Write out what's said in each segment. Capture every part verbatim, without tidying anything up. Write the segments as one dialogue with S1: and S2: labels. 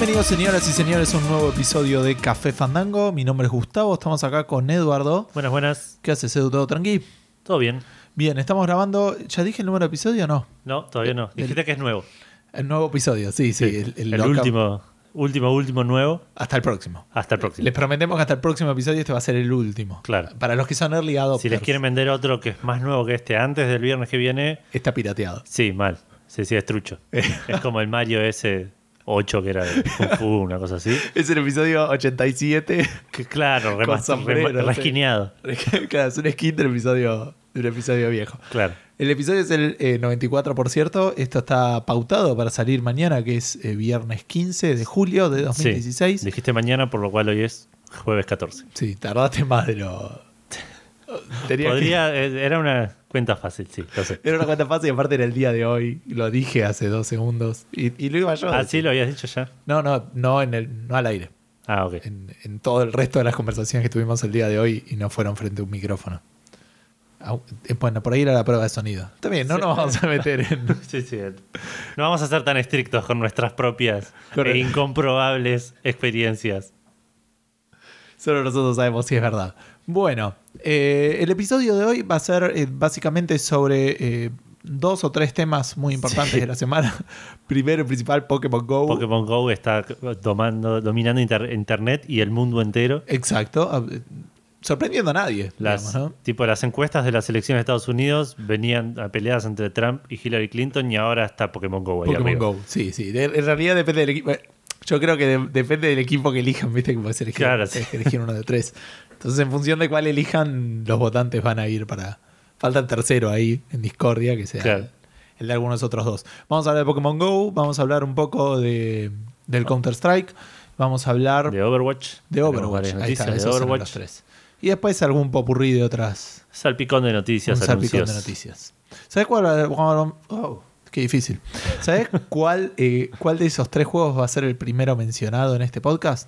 S1: Bienvenidos, señoras y señores, a un nuevo episodio de Café Fandango. Mi nombre es Gustavo, estamos acá con Eduardo.
S2: Buenas, buenas.
S1: ¿Qué haces, Edu? ¿Todo tranqui?
S2: Todo bien.
S1: Bien, estamos grabando. ¿Ya dije el número de episodio o no?
S2: No, todavía no. Dijiste
S1: el,
S2: que es nuevo.
S1: El nuevo episodio, sí, sí.
S2: sí
S1: el el,
S2: el último, último, último nuevo.
S1: Hasta el próximo.
S2: Hasta el próximo.
S1: Les prometemos que hasta el próximo episodio este va a ser el último.
S2: Claro.
S1: Para los que son early adopters.
S2: Si les quieren vender otro que es más nuevo que este antes del viernes que viene.
S1: Está pirateado.
S2: Sí, mal. Sí, sí, es trucho. Es como el Mario ese ocho que era de Kung Fu, una cosa así.
S1: Es el episodio ochenta y siete.
S2: Que, claro, remaster,
S1: sombrero,
S2: rem, resquineado.
S1: Claro, es un skin del episodio, del episodio viejo.
S2: Claro.
S1: El episodio es el eh, noventa y cuatro, por cierto. Esto está pautado para salir mañana, que es eh, viernes quince de julio de dos mil dieciséis.
S2: Sí, dijiste mañana, por lo cual hoy es jueves catorce.
S1: Sí, tardaste más de lo... Tenía
S2: Podría, que... Era una cuenta fácil, sí. Lo sé.
S1: Era una cuenta fácil y aparte era el día de hoy. Lo dije hace dos segundos. Y, y lo iba yo a
S2: Ah,
S1: decir.
S2: sí, lo habías dicho ya.
S1: No, no, no, en el, no al aire.
S2: Ah, ok.
S1: En, en todo el resto de las conversaciones que tuvimos el día de hoy y no fueron frente a un micrófono. Bueno, por ahí era la prueba de sonido. Está bien, no sí. Nos vamos a meter en...
S2: Sí, sí. No vamos a ser tan estrictos con nuestras propias
S1: Correcto.
S2: e incomprobables experiencias.
S1: Solo nosotros sabemos si es verdad. Bueno, eh, el episodio de hoy va a ser eh, básicamente sobre eh, dos o tres temas muy importantes sí. de la semana. Primero y principal, Pokémon Go.
S2: Pokémon Go está tomando, dominando inter- internet y el mundo entero.
S1: Exacto. Sorprendiendo a nadie.
S2: Las,
S1: digamos, ¿no?
S2: Tipo, las encuestas de las elecciones de Estados Unidos venían a peleadas entre Trump y Hillary Clinton y ahora está Pokémon Go ahí
S1: Pokémon
S2: arriba.
S1: Go, sí, sí. De, en realidad depende del equipo. Yo creo que de, depende del equipo que elijan, viste que puede ser elegir,
S2: claro, sí.
S1: elegir uno de tres. Entonces, en función de cuál elijan, los votantes van a ir para... Falta el tercero ahí, en discordia, que sea claro. el, el de algunos otros dos. Vamos a hablar de Pokémon Go, vamos a hablar un poco de, del Counter-Strike, vamos a hablar...
S2: De Overwatch.
S1: De Overwatch, ahí está, de esos Overwatch. Los tres. Y después algún popurrí de otras...
S2: Salpicón de noticias,
S1: un
S2: anuncios.
S1: Salpicón de noticias. ¿Sabes cuál? Oh, qué difícil. ¿Sabes cuál, eh, cuál de esos tres juegos va a ser el primero mencionado en este podcast?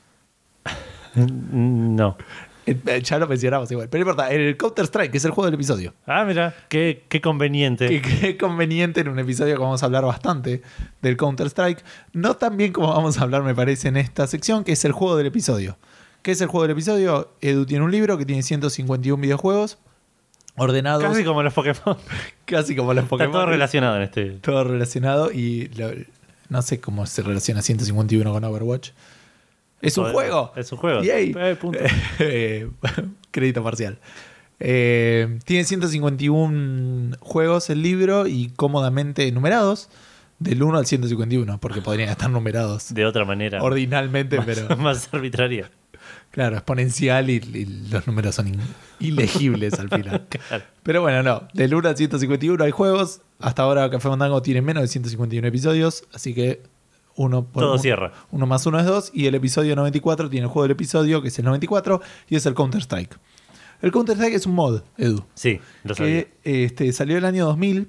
S2: No.
S1: Eh, ya lo mencionamos igual. Pero no importa, el Counter-Strike, que es el juego del episodio.
S2: Ah, mira, qué, qué conveniente.
S1: Qué, qué conveniente en un episodio que vamos a hablar bastante del Counter-Strike. No tan bien como vamos a hablar, me parece, en esta sección, que es el juego del episodio. ¿Qué es el juego del episodio? Edu tiene un libro que tiene ciento cincuenta y uno videojuegos ordenados.
S2: Casi como los Pokémon.
S1: Casi como los Pokémon.
S2: Está todo relacionado en este.
S1: Todo relacionado y lo, no sé cómo se relaciona ciento cincuenta y uno con Overwatch. Es un
S2: Joder,
S1: juego.
S2: Es un juego.
S1: Eh,
S2: punto.
S1: Eh, crédito parcial. Eh, tiene ciento cincuenta y uno juegos el libro y cómodamente numerados. Del uno al ciento cincuenta y uno, porque podrían estar numerados.
S2: De otra manera.
S1: Ordinalmente,
S2: más,
S1: pero.
S2: Más arbitraria.
S1: Claro, exponencial y, y los números son in, ilegibles al final.
S2: Claro.
S1: Pero bueno, no. Del uno al ciento cincuenta y uno hay juegos. Hasta ahora Café Fandango tiene menos de ciento cincuenta y uno episodios. Así que uno por
S2: todo
S1: uno,
S2: cierra.
S1: Uno más uno es dos. Y el episodio noventa y cuatro tiene el juego del episodio, que es el noventa y cuatro. Y es el Counter-Strike. El Counter-Strike es un mod, Edu.
S2: Sí, lo sabía.
S1: Que este, salió el año dos mil.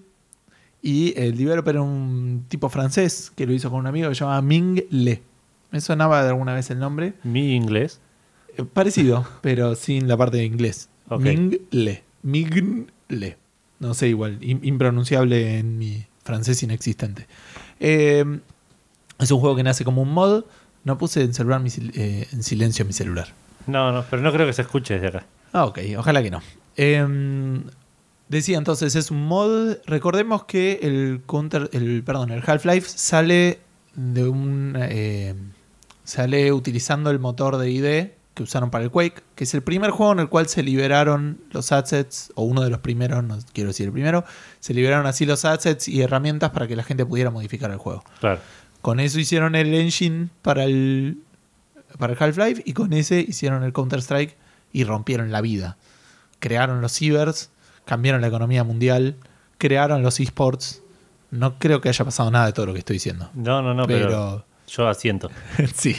S1: Y el developer era un tipo francés que lo hizo con un amigo que se llama Ming Le. ¿Me sonaba de alguna vez el nombre?
S2: Mi inglés.
S1: Eh, parecido, pero sin la parte de inglés.
S2: Okay.
S1: Ming Le. Ming Le. No sé, igual. Impronunciable en mi francés inexistente. Eh, es un juego que nace como un mod. No puse en, celular mi, eh, en silencio mi celular.
S2: No, no, pero no creo que se escuche desde acá.
S1: Ah, ok. Ojalá que no. Eh, Decía entonces, es un mod. Recordemos que el Counter, el perdón, el Half-Life sale de un eh, sale utilizando el motor de I D que usaron para el Quake, que es el primer juego en el cual se liberaron los assets, o uno de los primeros, no quiero decir el primero, se liberaron así los assets y herramientas para que la gente pudiera modificar el juego.
S2: Claro.
S1: Con eso hicieron el engine para el para el Half-Life y con ese hicieron el Counter-Strike y rompieron la vida. Crearon los cibers, cambiaron la economía mundial, crearon los esports. No creo que haya pasado nada de todo lo que estoy diciendo.
S2: No, no, no, pero, pero yo asiento.
S1: Sí.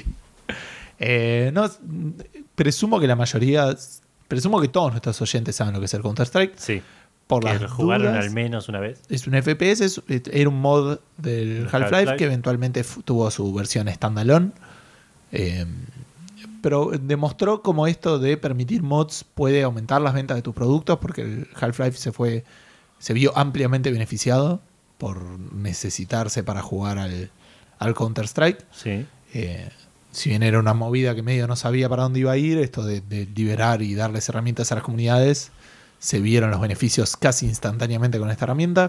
S1: Eh, no, presumo que la mayoría, presumo que todos nuestros oyentes saben lo que es el Counter-Strike.
S2: Sí.
S1: Por
S2: que
S1: las
S2: lo jugaron
S1: dudas,
S2: al menos una vez.
S1: Es un F P S, es, era un mod del Half-Life, Half-Life que eventualmente f- tuvo su versión standalone. Eh, pero demostró cómo esto de permitir mods puede aumentar las ventas de tus productos, porque el Half-Life se fue se vio ampliamente beneficiado por necesitarse para jugar al, al Counter-Strike.
S2: Sí.
S1: Eh, si bien era una movida que medio no sabía para dónde iba a ir, esto de, de liberar y darles herramientas a las comunidades, se vieron los beneficios casi instantáneamente con esta herramienta.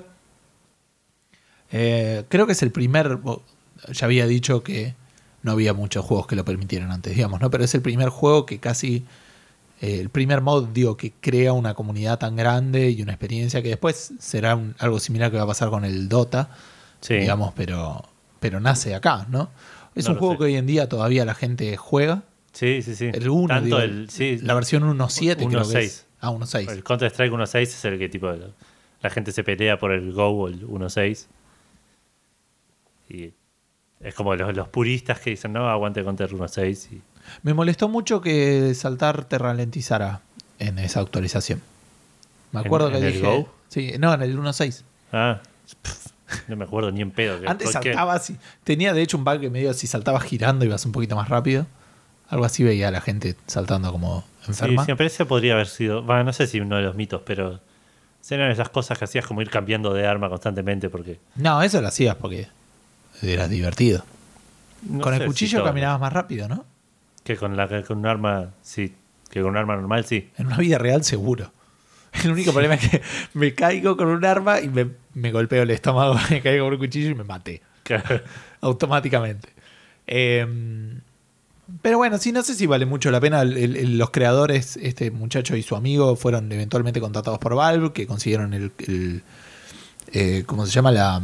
S1: Eh, creo que es el primer, ya había dicho que no había muchos juegos que lo permitieran antes, digamos, ¿no? Pero es el primer juego que casi, eh, el primer mod, digo, que crea una comunidad tan grande y una experiencia que después será un, algo similar que va a pasar con el Dota, sí. digamos, pero, pero nace acá, ¿no? Es no un juego sé. que hoy en día todavía la gente juega.
S2: Sí, sí, sí.
S1: El uno,
S2: Tanto
S1: digo,
S2: el, sí,
S1: la versión uno punto siete creo que es.
S2: Ah,
S1: uno punto seis.
S2: El Counter-Strike uno punto seis es el que tipo la gente se pelea por el Go o el uno punto seis. Y es como los, los puristas que dicen, no, aguante Counter uno punto seis. Y...
S1: Me molestó mucho que saltar te ralentizara en esa actualización. Me acuerdo
S2: ¿En,
S1: que
S2: en
S1: dije...
S2: el Go?
S1: Sí, no, en el uno punto seis.
S2: Ah, pff, no me acuerdo ni en pedo. Que
S1: Antes
S2: cualquier...
S1: saltaba así. Tenía de hecho un bug que medio si saltabas girando ibas un poquito más rápido. Algo así veía a la gente saltando como enferma.
S2: Sí, siempre ese podría haber sido... Bueno, no sé si uno de los mitos, pero... Eran esas cosas que hacías como ir cambiando de arma constantemente porque...
S1: No, eso lo hacías porque era divertido.
S2: No
S1: con el cuchillo
S2: si
S1: caminabas más rápido, ¿no?
S2: Que con, la, con un arma, sí. Que con un arma normal, sí.
S1: En una vida real, seguro. El único sí. problema es que me caigo con un arma y me, me golpeo el estómago, me caigo con un cuchillo y me maté.
S2: Claro.
S1: Automáticamente. Eh, pero bueno, sí, no sé si vale mucho la pena. El, el, los creadores, este muchacho y su amigo, fueron eventualmente contratados por Valve, que consiguieron el... el eh, ¿cómo se llama? La...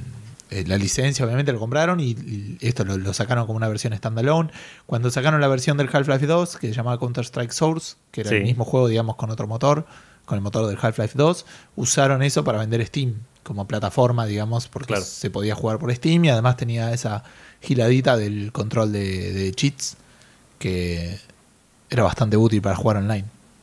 S1: la licencia, obviamente lo compraron y, y esto lo, lo sacaron como una versión standalone. Cuando sacaron la versión del Half-Life dos, que se llamaba Counter-Strike Source, que era sí. el mismo juego, digamos, con otro motor, con el motor del Half-Life dos, usaron eso para vender Steam como plataforma, digamos, porque claro. se podía jugar por Steam y además tenía esa giladita del control de, de cheats que era bastante útil para jugar online.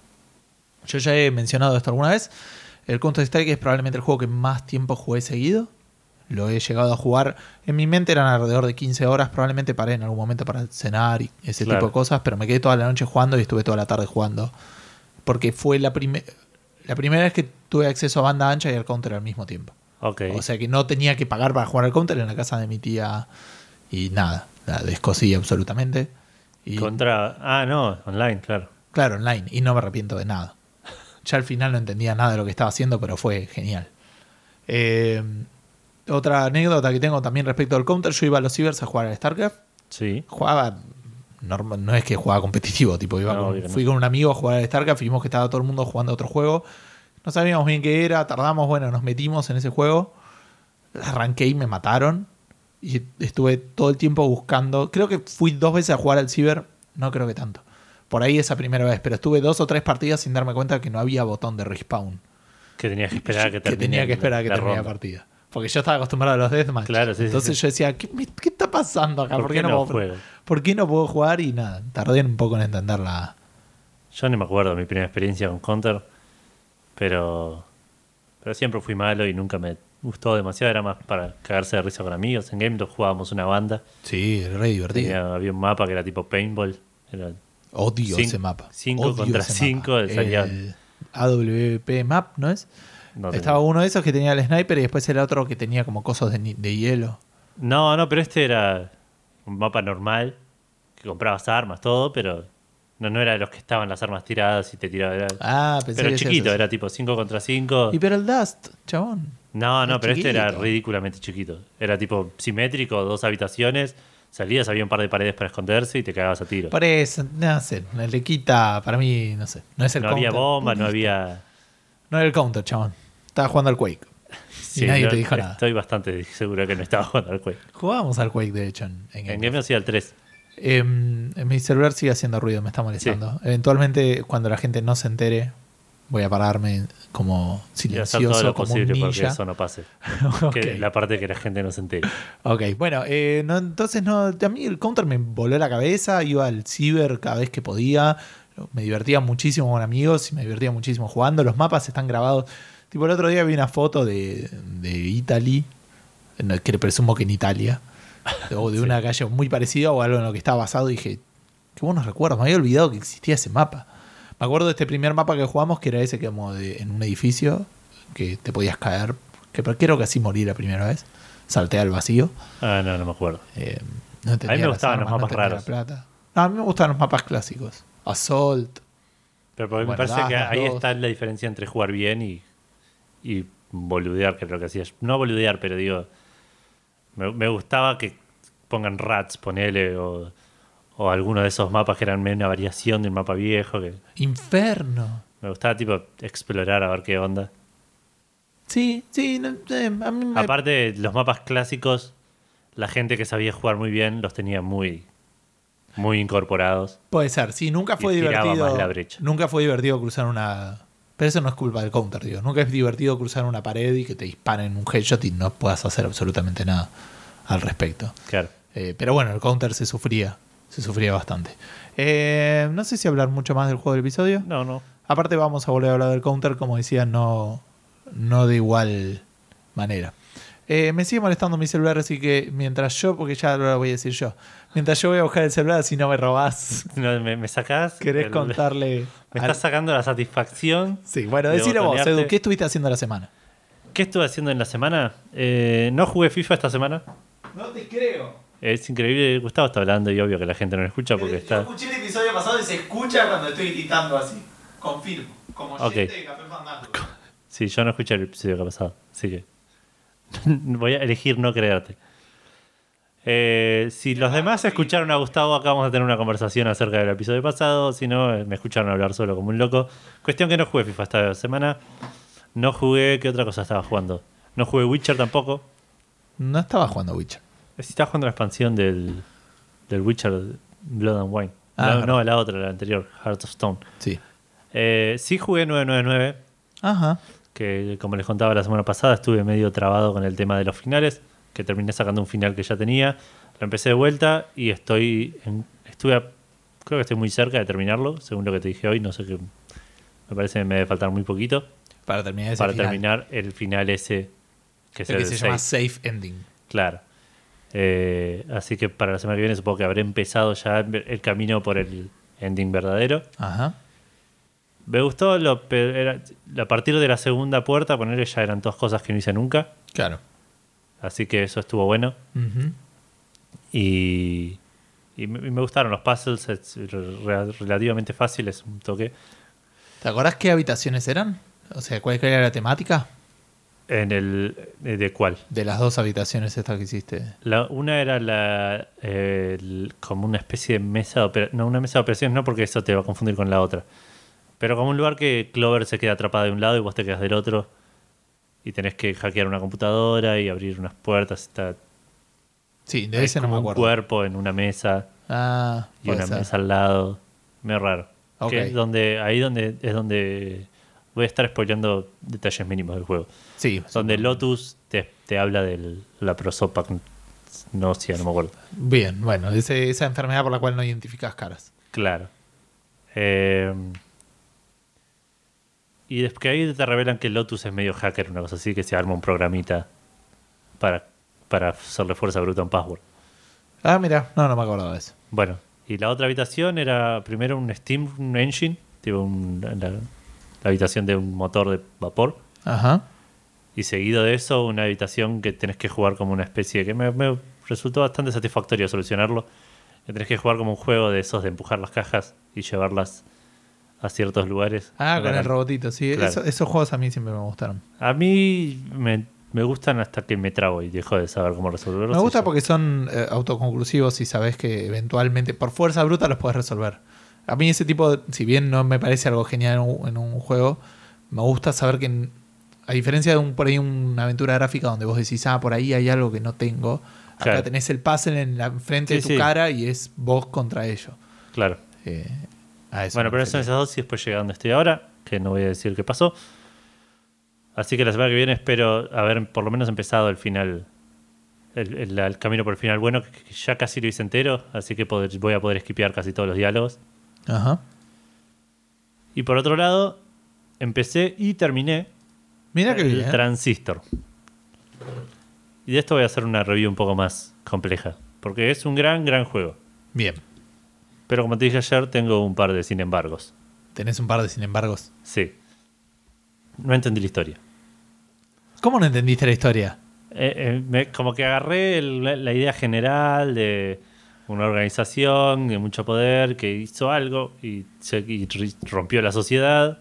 S1: Yo ya he mencionado esto alguna vez. El Counter-Strike es probablemente el juego que más tiempo jugué seguido. Lo he llegado a jugar. En mi mente eran alrededor de quince horas. Probablemente paré en algún momento para cenar y ese claro. tipo de cosas. Pero me quedé toda la noche jugando y estuve toda la tarde jugando. Porque fue la, prime- la primera vez que tuve acceso a banda ancha y al Counter al mismo tiempo.
S2: Okay.
S1: O sea que no tenía que pagar para jugar al Counter en la casa de mi tía. Y nada, la descosí absolutamente. Y,
S2: Contra... Ah, no, online, claro.
S1: Claro, online. Y no me arrepiento de nada. Ya al final no entendía nada de lo que estaba haciendo, pero fue genial. Eh... Otra anécdota que tengo también respecto al Counter, yo iba a los cibers a jugar al StarCraft.
S2: Sí.
S1: Jugaba, normal, no es que jugaba competitivo, tipo iba
S2: no,
S1: con,
S2: no.
S1: fui con un amigo a jugar al StarCraft y vimos que estaba todo el mundo jugando a otro juego. No sabíamos bien qué era, tardamos, bueno, nos metimos en ese juego. Arranqué y me mataron. Y estuve todo el tiempo buscando. Creo que fui dos veces a jugar al ciber, no creo que tanto. Por ahí esa primera vez, pero estuve dos o tres partidas sin darme cuenta que no había botón de respawn.
S2: Que tenías que esperar a que termine.
S1: Que tenía que esperar a que termine la partida. Porque yo estaba acostumbrado a los deathmatch.
S2: Claro, sí,
S1: Entonces
S2: sí,
S1: yo decía, ¿qué, ¿qué está pasando acá?
S2: ¿Por,
S1: ¿Por
S2: qué,
S1: qué no,
S2: no
S1: puedo, ¿Por qué no puedo jugar? Y nada, tardé un poco en entenderla.
S2: Yo no me acuerdo de mi primera experiencia con Counter, pero, pero siempre fui malo y nunca me gustó demasiado. Era más para cagarse de risa con amigos. En Game Talk jugábamos una banda.
S1: Sí, era re divertido.
S2: Tenía, había un mapa que era tipo paintball. Era
S1: Odio
S2: cinco,
S1: ese mapa.
S2: cinco
S1: Odio
S2: contra
S1: ese
S2: cinco.
S1: Mapa.
S2: Salía...
S1: El A W P Map, ¿no es?
S2: No
S1: Estaba uno de esos que tenía el sniper y después era otro que tenía como cosas de, de hielo.
S2: No, no, pero este era un mapa normal, que comprabas armas, todo, pero no, no era de los que estaban las armas tiradas y te tiraban. Era,
S1: ah, pensé
S2: pero
S1: que
S2: chiquito, era tipo cinco contra cinco.
S1: Y pero el Dust, chabón.
S2: No, no,
S1: es
S2: pero
S1: chiquito.
S2: Este era ridículamente chiquito. Era tipo simétrico, dos habitaciones. Salías, había un par de paredes para esconderse y te cagabas a tiro.
S1: Por eso, no sé, le quita, para mí, no sé. No es el
S2: no
S1: counter.
S2: había bomba,
S1: Putista.
S2: no había...
S1: No era el counter, chabón. Estaba jugando al Quake.
S2: Sí,
S1: y nadie
S2: no,
S1: te dijo nada.
S2: Estoy bastante seguro que no estaba jugando al Quake.
S1: Jugábamos al Quake, de hecho, en, en
S2: En Game hacía el tres.
S1: Eh, en mi celular sigue haciendo ruido, me está molestando. Sí. Eventualmente, cuando la gente no se entere, voy a pararme como silencioso,
S2: y hacer todo lo
S1: como
S2: posible
S1: un ninja.
S2: porque eso no pase.
S1: Okay.
S2: Que la parte que la gente no se entere.
S1: Ok, bueno, eh, no, entonces no, a mí el counter me voló la cabeza, iba al ciber cada vez que podía, me divertía muchísimo con amigos y me divertía muchísimo jugando. Los mapas están grabados. Tipo, el otro día vi una foto de, de Italy, que presumo que en Italia, o de sí. una calle muy parecida o algo en lo que estaba basado, y dije, qué buenos recuerdos, me había olvidado que existía ese mapa. Me acuerdo de este primer mapa que jugamos, que era ese que como de, en un edificio, que te podías caer, que creo que así morí la primera vez, salté al vacío.
S2: Ah, no, no me acuerdo.
S1: Eh, No
S2: A mí me
S1: entendía las
S2: gustaban los
S1: armas, no
S2: mapas
S1: entendía la
S2: raros.
S1: plata. No, a mí me gustan los mapas clásicos. Assault.
S2: Pero porque me
S1: Bueno,
S2: parece
S1: das
S2: que
S1: las
S2: ahí
S1: dos.
S2: está la diferencia entre jugar bien y, y boludear, que es lo que hacía yo. No boludear, pero digo, me, me gustaba que pongan rats, ponele, o, o alguno de esos mapas que eran una variación de un mapa viejo. Que
S1: Inferno.
S2: me gustaba tipo explorar a ver qué onda.
S1: Sí, sí, no, eh, a mí me...
S2: Aparte, los mapas clásicos, la gente que sabía jugar muy bien los tenía muy, muy incorporados.
S1: Puede ser, sí, nunca fue
S2: Y estiraba
S1: divertido.
S2: más la brecha.
S1: Nunca fue divertido cruzar una. Pero eso no es culpa del counter, digo. Nunca es divertido cruzar una pared y que te disparen un headshot y no puedas hacer absolutamente nada al respecto.
S2: Claro.
S1: Eh, pero bueno, el counter se sufría. Se sufría bastante. Eh, no sé si hablar mucho más del juego del episodio.
S2: No, no.
S1: Aparte, vamos a volver a hablar del counter, como decía, no, no de igual manera. Eh, me sigue molestando mi celular, así que mientras yo, porque ya lo voy a decir yo, mientras yo voy a buscar el celular, si no me robás,
S2: No, me, me sacás.
S1: ¿querés
S2: el-
S1: contarle?
S2: Me
S1: al-
S2: estás sacando la satisfacción.
S1: Sí, bueno,
S2: de
S1: decilo vos,
S2: botonearte.
S1: Edu, ¿qué estuviste haciendo la semana?
S2: ¿Qué estuve haciendo en la semana? Eh, no jugué FIFA esta semana.
S1: No te creo.
S2: Es increíble. Gustavo está hablando y obvio que la gente no lo escucha porque está.
S1: escuché el episodio pasado y se escucha cuando estoy gritando así. Confirmo. Como
S2: Ok.
S1: oyente de Café Fandango.
S2: Sí, yo no escuché el episodio que ha pasado. Así que. Voy a elegir no creerte. Eh, si los demás escucharon a Gustavo, acá vamos a tener una conversación acerca del episodio pasado. Si no, eh, me escucharon hablar solo como un loco. Cuestión que no jugué FIFA esta semana. No jugué. ¿Qué otra cosa estaba jugando? No jugué Witcher tampoco.
S1: No estaba jugando Witcher.
S2: Sí, estaba jugando la expansión del, del Witcher Blood and Wine.
S1: Ah,
S2: no,
S1: verdad.
S2: no, la otra, la anterior, Heart of Stone.
S1: Sí.
S2: Eh, sí jugué nueve nueve nueve,
S1: Ajá.
S2: que como les contaba la semana pasada, estuve medio trabado con el tema de los finales, que terminé sacando un final que ya tenía. Lo empecé de vuelta y estoy en- estuve a- creo que estoy muy cerca de terminarlo, según lo que te dije hoy. No sé qué, me parece que me debe faltar muy poquito
S1: Para terminar ese
S2: para
S1: final.
S2: terminar el final ese, que es
S1: El
S2: el,
S1: que se
S2: seis.
S1: llama Safe Ending.
S2: Claro. Eh, así que para la semana que viene supongo que habré empezado ya el camino por el ending verdadero.
S1: Ajá.
S2: Me gustó, lo, pe- era- a partir de la segunda puerta, ponerle ya eran todas cosas que no hice nunca.
S1: Claro.
S2: Así que eso estuvo bueno.
S1: Ujú.
S2: Y, y me, y me gustaron los puzzles, es re- relativamente fáciles, un toque.
S1: ¿Te acordás qué habitaciones eran? O sea, ¿cuál era la temática
S2: En el, ¿de, de cuál?
S1: de las dos habitaciones estas que hiciste?
S2: La, una era la eh, el- como una especie de mesa de operaciones. No, una mesa de operaciones no, porque eso te va a confundir con la otra. Pero como un lugar que Clover se queda atrapada de un lado y vos te quedas del otro. Y tenés que hackear una computadora y abrir unas puertas. Está,
S1: Sí, de
S2: hay
S1: ese no
S2: como
S1: me
S2: un
S1: acuerdo.
S2: cuerpo en una mesa
S1: Ah,
S2: y
S1: puede
S2: una
S1: ser.
S2: mesa al lado. Medio raro.
S1: Ok.
S2: Que es donde, ahí donde es donde voy a estar spoileando detalles mínimos del juego.
S1: Sí.
S2: Donde
S1: supongo.
S2: Lotus te, te habla de la prosopac no, sí, no me acuerdo.
S1: Bien, bueno, ese- esa enfermedad por la cual no identificas caras.
S2: Claro. Eh, y después que ahí te revelan que Lotus es medio hacker, una cosa así, que se arma un programita para, para hacerle fuerza bruta a un password.
S1: Ah, mira, no, no me acordaba de eso.
S2: Bueno, y la otra habitación era primero un Steam un Engine, tipo un- la, la habitación de un motor de vapor.
S1: Ajá.
S2: Y seguido de eso, una habitación que tenés que jugar como una especie de... que me, me resultó bastante satisfactorio solucionarlo. Que tenés que jugar como un juego de esos de empujar las cajas y llevarlas a ciertos lugares.
S1: Ah, con
S2: Eran-
S1: el robotito, sí.
S2: Claro.
S1: Eso- esos juegos a mí siempre me gustaron.
S2: A mí me, me gustan hasta que me trabo y dejo de saber cómo resolverlos.
S1: Me gusta
S2: y ya.
S1: porque son eh, autoconclusivos y sabes que eventualmente por fuerza bruta los puedes resolver. A mí ese tipo, de- si bien no me parece algo genial en un, en un juego, me gusta saber que en- a diferencia de un, por ahí una aventura gráfica donde vos decís, ah, por ahí hay algo que no tengo, acá
S2: Claro.
S1: tenés el puzzle en la frente
S2: Sí,
S1: de tu
S2: sí.
S1: cara y es vos contra ello.
S2: Claro.
S1: Eh, a eso
S2: Bueno,
S1: me
S2: pero son
S1: refería.
S2: esas dos y después llega donde estoy ahora, que no voy a decir qué pasó. Así que la semana que viene espero haber por lo menos empezado el final, el, el- el camino por el final bueno, que, que ya casi lo hice entero, así que poder- voy a poder skipear casi todos los diálogos.
S1: Ajá.
S2: Y por otro lado, empecé y terminé
S1: Mira que
S2: el
S1: bien.
S2: Transistor. Y de esto voy a hacer una review un poco más compleja, porque es un gran, gran juego.
S1: Bien.
S2: Pero como te dije ayer, tengo un par de sin embargos.
S1: Tenés un par de sin embargos.
S2: Sí. No entendí la historia.
S1: ¿Cómo no entendiste la historia?
S2: Eh, eh, me- como que agarré el- la, la idea general de, una organización de mucho poder que hizo algo y, se, y rompió la sociedad.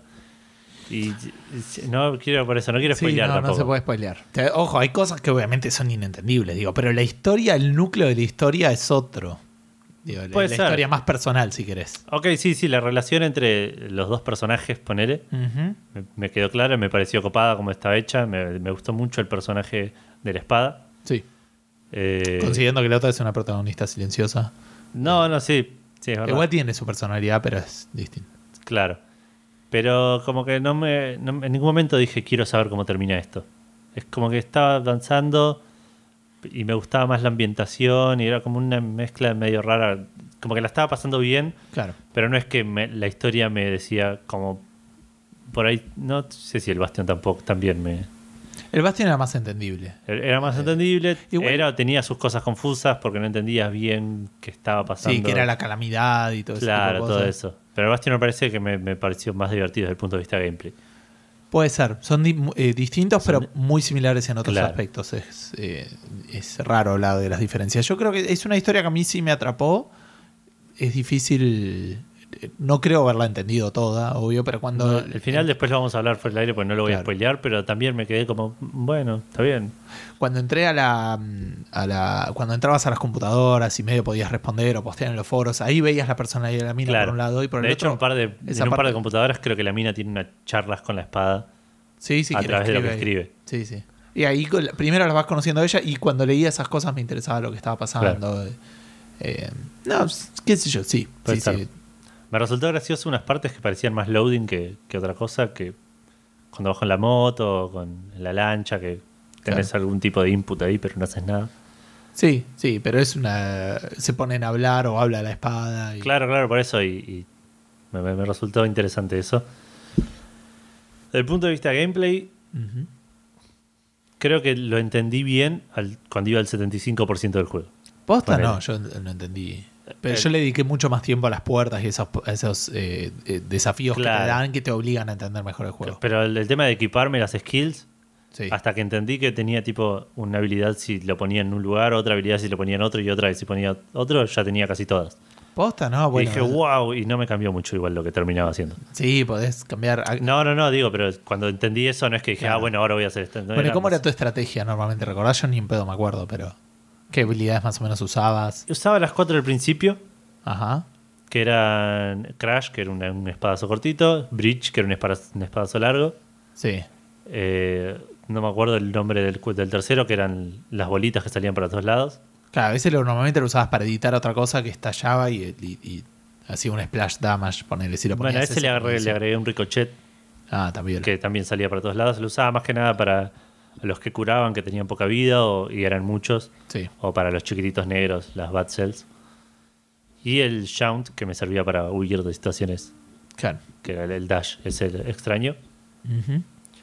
S2: Y no quiero por eso, no quiero
S1: Sí,
S2: spoilear
S1: no,
S2: tampoco.
S1: no se puede spoilear. Te- Ojo, hay cosas que obviamente son inentendibles, digo, pero la historia, el núcleo de la historia es otro. Digo, la,
S2: Puede
S1: la
S2: ser.
S1: historia más personal, si querés.
S2: Ok, sí, sí, la relación entre los dos personajes, ponele,
S1: Ujú.
S2: me, me quedó clara, me pareció copada como estaba hecha, me, me gustó mucho el personaje de la espada.
S1: Sí.
S2: Eh,
S1: Considerando que la otra es una protagonista silenciosa.
S2: no, no, sí, sí, es verdad.
S1: Igual tiene su personalidad, pero es distinto.
S2: Claro. Pero como que no me, no- en ningún momento dije quiero saber cómo termina esto. Es como que estaba avanzando y me gustaba más la ambientación y era como una mezcla medio rara. Como que la estaba pasando bien,
S1: Claro.
S2: pero no es que me- la historia me decía como por ahí, no sé si el Bastión tampoco también me
S1: El Bastión era más entendible.
S2: era más entendible,
S1: igual-
S2: era tenía sus cosas confusas porque no entendías bien qué estaba pasando.
S1: Sí, que era la calamidad y todo eso.
S2: Claro, todo eso. Pero el Bastión me parece que me, me pareció más divertido desde el punto de vista de gameplay.
S1: Puede ser. Son di- eh, distintos,
S2: Son-
S1: pero muy similares en otros
S2: Claro.
S1: aspectos. Es, eh, es raro hablar de las diferencias. Yo creo que es una historia que a mí sí me atrapó. Es difícil. eh, No creo haberla entendido toda, obvio, pero cuando.
S2: No, el final después lo vamos a hablar fuera del aire porque no lo voy
S1: Claro.
S2: a spoilear, pero también me quedé como, bueno, está bien.
S1: Cuando entré a la, a la. Cuando entrabas a las computadoras y medio podías responder o postear en los foros, ahí veías la personalidad de la mina
S2: Claro.
S1: por un lado y por el
S2: de hecho,
S1: otro.
S2: un par de,
S1: esa
S2: en un par
S1: parte-
S2: de computadoras creo que la mina tiene unas charlas con la espada
S1: Sí, sí,
S2: a
S1: que
S2: través de lo que
S1: ahí.
S2: escribe.
S1: Sí, sí. Y ahí con la- primero las vas conociendo a ella y cuando leía esas cosas me interesaba lo que estaba pasando. Eh, no, qué sé yo, sí.
S2: Puede
S1: sí,
S2: ser.
S1: sí.
S2: Me resultó gracioso unas partes que parecían más loading que, que otra cosa, que cuando vas con la moto o con la lancha, que tenés
S1: Claro.
S2: algún tipo de input ahí, pero no haces nada.
S1: Sí, sí, pero es una. Se ponen a hablar o habla la espada. Y,
S2: Claro, claro, por eso, y, y me, me- me resultó interesante eso. Desde el punto de vista de gameplay,
S1: Ujú.
S2: creo que lo entendí bien al- cuando iba al setenta y cinco por ciento del juego.
S1: Posta,
S2: Ponele.
S1: no, yo no entendí. Pero
S2: Eh,
S1: yo le dediqué mucho más tiempo a las puertas y esos, esos eh, eh, desafíos que
S2: Claro.
S1: te dan que te obligan a entender mejor el juego.
S2: Pero el, el tema de equiparme las skills,
S1: Sí.
S2: hasta que entendí que tenía tipo una habilidad si lo ponía en un lugar, otra habilidad si lo ponía en otro y otra si ponía otro, ya tenía casi todas.
S1: Posta, no, bueno.
S2: y dije, wow, y no me cambió mucho igual lo que terminaba haciendo.
S1: Sí, podés cambiar. a-
S2: No, no, no, digo, pero cuando entendí eso no es que dije,
S1: Claro.
S2: ah, bueno, ahora voy a hacer esto. No
S1: bueno, ¿y
S2: era
S1: ¿cómo
S2: más-
S1: era tu estrategia normalmente? ¿Recordás? Yo ni en pedo me acuerdo, pero. ¿Qué habilidades más o menos usabas?
S2: Usaba las cuatro del principio,
S1: Ajá.
S2: que eran Crash, que era una- un espadazo cortito, Bridge, que era un espadazo, un espadazo largo.
S1: Sí.
S2: Eh, no me acuerdo el nombre del, cu- del tercero, que eran las bolitas que salían para todos lados.
S1: Claro, a veces lo, normalmente lo usabas para editar otra cosa que estallaba y, y- y hacía un splash damage, ponele. Si lo
S2: Bueno, a
S1: ponías
S2: ese le
S1: eso,
S2: agregué,
S1: eso.
S2: le agregué un ricochet,
S1: Ah, también.
S2: que también salía para todos lados. Lo usaba más que nada para los que curaban, que tenían poca vida o- y eran muchos.
S1: Sí.
S2: O para los chiquititos negros, las bad cells. Y el Shaunt, que me servía para huir de situaciones,
S1: Claro.
S2: que era el, el dash, es el extraño.
S1: Ujú.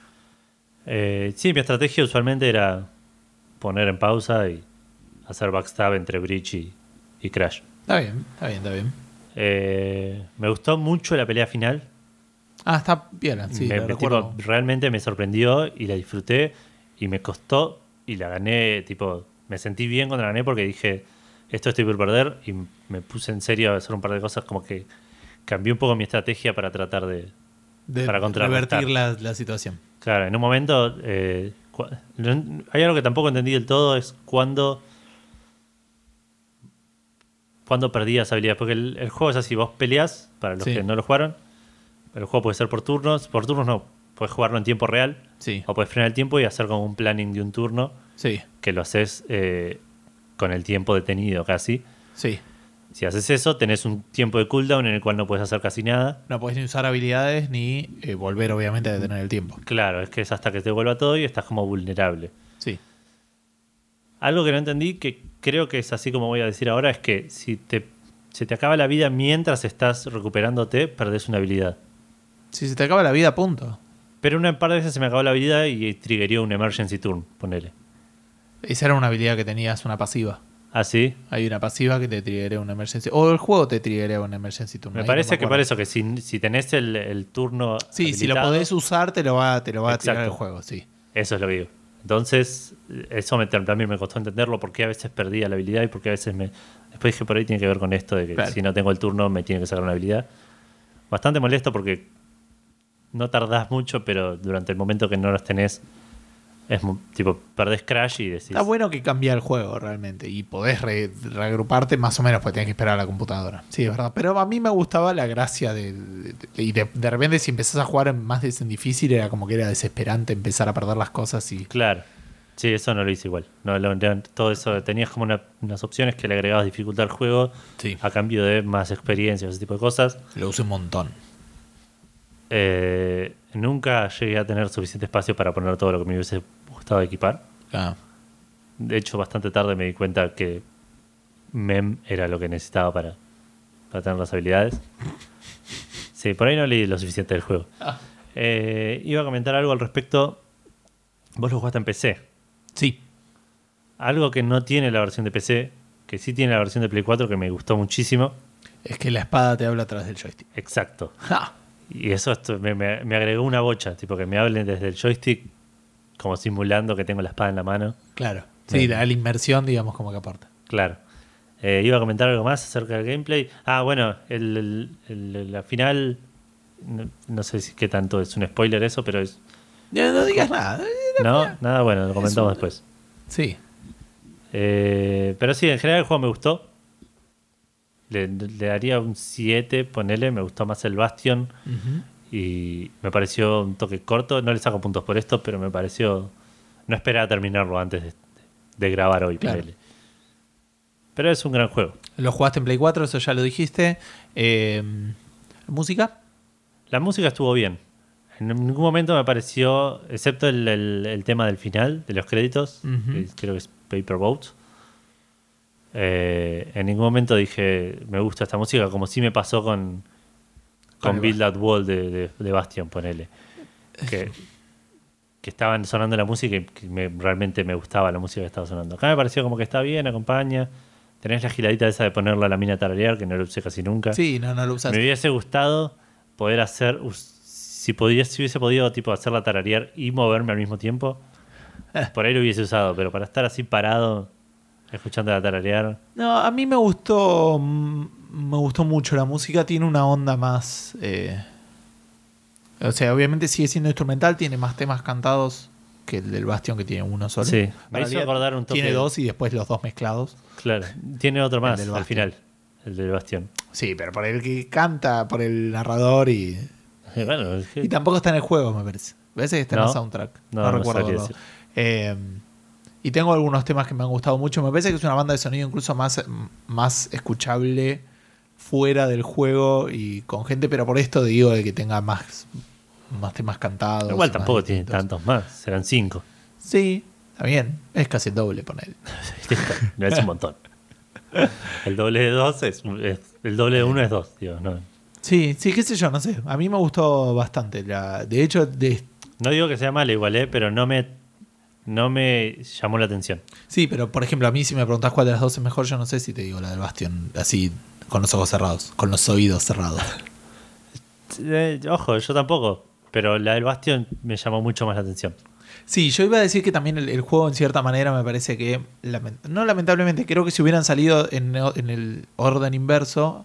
S2: Eh, sí, mi estrategia usualmente era poner en pausa y hacer backstab entre Breach y, y Crash.
S1: Está bien, está bien, está bien.
S2: Eh, me gustó mucho la pelea final.
S1: Ah, está bien, sí,
S2: me,
S1: lo
S2: me-
S1: recuerdo.
S2: tipo, realmente me sorprendió y la disfruté y me costó y la gané, tipo, me sentí bien cuando la gané porque dije, esto estoy por perder y me puse en serio a hacer un par de cosas como que cambié un poco mi estrategia para tratar de...
S1: De
S2: para contrarrestar.
S1: revertir la, la situación.
S2: Claro, en un momento eh, cu- no- hay algo que tampoco entendí del todo, es cuando cuando perdías habilidades, porque el, el juego es así, vos peleas, para los
S1: Sí.
S2: que no lo jugaron, el juego puede ser por turnos, por turnos no, puedes jugarlo en tiempo real,
S1: Sí,
S2: o puedes frenar el tiempo y hacer como un planning de un turno,
S1: sí,
S2: que lo haces eh, con el tiempo detenido casi.
S1: sí.
S2: Si haces eso, tenés un tiempo de cooldown en el cual no puedes hacer casi nada.
S1: No podés ni usar habilidades ni eh, volver, obviamente, a detener el tiempo.
S2: Claro, es que es hasta que te vuelva todo y estás como vulnerable.
S1: Sí.
S2: Algo que no entendí, que creo que es así como voy a decir ahora, es que si te, se te acaba la vida mientras estás recuperándote, perdés una habilidad.
S1: Si se te acaba la vida, punto.
S2: Pero una par de veces se me acabó la habilidad y triggerió un emergency turn, ponele.
S1: Esa era una habilidad que tenías, una pasiva.
S2: ¿Ah, sí?
S1: Hay una pasiva que te triggerea una emergency. O el juego te triggerea una emergency turn.
S2: Me
S1: Ahí
S2: parece
S1: no
S2: que
S1: acuerdo.
S2: para eso, que si, si tenés el, el turno
S1: Sí, si lo
S2: habilitado,
S1: podés usar, te lo va, te lo va a tirar el
S2: Exacto.
S1: juego, sí.
S2: Eso es lo que digo. Entonces, eso me, también me costó entenderlo, porque a veces perdía la habilidad y porque a veces me... Después dije, por ahí tiene que ver con esto de que
S1: claro.
S2: si no tengo el turno me tiene que sacar una habilidad. Bastante molesto porque no tardás mucho, pero durante el momento que no los tenés, es tipo, perdés Crash y decís...
S1: Está bueno que cambia el juego realmente y podés re, reagruparte más o menos porque tenés que esperar a la computadora. Sí, es verdad. Pero a mí me gustaba la gracia de... de, de y de, de repente si empezás a jugar en más en difícil era como que era desesperante empezar a perder las cosas y...
S2: Claro. Sí, eso no lo hice igual. No, lo, todo eso, tenías como una, unas opciones que le agregabas dificultad al juego
S1: sí.
S2: a cambio de más experiencia, ese tipo de cosas.
S1: Lo usé un montón.
S2: Eh, nunca llegué a tener suficiente espacio para poner todo lo que me hubiese gustado equipar.
S1: Ah.
S2: De hecho, bastante tarde me di cuenta que Mem era lo que necesitaba para, para tener las habilidades. Sí, por ahí no leí lo suficiente del juego.
S1: Ah.
S2: Eh, iba a comentar algo al respecto. Vos lo jugaste en P C.
S1: Sí.
S2: Algo que no tiene la versión de P C, que sí tiene la versión de Play cuatro, que me gustó muchísimo.
S1: Es que la espada te habla a través del joystick.
S2: Exacto.
S1: ¡Ja!
S2: Y eso esto, me, me, me agregó una bocha, tipo que me hablen desde el joystick, como simulando que tengo la espada en la mano.
S1: Claro. Sí, la, la inmersión, digamos, como que aporta.
S2: Claro. Eh, iba a comentar algo más acerca del gameplay. Ah, bueno, el, el, el, la final, no, no sé si qué tanto es un spoiler eso, pero es...
S1: No, no digas nada.
S2: No, nada, bueno, lo comentamos
S1: Eso,
S2: después.
S1: Sí.
S2: Eh, pero sí, en general el juego me gustó. Le, le daría un siete, ponele, me gustó más el Bastion.
S1: Uh-huh.
S2: Y me pareció un toque corto. No le saco puntos por esto, pero me pareció... No esperaba terminarlo antes de, de grabar hoy,
S1: claro.
S2: ponele. Pero es un gran juego.
S1: Lo jugaste en Play cuatro, eso ya lo dijiste. Eh, ¿Música?
S2: La música estuvo bien. En ningún momento me pareció, excepto el, el, el tema del final, de los créditos,
S1: uh-huh.
S2: que creo que es Paper Boat. Eh, en ningún momento dije, me gusta esta música, como sí me pasó con, con Build That Wall de, de, de Bastion, ponele. Que, que estaban sonando la música y que me, realmente me gustaba la música que estaba sonando. Acá me pareció como que está bien, acompaña. Tenés la giradita esa de ponerlo a la mina a tararear, que no lo usé casi nunca.
S1: Sí, no, no lo usaste.
S2: Me hubiese gustado poder hacer... Si, podía, si hubiese podido tipo hacerla tararear y moverme al mismo tiempo, por ahí lo hubiese usado, pero para estar así parado escuchándola tararear.
S1: No, a mí me gustó me gustó mucho la música, tiene una onda más eh, o sea, obviamente sigue siendo instrumental, tiene más temas cantados que el del Bastion, que tiene uno solo.
S2: Sí, me hizo acordar un toque.
S1: Tiene dos y después los dos mezclados.
S2: Claro, tiene otro más al final, el del Bastion.
S1: Sí, pero por el que canta, por el narrador y...
S2: Y, bueno, es que...
S1: y tampoco está en el juego, me parece. Me parece que está no, en el soundtrack. No, no, no recuerdo. Eh, y tengo algunos temas que me han gustado mucho. Me parece que es una banda de sonido incluso más, más escuchable fuera del juego y con gente, pero por esto digo de que tenga más, más temas cantados.
S2: Igual tampoco tiene tantos más, serán cinco.
S1: Sí, está bien. Es casi el doble, poner.
S2: No es un montón. El doble de dos es, es el doble de uno es dos, digo, no.
S1: Sí, sí, qué sé yo, no sé. A mí me gustó bastante. La, de hecho, de...
S2: no digo que sea malo igual, ¿eh? Pero no me, no me llamó la atención.
S1: Sí, pero por ejemplo, a mí si me preguntás cuál de las dos es mejor, yo no sé si te digo la del Bastion así, con los ojos cerrados, con los oídos cerrados.
S2: Eh, ojo, yo tampoco. Pero la del Bastion me llamó mucho más la atención.
S1: Sí, yo iba a decir que también el, el juego en cierta manera me parece que, lament- no lamentablemente, creo que si hubieran salido en, en el orden inverso,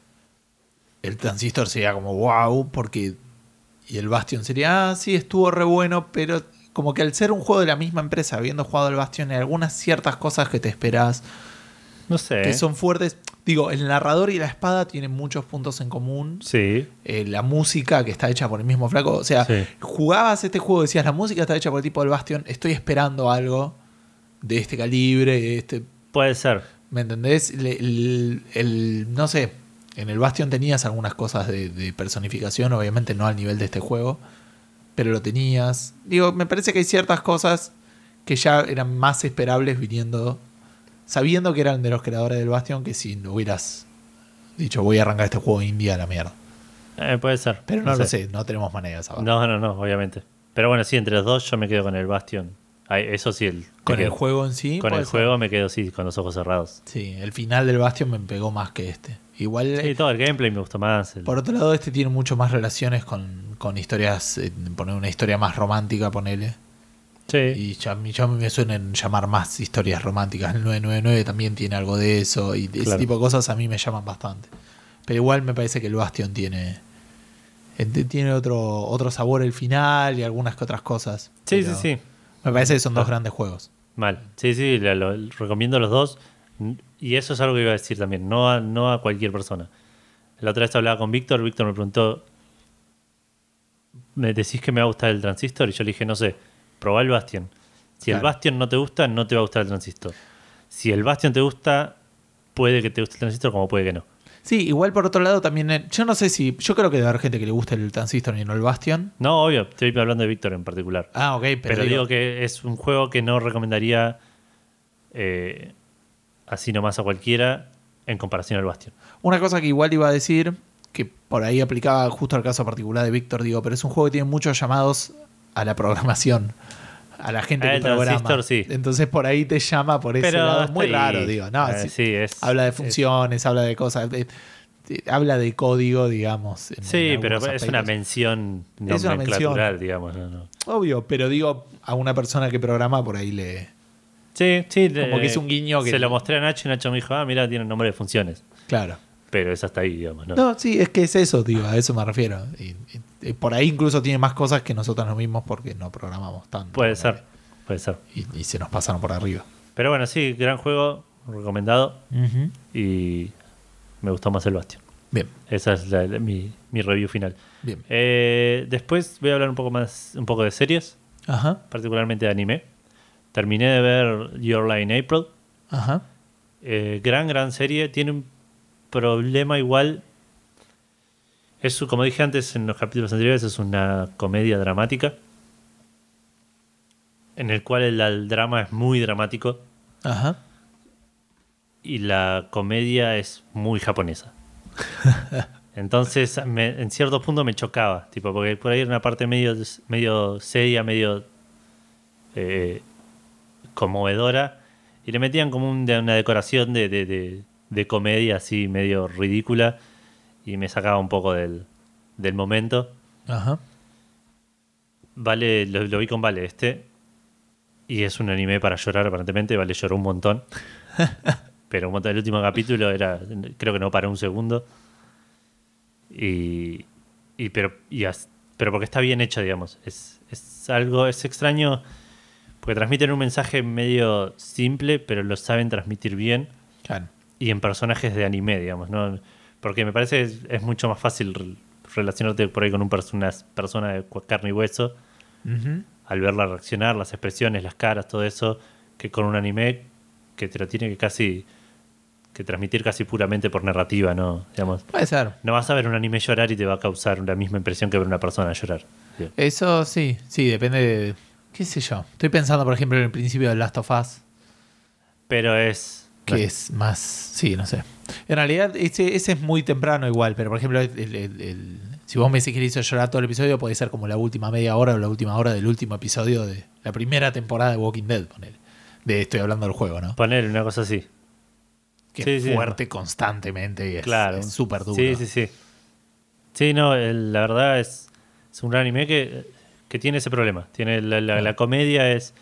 S1: el Transistor sería como wow, porque y el Bastion sería, ah, sí, estuvo re bueno, pero como que al ser un juego de la misma empresa, habiendo jugado el Bastion, hay algunas ciertas cosas que te esperas,
S2: no sé,
S1: que son fuertes. Digo, el narrador y la espada tienen muchos puntos en común.
S2: Sí.
S1: Eh, la música que está hecha por el mismo flaco. O sea,
S2: sí. Jugabas
S1: este juego, decías, la música está hecha por el tipo del Bastion. Estoy esperando algo de este calibre. De este...
S2: Puede ser.
S1: ¿Me entendés? El, el, el, no sé, en el Bastion tenías algunas cosas de, de personificación. Obviamente no al nivel de este juego. Pero lo tenías. Digo, me parece que hay ciertas cosas que ya eran más esperables viniendo... sabiendo que eran de los creadores del Bastion, que si hubieras dicho voy a arrancar este juego indie a la mierda.
S2: Eh, puede ser.
S1: Pero no,
S2: no
S1: lo
S2: sé.
S1: sé, no tenemos manera de saber.
S2: No, no, no, obviamente. Pero bueno, sí, entre los dos yo me quedo con el Bastion. Ay, eso sí, el,
S1: con el
S2: quedo,
S1: juego en sí.
S2: Con el ser. juego me quedo sí, con los ojos cerrados.
S1: Sí, el final del Bastion me pegó más que este. Igual.
S2: Sí, todo el gameplay me gustó más. El...
S1: Por otro lado, este tiene mucho más relaciones con, con historias. Eh, poner una historia más romántica, ponele.
S2: Sí.
S1: Y ya, ya me suelen llamar más historias románticas. El nueve nueve nueve también tiene algo de eso. Y ese
S2: Claro.
S1: tipo de cosas a mí me llaman bastante. Pero igual me parece que el Bastion tiene tiene otro, otro sabor el final y algunas que otras cosas.
S2: Sí,
S1: Pero
S2: sí, sí.
S1: me parece que son dos
S2: Ah.
S1: grandes juegos.
S2: Mal. Sí, sí, lo, lo- recomiendo los dos. Y eso es algo que iba a decir también, no a, no a cualquier persona. La otra vez hablaba con Víctor, Víctor me preguntó, ¿me decís que me va a gustar el Transistor? Y yo le dije, no sé, probá el Bastion. Si
S1: Claro.
S2: el Bastion no te gusta, no te va a gustar el Transistor. Si el Bastion te gusta, puede que te guste el Transistor como puede que no.
S1: Sí, igual por otro lado también, eh, yo no sé si, yo creo que debe haber gente que le guste el Transistor y no el Bastion.
S2: No, obvio, estoy hablando de Víctor en particular.
S1: Ah, ok, pero,
S2: Pero, digo, que es un juego que no recomendaría eh, así nomás a cualquiera en comparación al Bastion.
S1: una cosa que igual iba a decir, que por ahí aplicaba justo al caso particular de Víctor, digo, pero es un juego que tiene muchos llamados a la programación, a la gente
S2: Ah,
S1: que
S2: el
S1: programa.
S2: Transistor, sí.
S1: Entonces por ahí te llama por ese
S2: Pero
S1: lado. Es muy
S2: está ahí.
S1: raro, digo. No,
S2: Eh,
S1: sí,
S2: sí, es,
S1: habla de
S2: es-
S1: funciones, habla de cosas, de- de- habla de código, digamos. en-
S2: Sí,
S1: en
S2: pero
S1: algunos
S2: es una
S1: aspectos.
S2: mención
S1: Es una
S2: nomenclatural, digamos. No, no.
S1: Obvio, pero digo, a una persona que programa por ahí le...
S2: Sí, sí.
S1: Como
S2: le-
S1: que es un guiño que-
S2: Se lo mostré a Nacho y Nacho me dijo, ah, mira, tiene nombre de funciones.
S1: Claro.
S2: Pero es hasta ahí, digamos. No,
S1: No, sí, es que es eso, digo, a eso me refiero. Y, y- y por ahí incluso tiene más cosas que nosotros no mismos porque no programamos tanto.
S2: puede
S1: ponele.
S2: ser, puede ser.
S1: Y, y se nos pasaron por arriba.
S2: Pero bueno, sí, gran juego, recomendado. Y me gustó más el Bastion.
S1: Bien,
S2: Esa es la- la- mi, mi review final.
S1: bien.
S2: Eh, después voy a hablar un poco más, un poco de series,
S1: Ajá,
S2: particularmente de anime. Terminé de ver Your Lie in April.
S1: ajá.
S2: Eh, gran, gran serie. Tiene un problema igual. Es, su- como dije antes en los capítulos anteriores, es una comedia dramática. En el cual el, el drama es muy dramático.
S1: Ajá.
S2: Y la comedia es muy japonesa. Entonces, me- en cierto punto me chocaba. Tipo, porque por ahí era una parte medio, medio seria, medio eh, conmovedora. Y le metían como un- de- una decoración de, de- de- de comedia así medio ridícula. Y me sacaba un poco del, del momento.
S1: Ajá.
S2: Vale, lo, lo vi con Vale este. Y es un anime para llorar aparentemente. Vale lloró un montón. Pero un montón. El último capítulo era, creo que no paró un segundo. Y, y pero y as- pero porque está bien hecha, digamos. Es, es algo, es extraño porque transmiten un mensaje medio simple, pero lo saben transmitir bien.
S1: Claro.
S2: Y en personajes de anime, digamos, ¿no? Porque me parece que es, es mucho más fácil re- relacionarte por ahí con un perso- una persona de cu- carne y hueso
S1: Ujú.
S2: al verla reaccionar, las expresiones, las caras, todo eso, que con un anime que te lo tiene que casi que transmitir casi puramente por narrativa, ¿no? Digamos,
S1: Puede ser.
S2: no vas a ver un anime llorar y te va a causar la misma impresión que ver una persona llorar. Sí.
S1: Eso sí, sí, depende de... ¿Qué sé yo? Estoy pensando, por ejemplo, en el principio de Last of Us,
S2: Pero es...
S1: que es más... Sí, no sé. En realidad, ese, ese es muy temprano igual, pero por ejemplo, el, el- el- el- si vos me decís que le hizo llorar todo el episodio, puede ser como la última media hora o la última hora del último episodio de la primera temporada de Walking Dead, ponele. De estoy hablando del juego, ¿no?
S2: Poner una cosa así.
S1: Que
S2: Sí,
S1: es
S2: sí.
S1: fuerte constantemente y es
S2: Claro.
S1: es súper duro.
S2: Sí, sí, sí. Sí, no, el- la verdad es, es un gran anime que, que tiene ese problema. Tiene la, la- la comedia es...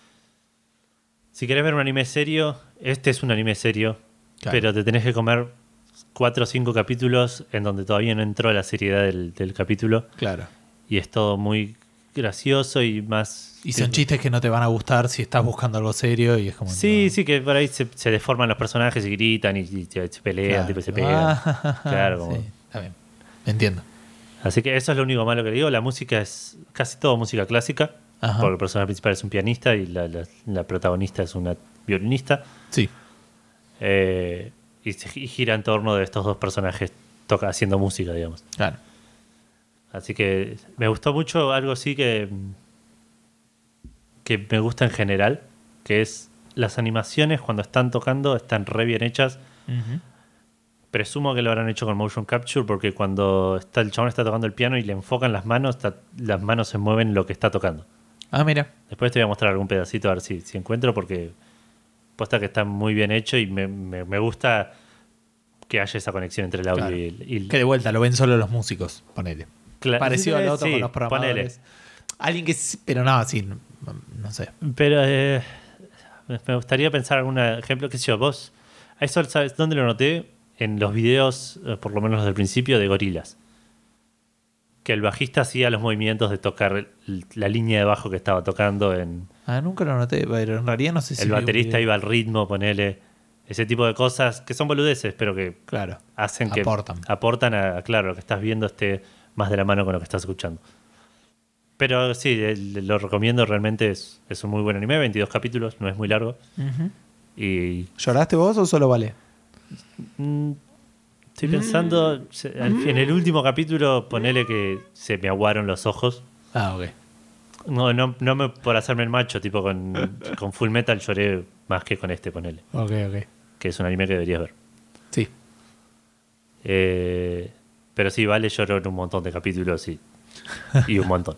S2: Si querés ver un anime serio, este es un anime serio,
S1: Claro.
S2: pero te tenés que comer cuatro o cinco capítulos en donde todavía no entró la seriedad del, del capítulo
S1: Claro.
S2: y es todo muy gracioso y más...
S1: Y son chistes que no te van a gustar si estás buscando algo serio y es como...
S2: Sí,
S1: no.
S2: sí, que por ahí se, se deforman los personajes y gritan y, y se se pelean,
S1: Claro.
S2: tipo, se pegan.
S1: Ah,
S2: Claro, como-
S1: sí, está bien. Entiendo.
S2: Así que eso es lo único malo que le digo. La música es casi todo música clásica,
S1: Ajá.
S2: porque el personaje principal es un pianista y la, la- la protagonista es una violinista.
S1: Sí.
S2: Eh, y, se- y gira en torno de estos dos personajes toca, haciendo música, digamos.
S1: Claro.
S2: Así que me gustó mucho algo así que, que me gusta en general, que es las animaciones cuando están tocando están re bien hechas.
S1: Ujú.
S2: Presumo que lo habrán hecho con motion capture porque cuando está, el chabón está tocando el piano y le enfocan las manos, está- las manos se mueven lo que está tocando.
S1: Ah, mira.
S2: Después te voy a mostrar algún pedacito a ver si, si encuentro porque posta que está muy bien hecho y me, me- me gusta que haya esa conexión entre el audio
S1: Claro.
S2: y el... y el-
S1: Que de vuelta lo ven solo los músicos, ponele.
S2: Cla-
S1: Parecido
S2: sí,
S1: al otro
S2: sí,
S1: con los programadores.
S2: ponele.
S1: Alguien que... sí- Pero no, sí. no sé.
S2: Pero eh, me gustaría pensar algún ejemplo, qué sé yo, vos. A eso, ¿sabes dónde lo noté? En los videos, eh, por lo menos desde el principio, de Gorillaz. Que el bajista hacía los movimientos de tocar el- la línea de bajo que estaba tocando. En,
S1: Ah, nunca lo noté, pero en realidad no sé si...
S2: el
S1: vi un
S2: baterista
S1: video.
S2: iba al ritmo, ponele. Ese tipo de cosas que son boludeces, pero que
S1: Claro.
S2: hacen que
S1: Aportan.
S2: aportan a, claro, lo que estás viendo esté más de la mano con lo que estás escuchando. Pero sí, el- lo recomiendo, realmente es, es un muy buen anime, veintidós capítulos, no es muy largo.
S1: Ujú.
S2: Y
S1: ¿Lloraste vos o solo vale?
S2: mm, estoy pensando, se- al- en el último capítulo, ponele que se me aguaron los ojos.
S1: Ah, ok.
S2: No, no, no me por hacerme el macho, tipo con, con Full Metal lloré más que con este, ponele.
S1: Ok, ok.
S2: Que es un anime que deberías ver.
S1: Sí.
S2: Eh, pero sí, Vale lloró en un montón de capítulos y, y un montón.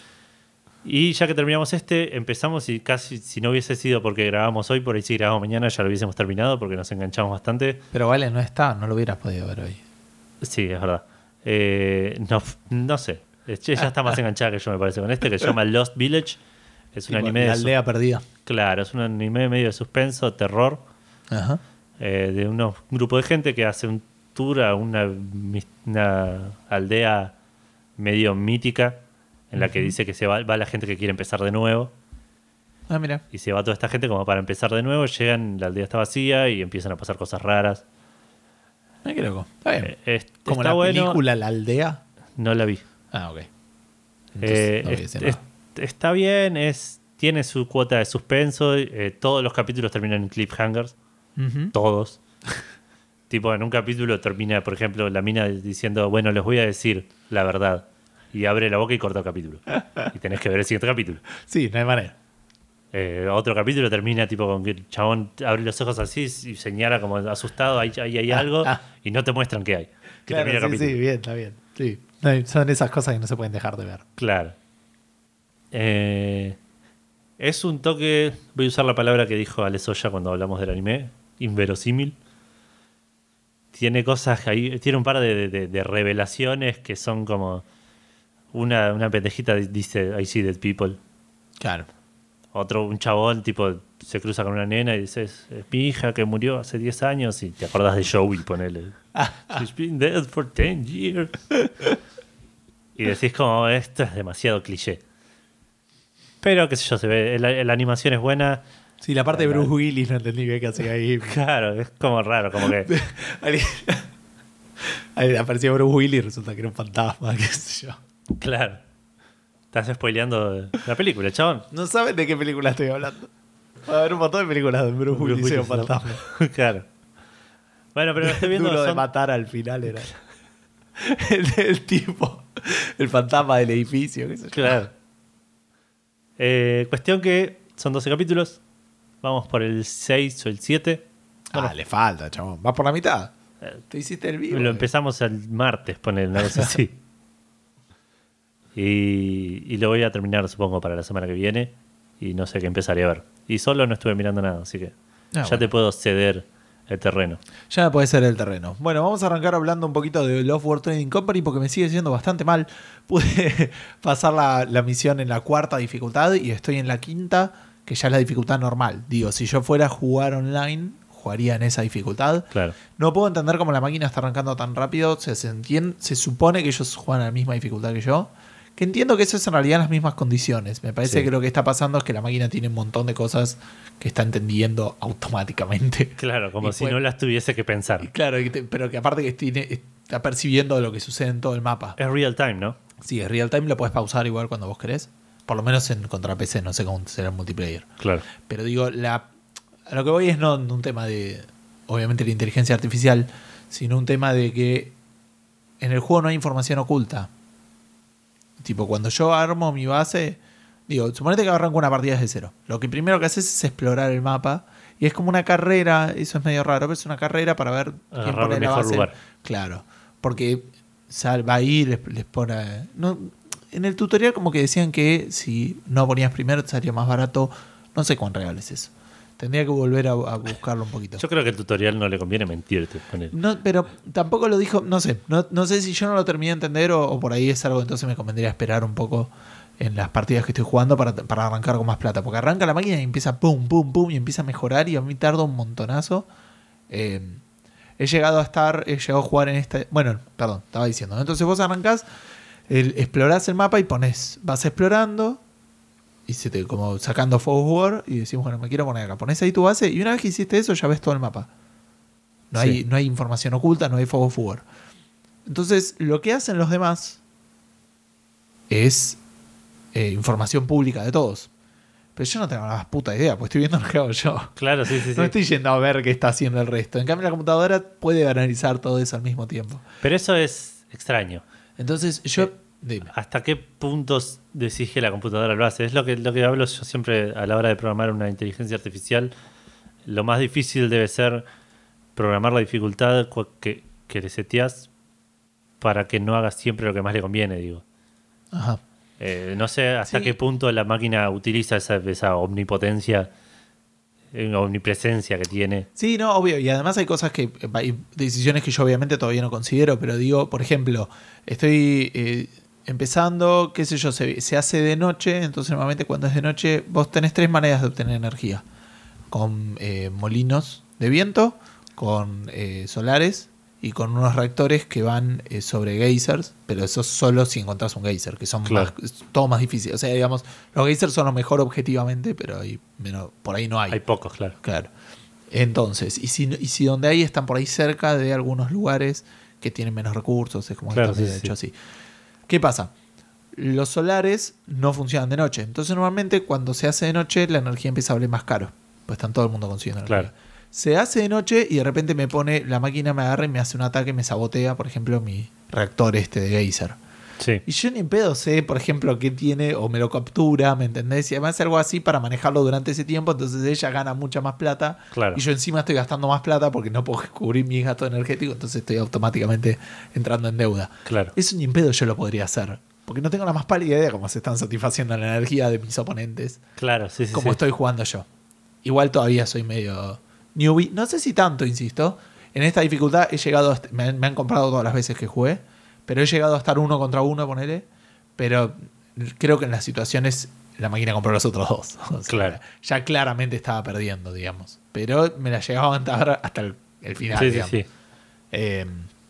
S2: Y ya que terminamos este, empezamos y casi, si no hubiese sido porque grabamos hoy, por ahí si grabamos mañana ya lo hubiésemos terminado porque nos enganchamos bastante.
S1: Pero vale, no está, no lo hubieras podido ver hoy.
S2: Sí, es verdad. Eh, no, no sé. Ella está más enganchada que yo, me parece, con este, que se llama Lost Village. Es un
S1: Tipo,
S2: anime
S1: la
S2: de
S1: aldea perdida.
S2: su- Claro, es un anime medio de suspenso, terror,
S1: Ajá.
S2: eh, de unos- un grupo de gente que hace un tour a una, mis- una aldea medio mítica en la que dice que se va, va la gente que quiere empezar de nuevo.
S1: Ah, mira.
S2: Y se va toda esta gente como para empezar de nuevo. Llegan, la aldea está vacía y empiezan a pasar cosas raras.
S1: Ay, qué loco. Está bien.
S2: Eh, es-
S1: Como
S2: está
S1: la
S2: bueno.
S1: película La Aldea.
S2: No la vi.
S1: Ah, ok. Entonces,
S2: Eh,
S1: no voy a
S2: es-
S1: decir
S2: es-
S1: nada.
S2: está bien, es, tiene su cuota de suspenso. eh, todos los capítulos terminan en cliffhangers.
S1: Ujú.
S2: Todos. Tipo, en un capítulo termina, por ejemplo, la mina diciendo, bueno, les voy a decir la verdad. Y abre la boca y corta el capítulo. Y tenés que ver el siguiente capítulo.
S1: Sí, no hay manera.
S2: Eh, otro capítulo termina tipo con que el chabón abre los ojos así y señala como asustado, ahí, ahí hay
S1: Ah,
S2: algo,
S1: ah.
S2: y no te muestran qué hay. Que
S1: Claro,
S2: termina el
S1: sí,
S2: capítulo.
S1: sí, bien, está bien. Sí. No hay- son esas cosas que no se pueden dejar de ver.
S2: Claro. Eh, es un toque, voy a usar la palabra que dijo Ale Soya cuando hablamos del anime, inverosímil. Tiene cosas ahí, tiene un par de, de- de revelaciones que son como una, una pendejita dice I see dead people.
S1: Claro.
S2: Otro, un chabón, tipo, se cruza con una nena y dice, es, es mi hija que murió hace diez años y te acordás de Joey, ponele. She's been dead for ten years. Y decís como, esto es demasiado cliché. Pero, qué sé yo, se ve, la, la animación es buena.
S1: Sí, la parte de Bruce Willis no entendí bien qué hacía ahí.
S2: Claro, es como raro, como que...
S1: Ahí- ahí apareció Bruce Willis y resulta que era un fantasma, qué sé yo.
S2: Claro. Estás spoileando la película, chabón.
S1: No saben de qué película estoy hablando. Va a haber un montón de películas de Bruce Willis y un
S2: Bruce Willis,
S1: fantasma.
S2: Claro. Bueno, pero lo estoy viendo...
S1: Duro de
S2: son-
S1: matar al final era. El, el tipo, el fantasma del edificio, qué sé yo.
S2: Claro. Eh, cuestión que son doce capítulos. Vamos por el seis o el siete.
S1: Ah, le falta, chabón. ¿Vas por la mitad?
S2: Eh,
S1: Te hiciste el vivo.
S2: Lo
S1: eh.
S2: empezamos el martes, poner una cosa así. Y, y lo voy a terminar, supongo, para la semana que viene. Y no sé qué empezaré a ver. Y solo no estuve mirando nada, así que
S1: Ah,
S2: ya
S1: bueno.
S2: te puedo ceder el terreno.
S1: Ya puede ser el terreno. Bueno, vamos a arrancar hablando un poquito de Love World Trading Company porque me sigue siendo bastante mal. Pude pasar la, la misión en la cuarta dificultad y estoy en la quinta, que ya es la dificultad normal. Digo, si yo fuera a jugar online, jugaría en esa dificultad.
S2: Claro.
S1: No puedo entender cómo la máquina está arrancando tan rápido. Se, se, entien- se supone que ellos juegan a la misma dificultad que yo. Que entiendo que eso es en realidad las mismas condiciones. Me parece
S2: Sí.
S1: que lo que está pasando es que la máquina tiene un montón de cosas que está entendiendo automáticamente.
S2: Claro, como
S1: Y
S2: si
S1: puede-
S2: no las tuviese que pensar.
S1: Y claro, y que te- pero que aparte que tiene- está percibiendo lo que sucede en todo el mapa.
S2: Es real time, ¿no?
S1: Sí, es real time, lo puedes pausar igual cuando vos querés. Por lo menos en contra P C, no sé cómo será el multiplayer.
S2: Claro.
S1: Pero digo, la, a lo que voy es no un tema de, obviamente, la inteligencia artificial, sino un tema de que en el juego no hay información oculta. Tipo, cuando yo armo mi base, digo, suponete que arranco una partida desde cero. Lo que primero que haces es explorar el mapa. Y es como una carrera, eso es medio raro, pero es una carrera para ver quién
S2: Agarrar
S1: pone
S2: el
S1: la
S2: mejor
S1: base.
S2: lugar.
S1: Claro, porque sal, va ahí y les, les pone... No, en el tutorial como que decían que si no ponías primero te salía más barato. No sé cuán real es eso. Tendría que volver a, a buscarlo un poquito.
S2: Yo creo que el tutorial no le conviene mentirte. Ponele.
S1: No, pero tampoco lo dijo, no sé, no, no sé si yo no lo terminé de entender o, o por ahí es algo, entonces me convendría esperar un poco en las partidas que estoy jugando para, para arrancar con más plata. Porque arranca la máquina y empieza pum, pum, pum, y empieza a mejorar y a mí tarda un montonazo. Eh, he llegado a estar, he llegado a jugar en esta... Bueno, perdón, estaba diciendo, ¿no? Entonces vos arrancás, el, explorás el mapa y pones, vas explorando y se te como sacando Fog of War y decís, bueno, me quiero poner acá. Pones ahí tu base y una vez que hiciste eso ya ves todo el mapa. No, sí. hay, no hay información oculta, no hay Fog of War. Entonces, lo que hacen los demás es eh, información pública de todos. Pero yo no tengo la más puta idea, pues estoy viendo lo que hago yo.
S2: Claro, sí, sí.
S1: No
S2: sí.
S1: estoy yendo a ver qué está haciendo el resto. En cambio, la computadora puede analizar todo eso al mismo tiempo.
S2: Pero eso es extraño.
S1: Entonces, yo...
S2: Eh,
S1: dime.
S2: ¿Hasta qué puntos decís que la computadora lo hace? Es lo que, lo que hablo yo siempre a la hora de programar una inteligencia artificial. Lo más difícil debe ser programar la dificultad que, que le seteás para que no haga siempre lo que más le conviene, digo.
S1: Ajá.
S2: Eh, no sé hasta
S1: sí.
S2: qué punto la máquina utiliza esa, esa omnipotencia, eh, omnipresencia que tiene.
S1: Sí, no, obvio. Y además hay cosas que, hay decisiones que yo obviamente todavía no considero, pero digo, por ejemplo, estoy eh, empezando, qué sé yo, se, se hace de noche, entonces normalmente cuando es de noche vos tenés tres maneras de obtener energía. Con eh, molinos de viento, con eh, solares y con unos reactores que van eh, sobre geysers, pero eso solo si encontrás un geyser, que son
S2: claro.
S1: más, todo más difícil. O sea, digamos, los geysers son lo mejor objetivamente, pero hay, menos, por ahí no hay.
S2: Hay pocos, claro.
S1: Claro. Entonces, y si, y si donde hay están por ahí cerca de algunos lugares que tienen menos recursos, es como
S2: claro,
S1: que está
S2: sí,
S1: hecho
S2: sí.
S1: así. ¿Qué pasa? Los solares no funcionan de noche. Entonces, normalmente cuando se hace de noche, la energía empieza a valer más caro. Pues están todo el mundo consiguiendo energía.
S2: Claro.
S1: Se hace de noche y de repente me pone, la máquina me agarra y me hace un ataque, me sabotea, por ejemplo, mi reactor este de geyser.
S2: Sí.
S1: Y yo ni en pedo sé, por ejemplo, qué tiene o me lo captura, ¿me entendés? Y además algo así para manejarlo durante ese tiempo, entonces ella gana mucha más plata.
S2: Claro.
S1: Y yo encima estoy gastando más plata porque no puedo cubrir mi gasto energético, entonces estoy automáticamente entrando en deuda.
S2: Claro.
S1: Eso ni en pedo yo lo podría hacer. Porque no tengo la más pálida idea cómo se están satisfaciendo la energía de mis oponentes.
S2: Claro, sí, sí.
S1: Como
S2: sí.
S1: estoy jugando yo. Igual todavía soy medio newbie. No sé si tanto, insisto. En esta dificultad he llegado a est- me, han, me han comprado todas las veces que jugué. Pero he llegado a estar uno contra uno, ponele. Pero creo que en las situaciones la máquina compró los otros dos. O sea,
S2: claro.
S1: Ya claramente estaba perdiendo, digamos. Pero me la llegaba a aguantar hasta el, el final,
S2: Sí, sí,
S1: digamos.
S2: sí.
S1: Eh,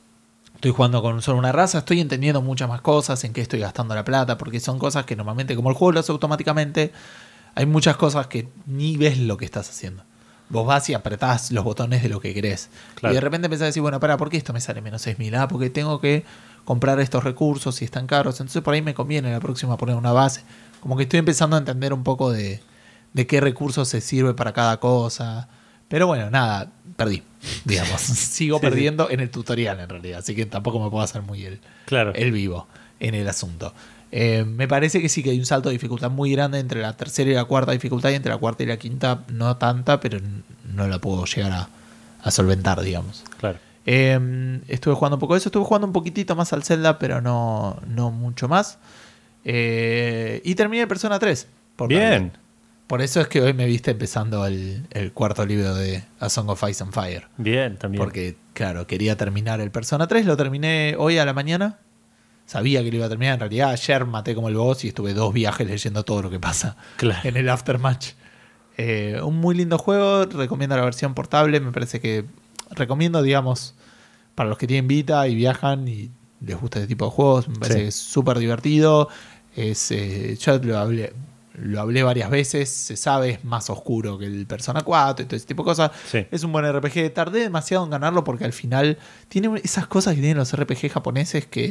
S1: estoy jugando con solo una raza, estoy entendiendo muchas más cosas, en qué estoy gastando la plata, porque son cosas que normalmente, como el juego lo hace automáticamente, hay muchas cosas que ni ves lo que estás haciendo. Vos vas y apretás los botones de lo que querés.
S2: Claro.
S1: Y de repente empezás a decir, bueno, para, ¿por qué esto me sale menos seis mil? Ah, porque tengo que comprar estos recursos y están caros. Entonces por ahí me conviene la próxima poner una base. Como que estoy empezando a entender un poco de, de qué recursos se sirve para cada cosa. Pero bueno, nada, perdí, digamos. Sigo
S2: Sí,
S1: perdiendo sí. en el tutorial en realidad. Así que tampoco me puedo hacer muy el,
S2: claro.
S1: el vivo en el asunto. Eh, me parece que sí que hay un salto de dificultad muy grande entre la tercera y la cuarta dificultad, y entre la cuarta y la quinta no tanta, pero no la puedo llegar a, a solventar, digamos.
S2: Claro.
S1: Eh, estuve jugando un poco de eso, estuve jugando un poquitito más al Zelda, pero no, no mucho más. Eh, y terminé Persona tres. Por
S2: Bien.
S1: Mario. Por eso es que hoy me viste empezando el, el cuarto libro de A Song of Ice and Fire.
S2: Bien, también.
S1: Porque, claro, quería terminar el Persona tres, lo terminé hoy a la mañana. Sabía que lo iba a terminar. En realidad, ayer maté como el boss y estuve dos viajes leyendo todo lo que pasa
S2: claro.
S1: en el Aftermatch. Eh, un muy lindo juego. Recomiendo la versión portable. Me parece que recomiendo, digamos, para los que tienen Vita y viajan y les gusta este tipo de juegos. Me parece
S2: sí.
S1: que es súper divertido. Es, eh, yo lo hablé, lo hablé varias veces. Se sabe, es más oscuro que el Persona cuatro y todo ese tipo de cosas.
S2: Sí.
S1: Es un buen R P G. Tardé demasiado en ganarlo porque al final tiene esas cosas que tienen los R P G japoneses que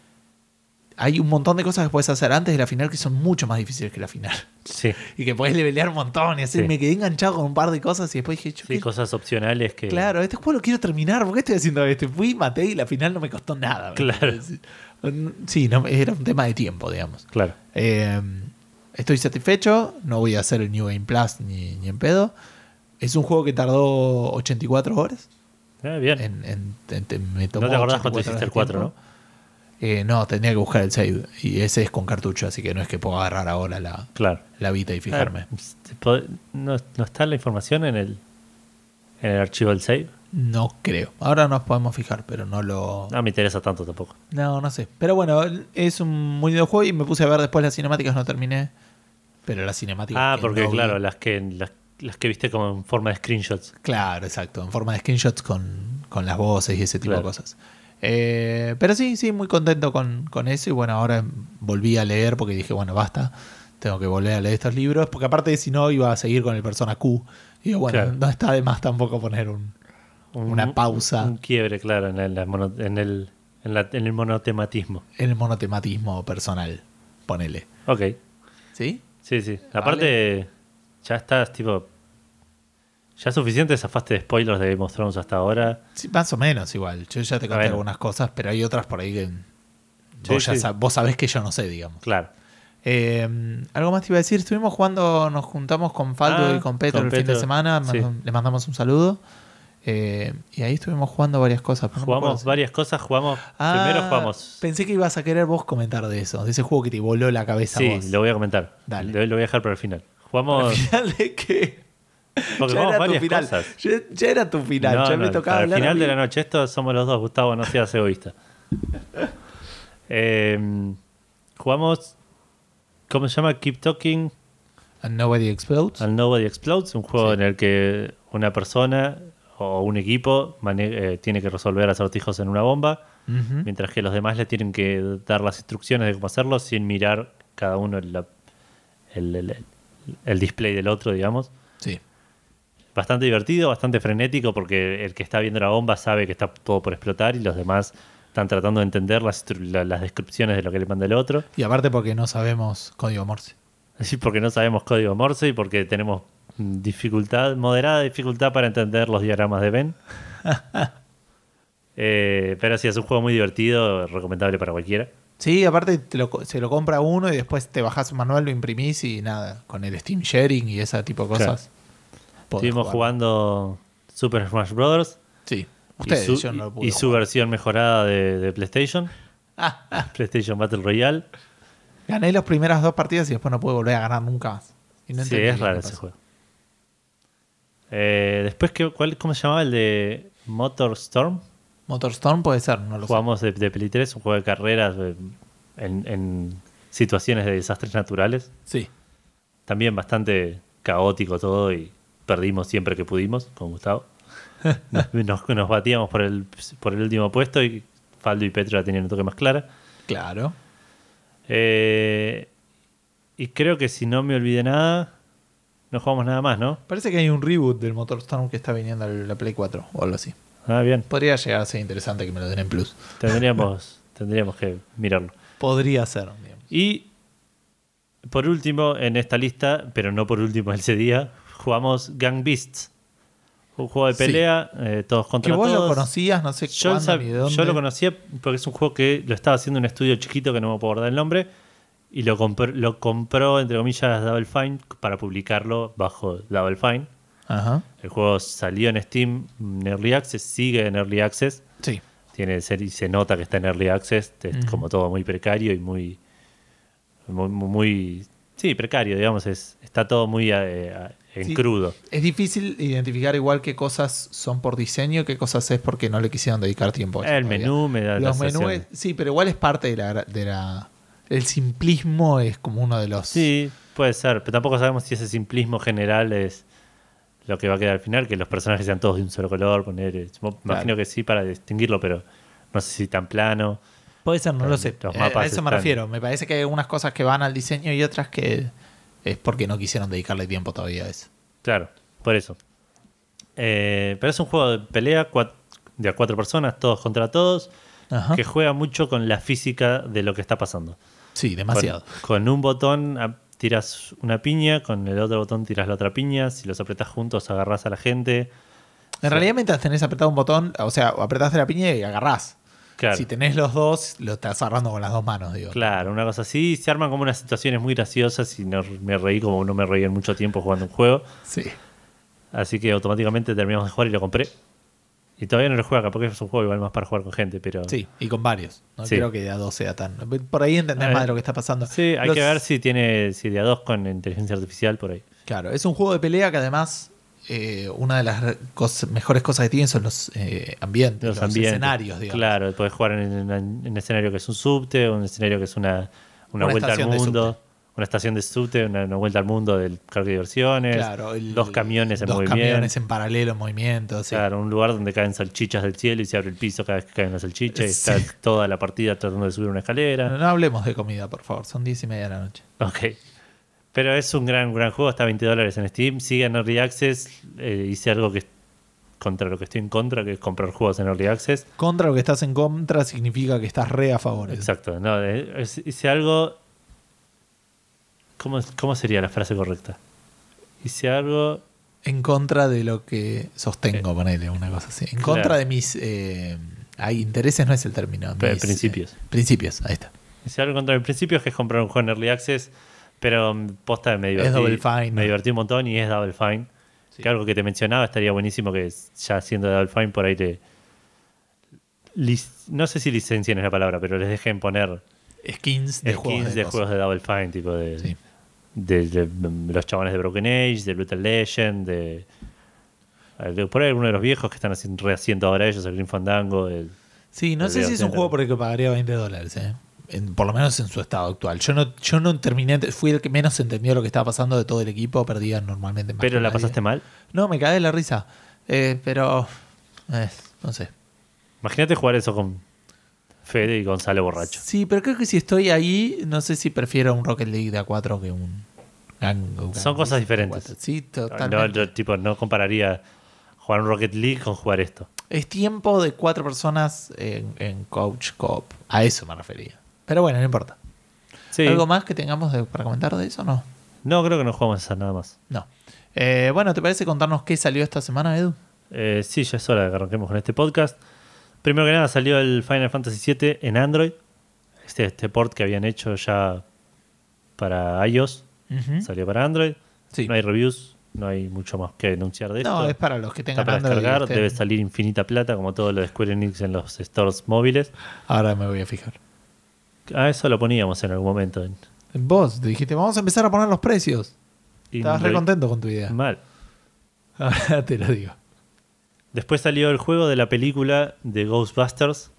S1: hay un montón de cosas que puedes hacer antes de la final que son mucho más difíciles que la final.
S2: Sí.
S1: Y que podés levelear un montón y así.
S2: Sí.
S1: Me quedé enganchado con un par de cosas y después dije, yo
S2: Sí,
S1: ¿qué?
S2: cosas opcionales que...
S1: Claro, este juego lo quiero terminar. ¿Por qué estoy haciendo esto? Fui, maté y la final no me costó nada.
S2: Claro.
S1: Sí, no, era un tema de tiempo, digamos.
S2: Claro.
S1: Eh, estoy satisfecho. No voy a hacer el New Game Plus ni, ni en pedo. Es un juego que tardó ochenta y cuatro horas.
S2: Eh, bien.
S1: En, en, en, en, me tomó
S2: no te acordás cuando
S1: ochenta y
S2: hiciste el
S1: cuatro
S2: cuatro,
S1: horas de
S2: ¿no?
S1: Eh, no, tendría que buscar el save. Y ese es con cartucho, así que no es que puedo agarrar ahora la,
S2: Claro.
S1: la Vita y fijarme.
S2: Ah, ¿no, ¿No está la información en el, en el archivo del save?
S1: No creo. Ahora nos podemos fijar, pero no lo...
S2: No me interesa tanto tampoco.
S1: No, no sé. Pero bueno, es un muy lindo juego y me puse a ver después las cinemáticas, no terminé. Pero las cinemáticas...
S2: Ah,
S1: que
S2: porque
S1: no
S2: claro,
S1: vi-
S2: las que, las, las que viste como en forma de screenshots.
S1: Claro, exacto. En forma de screenshots con, con las voces y ese tipo
S2: Claro.
S1: de cosas. Eh, pero sí, sí, muy contento con, con eso. Y bueno, ahora volví a leer porque dije, bueno, basta. Tengo que volver a leer estos libros. Porque aparte, si no, iba a seguir con el Persona Q. Y digo, bueno,
S2: Claro.
S1: no está de más tampoco poner un,
S2: Un-
S1: una pausa
S2: Un quiebre, claro, en, el- en, mono- en el, en, la- en el monotematismo.
S1: en el monotematismo personal. Ponele.
S2: Ok.
S1: ¿Sí?
S2: Sí, sí.
S1: Vale.
S2: Aparte, ya estás, tipo. Ya suficiente zafaste de spoilers de Game of Thrones hasta ahora.
S1: Sí, más o menos igual. Yo ya te conté
S2: Bueno.
S1: algunas cosas, pero hay otras por ahí que
S2: Sí,
S1: vos, ya
S2: sí.
S1: sab- vos sabés que yo no sé, digamos.
S2: Claro.
S1: Eh, algo más te iba a decir. Estuvimos jugando, nos juntamos con Faldo
S2: Ah,
S1: y con Petro
S2: con
S1: el fin de
S2: Petro,
S1: semana.
S2: sí.
S1: Mand- Le mandamos un saludo. Eh, y ahí estuvimos jugando varias cosas. pero no me
S2: Jugamos
S1: acuerdo si-
S2: varias cosas. Jugamos.
S1: Ah,
S2: Primero jugamos.
S1: Pensé que ibas a querer vos comentar de eso, de ese juego que te voló la cabeza a
S2: Sí,
S1: vos.
S2: lo voy a comentar.
S1: Dale.
S2: Lo, lo voy a dejar para el final.
S1: ¿Al
S2: Jugamos.
S1: final de qué?
S2: Porque
S1: Ya
S2: jugamos
S1: era tu
S2: varias
S1: final.
S2: cosas.
S1: Ya, ya era tu final.
S2: No,
S1: ya
S2: no,
S1: me tocaba
S2: al
S1: hablar a
S2: final
S1: mí.
S2: de la noche. Esto somos los dos, Gustavo, no seas egoísta. Eh, jugamos. ¿Cómo se llama? Keep Talking
S1: And Nobody Explodes.
S2: and Nobody Explodes. Un juego
S1: Sí.
S2: en el que una persona o un equipo mane- eh, tiene que resolver acertijos en una bomba,
S1: Ujú.
S2: mientras que los demás le tienen que dar las instrucciones de cómo hacerlo sin mirar cada uno el, la- el, el- el- el display del otro, digamos.
S1: Sí.
S2: Bastante divertido, bastante frenético, porque el que está viendo la bomba sabe que está todo por explotar y los demás están tratando de entender las, instru- la- las descripciones de lo que le manda el otro.
S1: Y aparte porque no sabemos código Morse.
S2: Así porque no sabemos código Morse y porque tenemos mm, dificultad, moderada dificultad para entender los diagramas de Venn. Eh, pero sí, es un juego muy divertido, recomendable para cualquiera.
S1: Sí, aparte te lo co- se lo compra uno y después te bajás un manual, lo imprimís y nada, con el Steam Sharing y ese tipo de cosas. podés
S2: Estuvimos
S1: jugar.
S2: jugando Super Smash Bros.
S1: Sí, ustedes,
S2: y su,
S1: yo no lo pude
S2: y su
S1: jugar.
S2: versión mejorada de, de PlayStation, PlayStation Battle Royale.
S1: Gané las primeras dos partidas y después no pude volver a ganar nunca más. Y no
S2: Sí,
S1: entendí
S2: es
S1: qué
S2: raro
S1: me
S2: ese
S1: pasó.
S2: juego. Eh, después, ¿qué, cuál, ¿cómo se llamaba el de Motor Storm?
S1: Motorstorm puede ser, no lo
S2: Jugamos de, de Play tres, un juego de carreras eh, en, en situaciones de desastres naturales.
S1: sé. Sí.
S2: También bastante caótico todo y perdimos siempre que pudimos con Gustavo. Nos, nos- nos batíamos por el, por el último puesto y Faldo y Petro la tenían un toque más clara.
S1: Claro.
S2: Eh, y creo que si no me olvidé nada, no jugamos nada más, ¿no?
S1: Parece que hay un reboot del Motorstorm que está viniendo a la Play cuatro o algo así.
S2: Ah, bien.
S1: Podría llegar a ser interesante que me lo den en Plus.
S2: Tendríamos, tendríamos que mirarlo.
S1: Podría ser, digamos.
S2: Y por último, en esta lista, pero no por último ese día, jugamos Gang Beasts. Un juego de
S1: Sí.
S2: pelea, eh, todos contra
S1: Que vos
S2: todos.
S1: lo conocías, no sé
S2: Yo,
S1: cuándo
S2: sab-
S1: ni de dónde.
S2: yo lo conocía porque es un juego que lo estaba haciendo un estudio chiquito que no me puedo acordar el nombre. Y lo compró, lo compró entre comillas, Double Fine para publicarlo bajo Double Fine.
S1: Ajá.
S2: El juego salió en Steam en Early Access, sigue en Early Access.
S1: Sí.
S2: Tiene, se, se nota que está en Early Access. Es
S1: Ujú.
S2: como todo muy precario y muy. Muy. muy- sí, precario, digamos. Es, está todo muy eh, en
S1: Sí.
S2: crudo.
S1: Es difícil identificar igual qué cosas son por diseño, qué cosas es porque no le quisieron dedicar tiempo a eso
S2: El
S1: todavía.
S2: menú me da la
S1: Los
S2: sensación.
S1: menús, sí, pero igual es parte de la, de la... El simplismo es como uno de los...
S2: Sí, puede ser, pero tampoco sabemos si ese simplismo general es lo que va a quedar al final, que los personajes sean todos de un solo color, poner, eh, me imagino que sí para distinguirlo, pero no sé si tan plano.
S1: Puede ser, no lo
S2: Los
S1: sé. Eh,
S2: mapas
S1: a eso me
S2: están-
S1: refiero. Me parece que hay algunas cosas que van al diseño y otras que es porque no quisieron dedicarle tiempo todavía a eso.
S2: Claro, por eso. Eh, pero es un juego de pelea cua- de a cuatro personas, todos contra todos,
S1: Ajá.
S2: que juega mucho con la física de lo que está pasando.
S1: Sí, demasiado.
S2: Con, con un botón ah, tiras una piña, con el otro botón tiras la otra piña, si los apretás juntos agarrás a la gente.
S1: En realidad, mientras tenés apretado un botón, o sea, apretás de la piña y agarrás.
S2: Claro.
S1: Si tenés los dos, lo estás agarrando con las dos manos, digo.
S2: Claro, una cosa así. Se arman como unas situaciones muy graciosas y no, me reí como no me reí en mucho tiempo jugando un juego.
S1: Sí.
S2: Así que automáticamente terminamos de jugar y lo compré. Y todavía no lo juega, porque es un juego igual más para jugar con gente, pero...
S1: Sí, y con varios. No
S2: Sí.
S1: creo que de a dos sea tan... Por ahí entendés
S2: Eh,
S1: más de lo que está pasando.
S2: Sí, hay
S1: Los-
S2: que ver si tiene si de a dos con inteligencia artificial por ahí.
S1: Claro, es un juego de pelea que además eh, una de las cosas, mejores cosas que tiene son los eh, ambientes,
S2: Los
S1: los,
S2: ambientes.
S1: escenarios, digamos.
S2: Claro, podés jugar en, en- en un escenario que es un subte, un escenario que es una, una,
S1: Una
S2: vuelta al
S1: estación de
S2: mundo,
S1: subte.
S2: una estación de subte, una, una vuelta al mundo del parque de diversiones,
S1: Claro, el-
S2: dos camiones en
S1: dos
S2: movimiento.
S1: camiones en paralelo en movimiento. Sí.
S2: Claro, un lugar donde caen salchichas del cielo y se abre el piso cada vez que caen las salchichas y
S1: Sí.
S2: está toda la partida tratando de subir una escalera.
S1: No, no hablemos de comida, por favor. Son diez y media de la noche.
S2: Ok. Pero es un gran, gran juego, está a veinte dólares en Steam. Sigue en Early Access. Eh, hice algo que es contra lo que estoy en contra, que es comprar juegos en Early Access.
S1: Contra lo que estás en contra significa que estás re a favor.
S2: Exacto. No, eh, es- hice algo. ¿Cómo, ¿Cómo sería la frase correcta? Hice algo.
S1: En contra de lo que sostengo, ponele una cosa así. En
S2: Claro.
S1: contra de mis... Eh, hay intereses no es el término.
S2: Pe-
S1: mis,
S2: principios.
S1: eh, principios, ahí está.
S2: Hice algo contra mis principios, que es comprar un juego en Early Access. Pero mm, posta me
S1: Es
S2: divertí.
S1: Double Fine,
S2: Me
S1: ¿no?
S2: divertí un montón y es Double Fine.
S1: Sí.
S2: Que algo que te mencionaba estaría buenísimo que ya siendo Double Fine por ahí te. lic- no sé si licencien es la palabra, pero les dejen poner
S1: Skins de
S2: skins
S1: juegos.
S2: de,
S1: cosas.
S2: juegos de Double Fine, tipo de,
S1: Sí.
S2: de, de- de los chabones de Broken Age, de Brutal Legend, de, de por ahí algunos de los viejos que están haciendo, rehaciendo ahora ellos, el Green Fandango. El,
S1: Sí, no
S2: el
S1: sé si es un
S2: Center.
S1: juego por el que pagaría veinte dólares, eh. En- por lo menos en su estado actual. Yo no, yo no terminé, fui el que menos entendió lo que estaba pasando de todo el equipo, perdía normalmente más.
S2: pero
S1: que
S2: la
S1: nadie.
S2: pasaste mal.
S1: No, me cagué de la risa. Eh, pero, eh, no sé.
S2: Imagínate jugar eso con Fede y Gonzalo borracho.
S1: Sí, pero creo que si estoy ahí, no sé si prefiero un Rocket League de A cuatro que un Gang. Gang
S2: Son cosas diferentes.
S1: de A cuatro. Sí,
S2: No,
S1: totalmente.
S2: yo, tipo, no compararía jugar un Rocket League con jugar esto.
S1: Es tiempo de cuatro personas en, en Coach Coop. A eso me refería. Pero bueno, no importa.
S2: Sí.
S1: ¿Algo más que tengamos de- para comentar de eso? No.
S2: No, creo que no jugamos esa nada más.
S1: No. Eh, bueno, ¿te parece contarnos qué salió esta semana, Edu?
S2: Eh, sí, ya es hora de que arranquemos con este podcast. Primero que nada salió el Final Fantasy siete en Android. Este, este port que habían hecho ya para iOS.
S1: Ujú.
S2: Salió para Android.
S1: Sí.
S2: No hay reviews, no hay mucho más que denunciar de
S1: No,
S2: esto.
S1: es para los que
S2: Está
S1: tengan
S2: para
S1: Android. y
S2: descargar,
S1: estén-
S2: debe salir infinita plata como todo lo de Square Enix en los stores móviles.
S1: Ahora me voy a fijar.
S2: A eso lo poníamos en algún momento. En,
S1: Vos dijiste, vamos a empezar a poner los precios.
S2: y
S1: Estabas
S2: lo-
S1: re contento con tu idea.
S2: Mal.
S1: Ahora te lo digo.
S2: Después salió el juego de la película de Ghostbusters,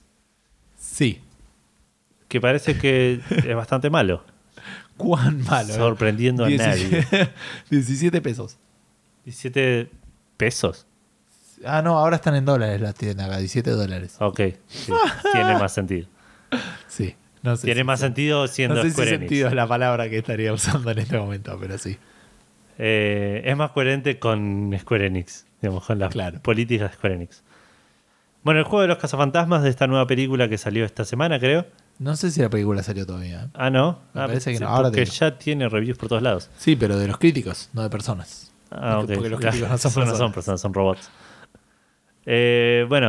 S1: Sí.
S2: que parece que es bastante malo.
S1: ¿Cuán malo? eh?
S2: Sorprendiendo a nadie.
S1: diecisiete diecisiete pesos.
S2: diecisiete pesos.
S1: Ah, no, ahora están en dólares las tiendas acá, diecisiete dólares.
S2: Ok, sí, tiene más sentido.
S1: Sí. No sé
S2: Tiene
S1: si-
S2: más sentido siendo
S1: No sé si
S2: Square Enix.
S1: sentido es la palabra que estaría usando en este momento, pero sí.
S2: Eh, es más coherente con Square Enix, digamos, con las
S1: Claro.
S2: políticas de Square Enix. Bueno, el juego de los cazafantasmas de esta nueva película que salió esta semana, creo.
S1: No sé si la película salió todavía. ¿eh?
S2: Ah, no.
S1: Me
S2: Ah,
S1: parece que
S2: sí,
S1: no. Ahora te
S2: porque
S1: digo.
S2: ya tiene reviews por todos lados.
S1: Sí, pero de los críticos, no de personas.
S2: Ah,
S1: Porque-
S2: ok.
S1: porque los críticos no son
S2: Eso no
S1: personas.
S2: son personas, son robots. Eh, bueno,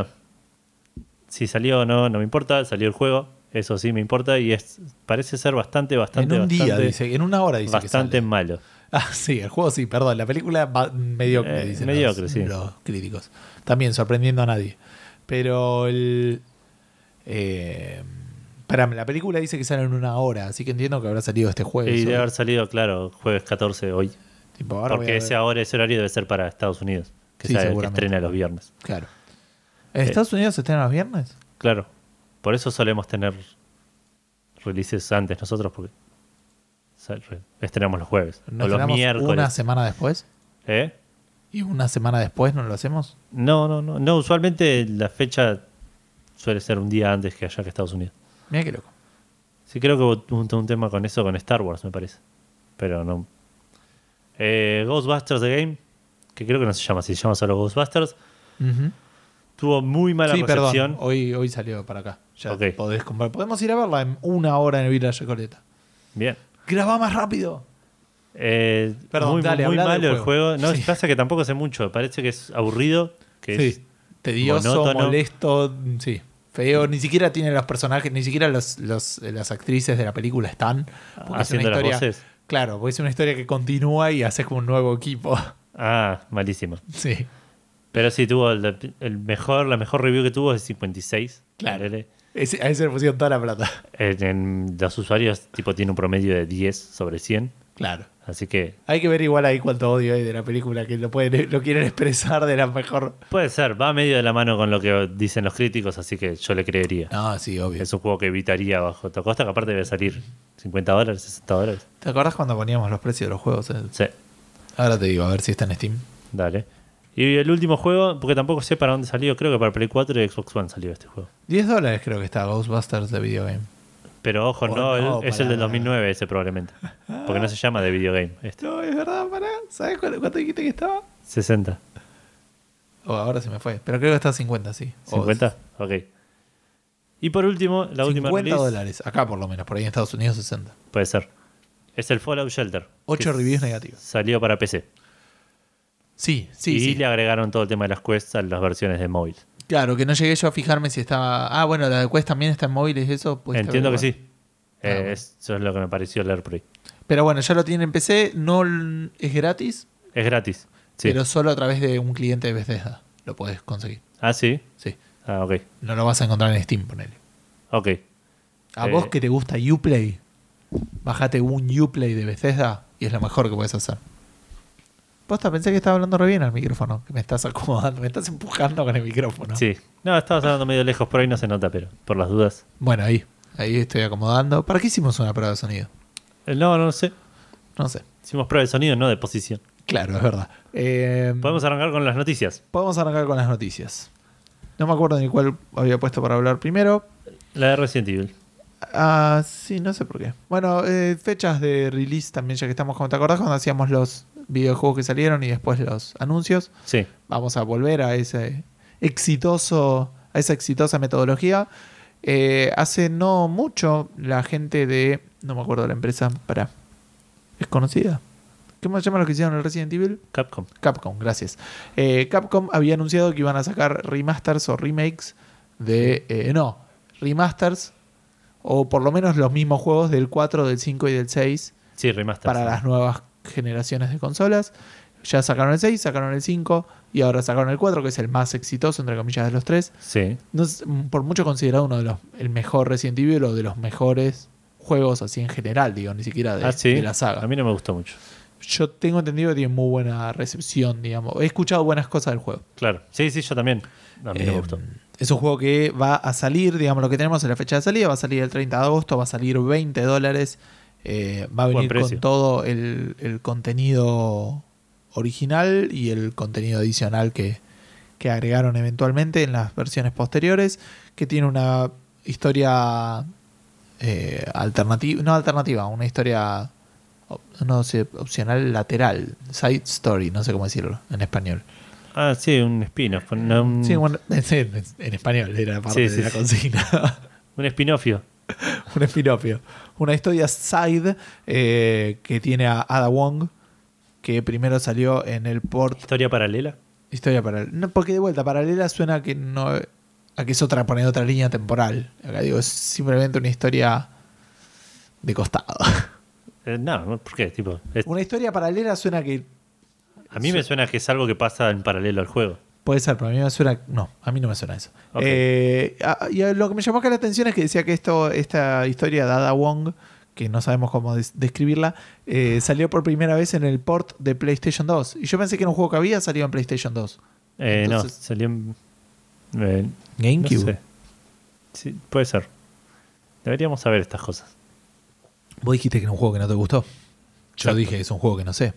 S2: si salió o no, no me importa. Salió el juego, eso sí me importa. Y es parece ser bastante, bastante,
S1: en un día,
S2: bastante,
S1: dice, en una hora dice que
S2: bastante
S1: sale.
S2: malo.
S1: Ah, sí, el juego sí, perdón. La película va mediocre,
S2: Eh,
S1: dicen
S2: mediocre,
S1: los,
S2: sí.
S1: los críticos. También sorprendiendo a nadie. Pero el. Eh, espérame, la película dice que sale en una hora, así que entiendo que habrá salido este jueves.
S2: Y
S1: hoy.
S2: debe haber salido, claro, jueves catorce hoy.
S1: Tipo, ahora voy a
S2: Porque
S1: ver.
S2: ese ahora, ese horario debe ser para Estados Unidos. Que,
S1: Sí,
S2: sabe que
S1: seguramente.
S2: estrena los viernes.
S1: Claro. ¿En Estados Unidos se estrenan los viernes?
S2: Claro. Por eso solemos tener releases antes nosotros, porque sa- re- estrenamos los jueves.
S1: ¿No
S2: o los
S1: estrenamos
S2: miércoles.
S1: una semana después?
S2: ¿Eh?
S1: ¿Y una semana después no lo hacemos?
S2: No, no, no. No, usualmente la fecha suele ser un día antes que allá que Estados Unidos.
S1: Mira qué loco.
S2: Sí, creo que hubo un, un tema con eso con Star Wars, me parece. Pero no. Eh, Ghostbusters The Game, que creo que no se llama así, se llama solo Ghostbusters.
S1: Ujú.
S2: Tuvo muy mala
S1: Sí,
S2: recepción.
S1: perdón. Hoy, hoy salió para acá. Ya
S2: Ok.
S1: podés comprar. Podemos ir a verla en una hora en el Villa Recoleta.
S2: Bien.
S1: Graba más rápido.
S2: Eh,
S1: Perdón,
S2: muy
S1: dale,
S2: muy
S1: habla del
S2: malo el
S1: juego.
S2: juego. No,
S1: Sí.
S2: pasa que tampoco sé mucho. Parece que es aburrido. Que es
S1: Sí. Tedioso,
S2: monótono.
S1: molesto. Sí. Feo. Ni siquiera tiene los personajes, ni siquiera los, los- las actrices de la película están. porque es una
S2: haciendo las
S1: historia-
S2: voces.
S1: Claro, porque es una historia que continúa y haces como un nuevo equipo.
S2: Ah, malísimo.
S1: Sí.
S2: Pero sí, tuvo el, el mejor, la mejor review que tuvo es cincuenta y seis.
S1: Claro.
S2: Ponele.
S1: Ese- a ese le pusieron toda la plata.
S2: En, en los usuarios, tipo, tiene un promedio de diez sobre cien.
S1: Claro.
S2: Así que
S1: Hay que ver igual ahí cuánto odio hay de la película, que lo, pueden, lo quieren expresar de la mejor...
S2: puede ser, va medio de la mano con lo que dicen los críticos, así que yo le creería.
S1: No, sí, obvio.
S2: Es un juego que evitaría bajo tu costa, que aparte debe salir cincuenta dólares, sesenta dólares.
S1: ¿Te acordás cuando poníamos los precios de los juegos?
S2: Sí,
S1: Ahora te digo, a ver si está en Steam.
S2: dale. Y el último juego, porque tampoco sé para dónde salió, creo que para Play cuatro y Xbox One salió este juego.
S1: diez dólares creo que está Ghostbusters de Video Game.
S2: Pero ojo,
S1: Oh,
S2: no,
S1: no,
S2: el- es
S1: para-
S2: el del dos mil nueve ese probablemente. Porque no se llama de videogame este.
S1: No, es verdad, pará. ¿Sabes cuánto, cuánto dijiste que estaba?
S2: sesenta.
S1: Oh, ahora se me fue. Pero creo que está a cincuenta, sí. O
S2: ¿cincuenta? Ok. Y por último, la última
S1: cincuenta
S2: release.
S1: dólares. Acá por lo menos, por ahí en Estados Unidos sesenta.
S2: Puede ser. Es el Fallout Shelter.
S1: Ocho
S2: que
S1: reviews
S2: s-
S1: negativas.
S2: Salió para P C.
S1: Sí, sí,
S2: y
S1: sí.
S2: le agregaron todo el tema de las quests a las versiones de móvil.
S1: Claro, que no llegué yo a fijarme si estaba... Ah, bueno, la de Quest también está en móviles, eso. pudiste
S2: Entiendo que
S1: averiguar.
S2: sí.
S1: Ah,
S2: Eh,
S1: bueno.
S2: Eso es lo que me pareció leer por ahí.
S1: Pero bueno, ya lo tiene en P C, no l- es gratis,
S2: Es gratis. Sí.
S1: pero solo a través de un cliente de Bethesda lo puedes conseguir.
S2: Ah, sí.
S1: Sí.
S2: Ah, ok.
S1: No lo vas a encontrar en Steam, ponele.
S2: Ok.
S1: A
S2: Eh,
S1: vos que te gusta Uplay, bájate un Uplay de Bethesda y es lo mejor que puedes hacer. Posta, pensé que estaba hablando re bien al micrófono, que me estás acomodando, me estás empujando con el micrófono.
S2: Sí. No, estabas hablando medio lejos por ahí, no se nota, pero por las dudas.
S1: Bueno, ahí, ahí estoy acomodando. ¿Para qué hicimos una prueba de sonido?
S2: Eh, No, no sé.
S1: No sé.
S2: Hicimos prueba de sonido, no de posición.
S1: Claro, es verdad. Eh,
S2: Podemos arrancar con las noticias.
S1: podemos arrancar con las noticias. No me acuerdo ni cuál había puesto para hablar primero.
S2: La de Resident Evil.
S1: Ah, sí, no sé por qué. Bueno, eh, fechas de release también, ya que estamos, como te acordás, cuando hacíamos los videojuegos que salieron y después los anuncios.
S2: Sí.
S1: Vamos a volver a ese exitoso, a esa exitosa metodología. Eh, hace no mucho la gente de, no me acuerdo de la empresa, para, ¿es conocida? ¿Cómo se llama lo que hicieron el Resident Evil?
S2: Capcom.
S1: Capcom, gracias. Eh, Capcom había anunciado que iban a sacar remasters o remakes de, eh, no, remasters o por lo menos los mismos juegos del cuatro, del cinco y del seis
S2: Sí, remaster.
S1: para las nuevas generaciones de consolas. Ya sacaron el seis, sacaron el cinco y ahora sacaron el cuatro, que es el más exitoso, entre comillas, de los tres.
S2: Sí.
S1: No es, por mucho considerado uno de los, el mejor Resident Evil o de los mejores juegos así en general, digo, ni siquiera de,
S2: ah, sí.
S1: de la saga.
S2: A mí no me gustó mucho.
S1: Yo tengo entendido que tiene muy buena recepción, digamos. He escuchado buenas cosas del juego.
S2: Claro. Sí, sí, yo también. A mí no
S1: Eh,
S2: me gustó.
S1: Es un juego que va a salir, digamos, lo que tenemos en la fecha de salida, va a salir el treinta de agosto, va a salir veinte dólares. Eh, va a
S2: Buen
S1: venir con
S2: precio.
S1: todo el, el contenido original y el contenido adicional que, que agregaron eventualmente en las versiones posteriores, que tiene una historia eh, alternativa, no alternativa, una historia op- no sé, opcional lateral, side story, no sé cómo decirlo en español.
S2: Ah, sí, un spin-off. Un, un-
S1: Sí, bueno, en, en español era parte
S2: Sí, sí,
S1: de la
S2: sí.
S1: consigna.
S2: un spin-offio.
S1: Un spin-offio. Una historia side eh, que tiene a Ada Wong, que primero salió en el port.
S2: Historia paralela.
S1: Historia paralela. No, porque de vuelta, paralela suena a que no. A que es otra, poner otra línea temporal. Acá digo, es simplemente una historia de costado.
S2: Eh, no, no, ¿por qué? Tipo, es-
S1: Una historia paralela suena que.
S2: a mí me suena que es algo que pasa en paralelo al juego.
S1: Puede ser, pero a mí me suena. No, a mí no me suena eso.
S2: Ok.
S1: Eh, a- y a- lo que me llamó acá la atención es que decía que esto, esta historia de Ada Wong, que no sabemos cómo des- describirla, eh, salió por primera vez en el port de PlayStation dos. Y yo pensé que era un juego que había salido en PlayStation dos.
S2: Eh,
S1: Entonces-
S2: no, salió en. eh,
S1: GameCube.
S2: no sé. Sí, puede ser. Deberíamos saber estas cosas.
S1: Vos dijiste que era un juego que no te gustó. Yo
S2: Exacto.
S1: dije que es un juego que no sé.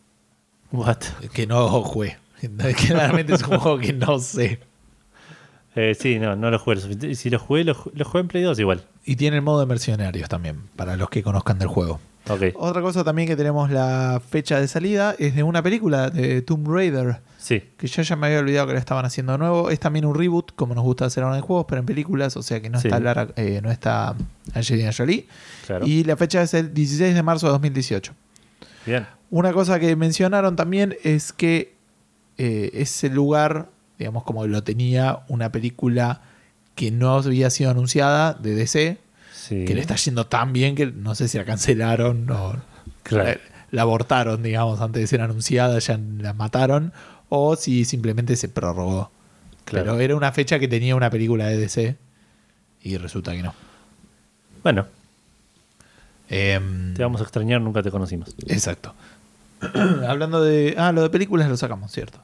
S2: What?
S1: Que no jugué. Claramente es un juego que no sé.
S2: Eh, sí, no, no lo jugué lo suficiente. Y si lo jugué, lo, ju- lo jugué en Play dos igual.
S1: Y tiene el modo de mercenarios también, para los que conozcan del juego.
S2: Ok.
S1: Otra cosa también que tenemos la fecha de salida es de una película de Tomb Raider,
S2: Sí,
S1: que yo ya me había olvidado que la estaban haciendo de nuevo. Es también un reboot, como nos gusta hacer ahora en juegos, pero en películas, o sea que no
S2: Sí.
S1: está Lara, eh, no está Angelina Jolie.
S2: claro.
S1: Y la fecha es el dieciséis de marzo de dos mil dieciocho.
S2: Bien.
S1: Una cosa que mencionaron también es que eh, ese lugar, digamos, como lo tenía una película que no había sido anunciada de D C,
S2: Sí.
S1: que le está yendo tan bien que no sé si la cancelaron o
S2: Claro.
S1: la, la abortaron, digamos, antes de ser anunciada, ya la mataron, o si simplemente se prorrogó.
S2: Claro.
S1: Pero era una fecha que tenía una película de D C y resulta que no.
S2: Bueno,
S1: Em,
S2: Te vamos a extrañar, nunca te conocimos.
S1: Exacto. Hablando de... Ah, lo de películas lo sacamos, cierto.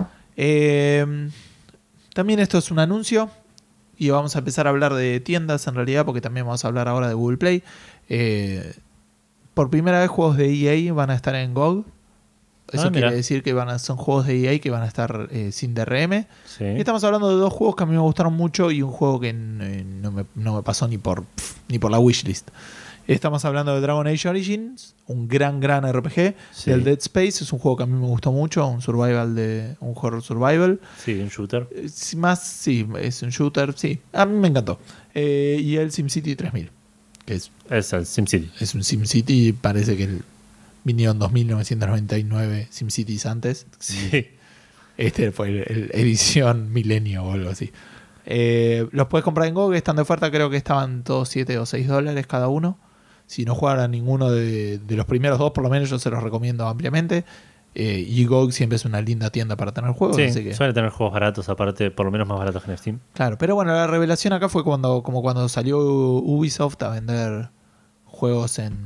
S1: Em, también esto es un anuncio. Y vamos a empezar a hablar de tiendas en realidad, porque también vamos a hablar ahora de Google Play. Eh, por primera vez juegos de E A van a estar en G O G. Eso
S2: Ah,
S1: quiere
S2: mira.
S1: decir que van a, son juegos de E A que van a estar eh, sin D R M.
S2: Sí.
S1: Y estamos hablando de dos juegos que a mí me gustaron mucho y un juego que eh, no, me, no me pasó ni por, pf, ni por la wishlist. Estamos hablando de Dragon Age Origins, un gran, gran R P G.
S2: Sí.
S1: Del Dead Space, es un juego que a mí me gustó mucho, un survival de un horror survival.
S2: Sí, un shooter.
S1: Eh, sí, Más, sí, es un shooter, sí. A mí me encantó. Eh, y el SimCity tres mil, que es,
S2: Es el SimCity.
S1: es un SimCity, parece que el, vinieron dos mil novecientos noventa y nueve SimCities antes.
S2: Sí.
S1: Este fue el, el edición Milenio o algo así. Eh, los puedes comprar en G O G, están de oferta, creo que estaban todos siete o seis dólares cada uno. Si no jugaran a ninguno de, de los primeros dos, por lo menos yo se los recomiendo ampliamente. Eh, y G O G siempre es una linda tienda para tener juegos.
S2: Sí,
S1: Así que,
S2: suele tener juegos baratos, aparte, por lo menos más baratos que en Steam.
S1: claro, pero bueno, la revelación acá fue cuando como cuando salió Ubisoft a vender juegos en,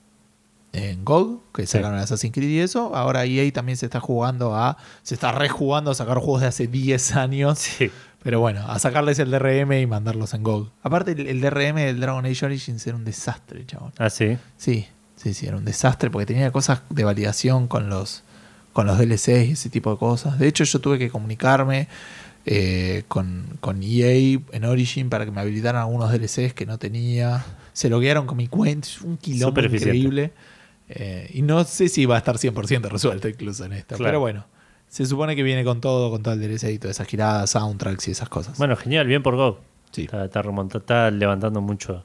S1: en G O G, que
S2: Sí.
S1: sacaron Assassin's Creed y eso. Ahora E A también se está jugando a, se está rejugando a sacar juegos de hace diez años.
S2: Sí.
S1: Pero bueno, a sacarles el D R M y mandarlos en G O G. Aparte, el, el D R M del Dragon Age Origins era un desastre, chabón.
S2: Ah, sí.
S1: Sí, sí, sí, era un desastre porque tenía cosas de validación con los, con los D L Cs y ese tipo de cosas. De hecho, yo tuve que comunicarme eh, con, con E A en Origin para que me habilitaran algunos D L Cs que no tenía. Se loguearon con mi cuenta, es un quilombo
S2: Súper eficiente.
S1: increíble. Eh, y no sé si va a estar cien por ciento resuelto incluso en esto.
S2: Claro.
S1: Pero bueno, se supone que viene con todo, con todo el D L C y todas esas giradas, soundtracks y esas cosas.
S2: Bueno, genial, bien por G O G.
S1: Sí.
S2: Está, está remontando, está levantando mucho.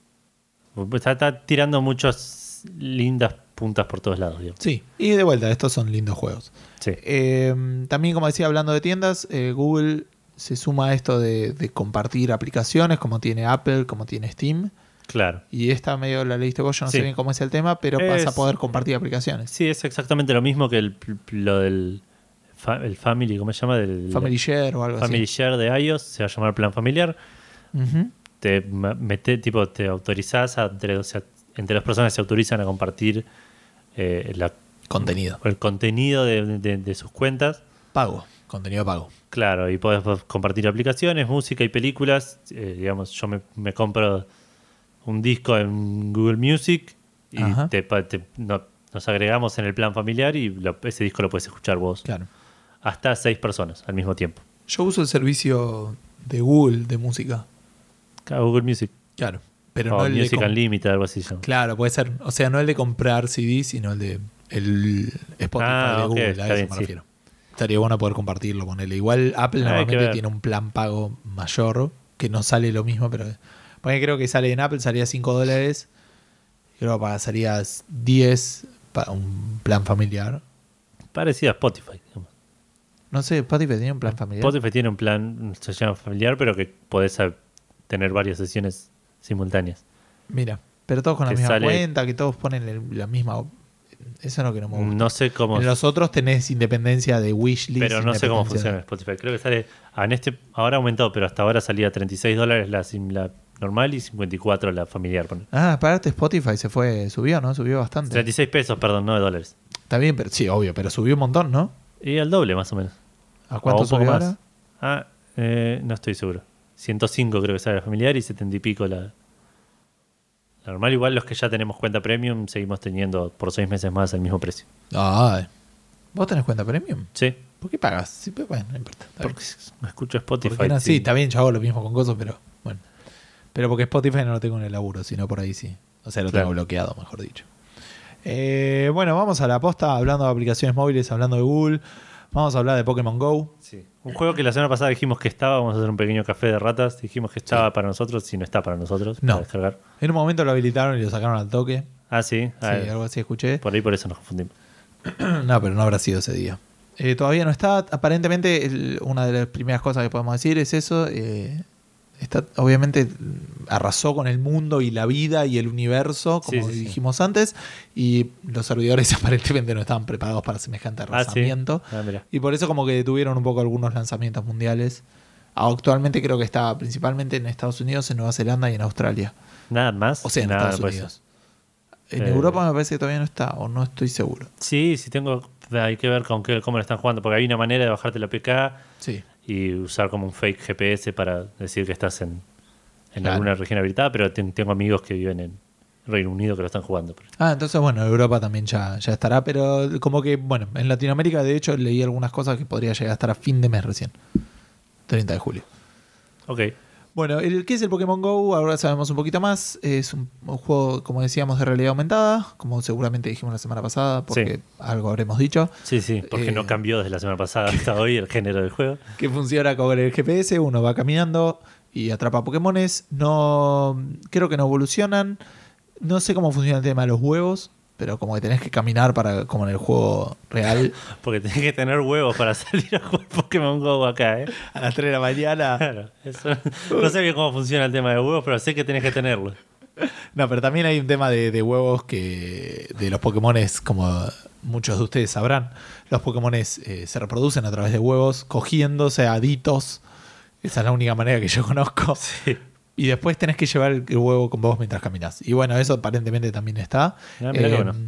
S2: Está, está tirando muchas lindas puntas por todos lados, digamos.
S1: Sí, y de vuelta, estos son lindos juegos.
S2: Sí.
S1: Eh, también, como decía, hablando de tiendas, eh, Google se suma a esto de, de compartir aplicaciones, como tiene Apple, como tiene Steam.
S2: Claro.
S1: Y esta medio la leíste vos, yo no
S2: Sí.
S1: sé bien cómo es el tema, pero
S2: Es-
S1: vas a poder compartir aplicaciones.
S2: Sí, es exactamente lo mismo que el, lo del fa- el Family, ¿cómo se llama? Del,
S1: Family Share o algo
S2: Family
S1: así.
S2: Share de iOS, se va a llamar plan familiar.
S1: Ujú.
S2: Te ma- mete, tipo, te autorizás a, entre, o sea, entre las personas se autorizan a compartir eh, la-
S1: Contenido.
S2: el contenido de, de- de sus cuentas.
S1: Pago. Contenido pago.
S2: Claro, y podés vos compartir aplicaciones, música y películas. Eh, digamos, yo me, me compro un disco en Google Music y
S1: Ajá.
S2: te, pa- te- no- nos agregamos en el plan familiar y lo- ese disco lo puedes escuchar vos.
S1: Claro.
S2: Hasta seis personas al mismo tiempo.
S1: Yo uso el servicio de Google de música.
S2: Claro, Google Music.
S1: Claro. Pero
S2: o
S1: no el de
S2: Music
S1: com-
S2: Unlimited, algo así. se llama.
S1: Claro, puede ser. O sea, no el de comprar C D, sino el de el Spotify
S2: Ah,
S1: de
S2: ok,
S1: Google. A
S2: está
S1: eso
S2: bien,
S1: me
S2: sí.
S1: refiero. Estaría bueno poder compartirlo, ponerle. Igual Apple
S2: Ah, hay que
S1: normalmente
S2: ver.
S1: tiene un plan pago mayor, que no sale lo mismo, pero porque creo que sale en Apple, salía cinco dólares. Creo que pagaría diez para un plan familiar.
S2: Parecido a Spotify. digamos.
S1: No sé, Spotify tiene un plan familiar.
S2: Spotify tiene un plan, se llama familiar, pero que podés eh, tener varias sesiones simultáneas.
S1: Mira, pero todos con la
S2: Que
S1: misma
S2: sale-
S1: cuenta, que todos ponen el- la misma. Eso es lo que no me gusta.
S2: No sé cómo,
S1: En los otros tenés independencia de wishlist.
S2: pero no sé cómo
S1: independencia
S2: funciona
S1: de-
S2: Spotify. Creo que sale, ah, en este, ahora aumentó, pero hasta ahora salía treinta y seis dólares la, sim- la normal y cincuenta y cuatro la familiar. pone.
S1: Ah, aparte Spotify se fue, subió, ¿no? Subió bastante.
S2: treinta y seis pesos, perdón, no de dólares.
S1: Está bien, pero sí, obvio, pero subió un montón, ¿no?
S2: Y al doble más o menos.
S1: ¿A
S2: O
S1: cuánto
S2: un poco
S1: subió
S2: más.
S1: ahora?
S2: Ah, eh, no estoy seguro. ciento cinco creo que sale la familiar y setenta y pico la, la normal. Igual los que ya tenemos cuenta premium seguimos teniendo por seis meses más el mismo precio.
S1: Ay. ¿Vos tenés cuenta premium?
S2: Sí,
S1: ¿Por qué pagas? Sí, pues, bueno, no importa. Está bien.
S2: porque me escucho Spotify.
S1: Porque no, sí,
S2: sí.
S1: está bien, yo hago lo mismo con cosas, pero bueno. Pero porque Spotify no lo tengo en el laburo, sino por ahí sí. O sea, lo
S2: Claro.
S1: tengo bloqueado, mejor dicho. Eh, bueno, vamos a la posta, hablando de aplicaciones móviles, hablando de Google. Vamos a hablar de Pokémon Go.
S2: Sí. Un juego que la semana pasada dijimos que estaba, vamos a hacer un pequeño café de ratas, dijimos que estaba para nosotros, si no está para nosotros,
S1: No.
S2: para descargar.
S1: En un momento lo habilitaron y lo sacaron al toque.
S2: Ah, sí,
S1: Sí,
S2: Ah,
S1: algo así escuché.
S2: por ahí por eso nos confundimos.
S1: No, pero no habrá sido ese día. Eh, todavía no está. Aparentemente, el- una de las primeras cosas que podemos decir es eso. eh, está, obviamente arrasó con el mundo y la vida y el universo, como
S2: Sí, sí, sí.
S1: dijimos antes. Y los servidores aparentemente no estaban preparados para semejante
S2: Ah, sí.
S1: arrasamiento.
S2: Ah, mira.
S1: Y por eso como que detuvieron un poco algunos lanzamientos mundiales. Actualmente creo que está principalmente en Estados Unidos, en Nueva Zelanda y en Australia.
S2: Nada más.
S1: O sea, en
S2: nada,
S1: Estados
S2: pues,
S1: Unidos. En
S2: Eh,
S1: Europa me parece que todavía no está, o no estoy seguro.
S2: Sí, sí tengo. Hay que ver con qué, cómo lo están jugando, porque hay una manera de bajarte la P K
S1: Sí.
S2: y usar como un fake G P S para decir que estás en, en
S1: Claro.
S2: alguna región habitada, pero ten- tengo amigos que viven en Reino Unido que lo están jugando.
S1: Ah, entonces bueno, Europa también ya, ya estará, pero como que, bueno, en Latinoamérica de hecho leí algunas cosas que podría llegar a estar a fin de mes recién. treinta de julio.
S2: Ok.
S1: Bueno, el ¿qué es el Pokémon Go? Ahora sabemos un poquito más. Es un, un juego, como decíamos, de realidad aumentada, como seguramente dijimos la semana pasada, porque
S2: Sí.
S1: algo habremos dicho.
S2: Sí, sí, porque
S1: Eh,
S2: no cambió desde la semana pasada hasta hoy el género del juego.
S1: Que funciona con el G P S, uno va caminando y atrapa Pokémones. No, creo que no evolucionan. No sé cómo funciona el tema de los huevos, pero como que tenés que caminar para, como en el juego real,
S2: Porque tenés que tener huevos para salir a jugar Pokémon Go acá, ¿eh?
S1: a las tres de la mañana.
S2: Claro, eso, no sé bien cómo funciona el tema de huevos, pero sé que tenés que tenerlo.
S1: No, pero también hay un tema de, de huevos que de los Pokémones, como muchos de ustedes sabrán, los Pokémones eh, se reproducen a través de huevos, cogiéndose a ditos. Esa es la única manera que yo conozco.
S2: Sí.
S1: Y después tenés que llevar el huevo con vos mientras caminas. Y bueno, eso aparentemente también está.
S2: Ah, mirá qué
S1: Eh,
S2: bueno.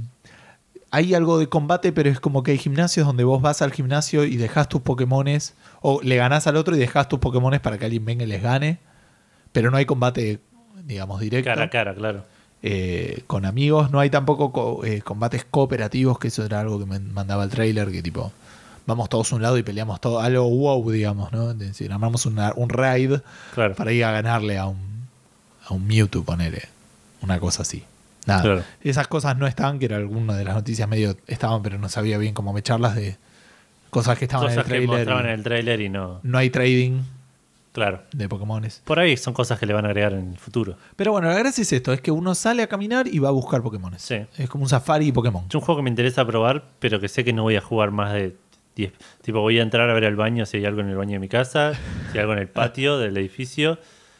S1: Hay algo de combate, pero es como que hay gimnasios donde vos vas al gimnasio y dejás tus Pokémones, o le ganás al otro y dejás tus Pokémones para que alguien venga y les gane. Pero no hay combate, digamos, directo.
S2: Cara a cara, claro.
S1: Eh, con amigos. No hay tampoco co- eh, combates cooperativos, que eso era algo que me mandaba el trailer, que tipo, vamos todos a un lado y peleamos todo, algo wow, digamos, ¿no? Es decir, armamos una- un raid
S2: Claro.
S1: para ir a ganarle a un, a un Mewtwo, ponele, una cosa así. Nada,
S2: Claro.
S1: esas cosas no estaban, que era alguna de las noticias medio estaban, pero no sabía bien cómo mecharlas de cosas que estaban
S2: Cosas
S1: en el
S2: que
S1: trailer.
S2: mostraban en el trailer y no.
S1: No hay trading
S2: Claro.
S1: de Pokémones.
S2: Por ahí son cosas que le van a agregar en el futuro.
S1: Pero bueno, la gracia es esto, es que uno sale a caminar y va a buscar Pokémones.
S2: Sí.
S1: Es como un safari y Pokémon.
S2: Es un juego que me interesa probar, pero que sé que no voy a jugar más de diez. Tipo, voy a entrar a ver al baño si hay algo en el baño de mi casa, si hay algo en el patio del edificio.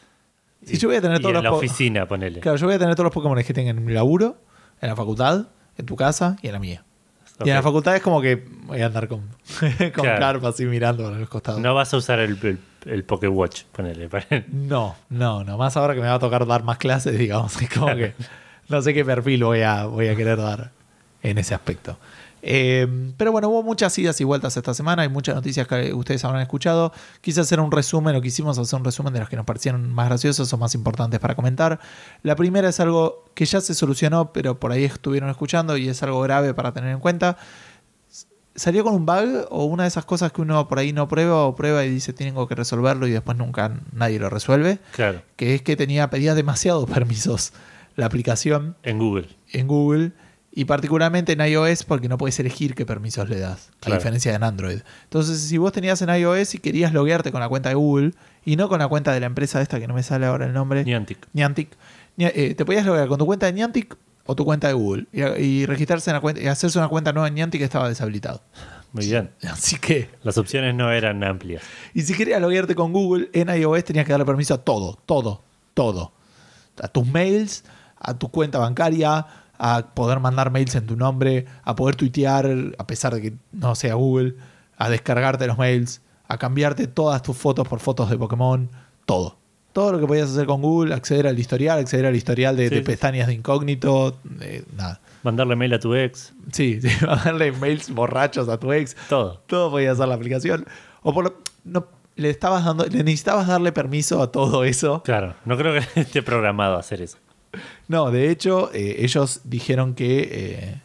S1: Si yo voy a tener
S2: y
S1: todos
S2: en
S1: los
S2: la
S1: po-
S2: oficina, ponele.
S1: Claro, yo voy a tener todos los Pokémon que tenga en mi laburo, en la facultad, en tu casa y en la mía.
S2: Ok.
S1: Y en la facultad es como que voy a andar con, con
S2: Claro.
S1: carpa así mirando para los costados.
S2: No vas a usar el, el, el Pokewatch, ponele.
S1: No, no, no. Más ahora que me va a tocar dar más clases, digamos. Es como que no sé qué perfil voy a, voy a querer dar en ese aspecto. Eh, pero bueno, hubo muchas idas y vueltas esta semana. Hay muchas noticias que ustedes habrán escuchado. Quise hacer un resumen, o quisimos hacer un resumen de las que nos parecieron más graciosas o más importantes para comentar. La primera es algo que ya se solucionó, pero por ahí estuvieron escuchando y es algo grave para tener en cuenta. Salió con un bug o una de esas cosas que uno por ahí no prueba o prueba y dice tengo que resolverlo y después nunca nadie lo resuelve.
S2: Claro,
S1: Que es que tenía pedía demasiados permisos la aplicación
S2: en Google.
S1: en Google y particularmente en iOS porque no puedes elegir qué permisos le das, a
S2: Claro.
S1: diferencia de en Android. Entonces, si vos tenías en iOS y querías loguearte con la cuenta de Google y no con la cuenta de la empresa esta que no me sale ahora el nombre,
S2: Niantic.
S1: Niantic, Ni- eh, te podías loguear con tu cuenta de Niantic o tu cuenta de Google y, y registrarse en la cuenta y hacerse una cuenta nueva en Niantic estaba deshabilitado.
S2: Muy bien.
S1: Así que,
S2: Las opciones no eran amplias.
S1: y si querías loguearte con Google en iOS tenías que darle permiso a todo, todo, todo. A tus mails, a tu cuenta bancaria, a poder mandar mails en tu nombre, a poder tuitear a pesar de que no sea Google, a descargarte los mails, a cambiarte todas tus fotos por fotos de Pokémon, todo. Todo lo que podías hacer con Google, acceder al historial, acceder al historial de,
S2: Sí,
S1: de
S2: sí.
S1: pestañas de incógnito, eh, nada.
S2: Mandarle mail a tu ex.
S1: Sí, sí, mandarle mails borrachos a tu ex,
S2: Todo.
S1: todo podía hacer la aplicación. O por lo, no, le estabas dando, le necesitabas darle permiso a todo eso.
S2: Claro, no creo que esté programado a hacer eso.
S1: No, de hecho, eh, ellos dijeron que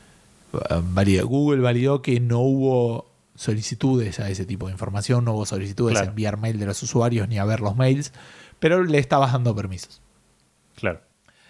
S1: eh, validó- Google validó que no hubo solicitudes a ese tipo de información, no hubo solicitudes
S2: Claro.
S1: a enviar mail de los usuarios ni a ver los mails, pero le estabas dando permisos.
S2: Claro.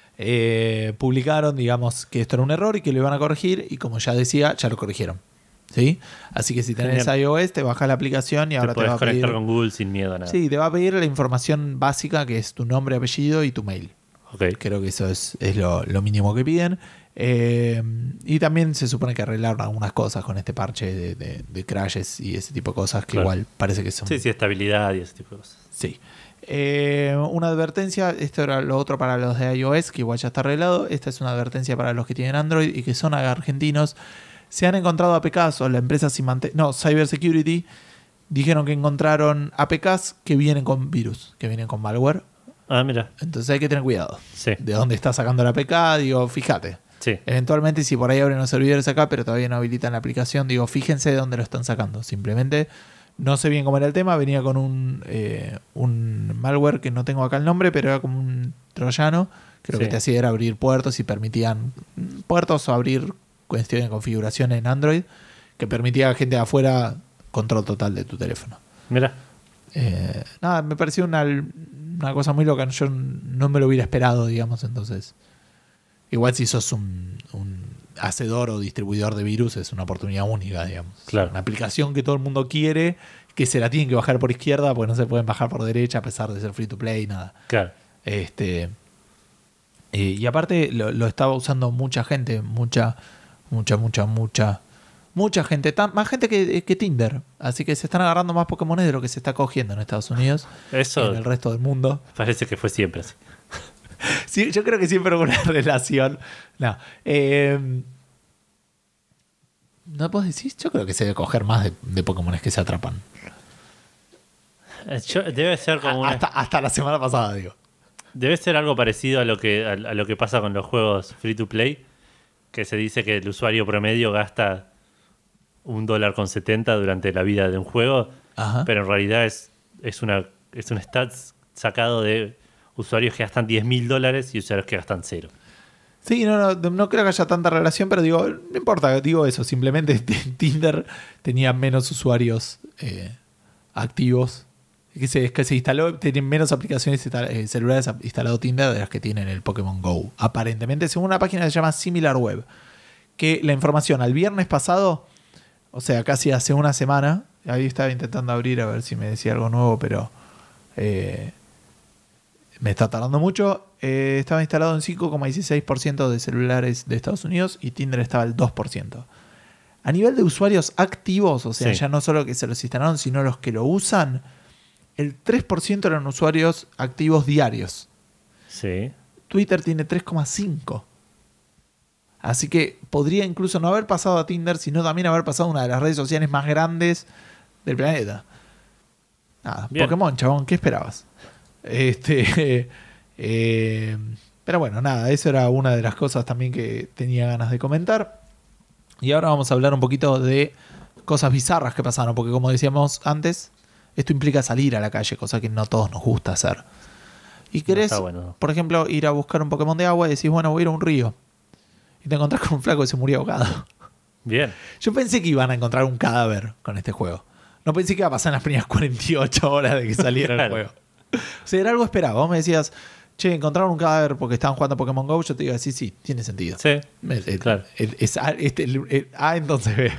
S1: Eh, publicaron, digamos, que esto era un error y que lo iban a corregir, y como ya decía, ya lo corrigieron. ¿Sí? Así que si tenés
S2: Genial.
S1: iOS, te bajas la aplicación y ahora
S2: Te
S1: te,
S2: podés
S1: va a pedir.
S2: conectar con Google sin miedo a nada.
S1: Sí, te va a pedir la información básica, que es tu nombre, apellido y tu mail.
S2: Ok.
S1: Creo que eso es, es lo, lo mínimo que piden. Eh, y también se supone que arreglaron algunas cosas con este parche de, de- de crashes y ese tipo de cosas que
S2: Claro.
S1: igual parece que son.
S2: Sí, sí, estabilidad y ese tipo de cosas.
S1: Sí. Eh, una advertencia, esto era lo otro para los de iOS, que igual ya está arreglado. Esta es una advertencia para los que tienen Android y que son argentinos. Se han encontrado A P Ks o la empresa Symante- no, Cybersecurity dijeron que encontraron A P Ks que vienen con virus, que vienen con malware.
S2: Ah, mira.
S1: Entonces hay que tener cuidado
S2: Sí.
S1: de dónde está sacando la A P K. Digo, fíjate.
S2: Sí.
S1: Eventualmente, si por ahí abren los servidores acá, pero todavía no habilitan la aplicación, digo, fíjense de dónde lo están sacando. Simplemente, no sé bien cómo era el tema, venía con un, eh, un malware que no tengo acá el nombre, pero era como un troyano, que lo
S2: Sí.
S1: que te hacía era abrir puertos y permitían puertos o abrir cuestiones de configuración en Android, que permitía a gente de afuera control total de tu teléfono.
S2: Mira.
S1: Eh, nada, me pareció una, una cosa muy loca. Yo no me lo hubiera esperado, digamos. Entonces, igual si sos un, un hacedor o distribuidor de virus, es una oportunidad única, digamos.
S2: Claro.
S1: Una aplicación que todo el mundo quiere, que se la tienen que bajar por izquierda, porque no se pueden bajar por derecha, a pesar de ser free to play, nada.
S2: Claro.
S1: Este, eh, y aparte lo, lo estaba usando mucha gente, mucha, mucha, mucha, mucha. Mucha gente, tan, más gente que, que Tinder. Así que se están agarrando más Pokémones de lo que se está cogiendo en Estados Unidos
S2: Eso
S1: y en el resto del mundo.
S2: parece que fue siempre así.
S1: Sí, yo creo que siempre hubo una relación. No. Eh, ¿No vos decís? Yo creo que se debe coger más de, de Pokémones que se atrapan.
S2: Eh, yo- debe ser como una-
S1: Hasta, hasta la semana pasada, digo.
S2: debe ser algo parecido a lo que a, a lo que pasa con los juegos free to play, que se dice que el usuario promedio gasta un dólar con setenta durante la vida de un juego,
S1: Ajá.
S2: pero en realidad es, es una es un stats sacado de usuarios que gastan diez mil dólares y usuarios que gastan cero.
S1: Sí, no, no, no creo que haya tanta relación, pero digo, no importa, digo eso. Simplemente Tinder tenía menos usuarios eh, activos. Que se, que se instaló, tienen menos aplicaciones eh, celulares instalado Tinder de las que tienen el Pokémon Go. Aparentemente, según una página que se llama SimilarWeb, que la información al viernes pasado, o sea, casi hace una semana, ahí estaba intentando abrir a ver si me decía algo nuevo, pero eh, me está tardando mucho. Eh, estaba instalado en cinco coma dieciséis por ciento de celulares de Estados Unidos y Tinder estaba al dos por ciento. A nivel de usuarios activos, o sea,
S2: Sí.
S1: ya no solo que se los instalaron, sino los que lo usan, el tres por ciento eran usuarios activos diarios.
S2: Sí.
S1: Twitter tiene tres coma cinco. Así que podría incluso no haber pasado a Tinder, sino también haber pasado a una de las redes sociales más grandes del planeta. Nada,
S2: Bien.
S1: Pokémon, chabón, ¿qué esperabas? Este, eh, pero bueno, nada, eso era una de las cosas también que tenía ganas de comentar. Y ahora vamos a hablar un poquito de cosas bizarras que pasaron, porque como decíamos antes, esto implica salir a la calle, cosa que no a todos nos gusta hacer. Y querés,
S2: está bueno.
S1: por ejemplo, ir a buscar un Pokémon de agua y decís, bueno, voy a ir a un río. Y te encontrás con un flaco que se murió ahogado.
S2: Bien.
S1: Yo pensé que iban a encontrar un cadáver con este juego. No pensé que iba a pasar en las primeras cuarenta y ocho horas de que saliera
S2: Claro.
S1: el juego. O sea, era algo esperado. Vos me decías, che, encontraron un cadáver porque estaban jugando a Pokémon Go. Yo te digo, sí, sí, tiene sentido.
S2: Sí.
S1: El- el-
S2: Claro.
S1: el- es A, este, el- el A entonces B.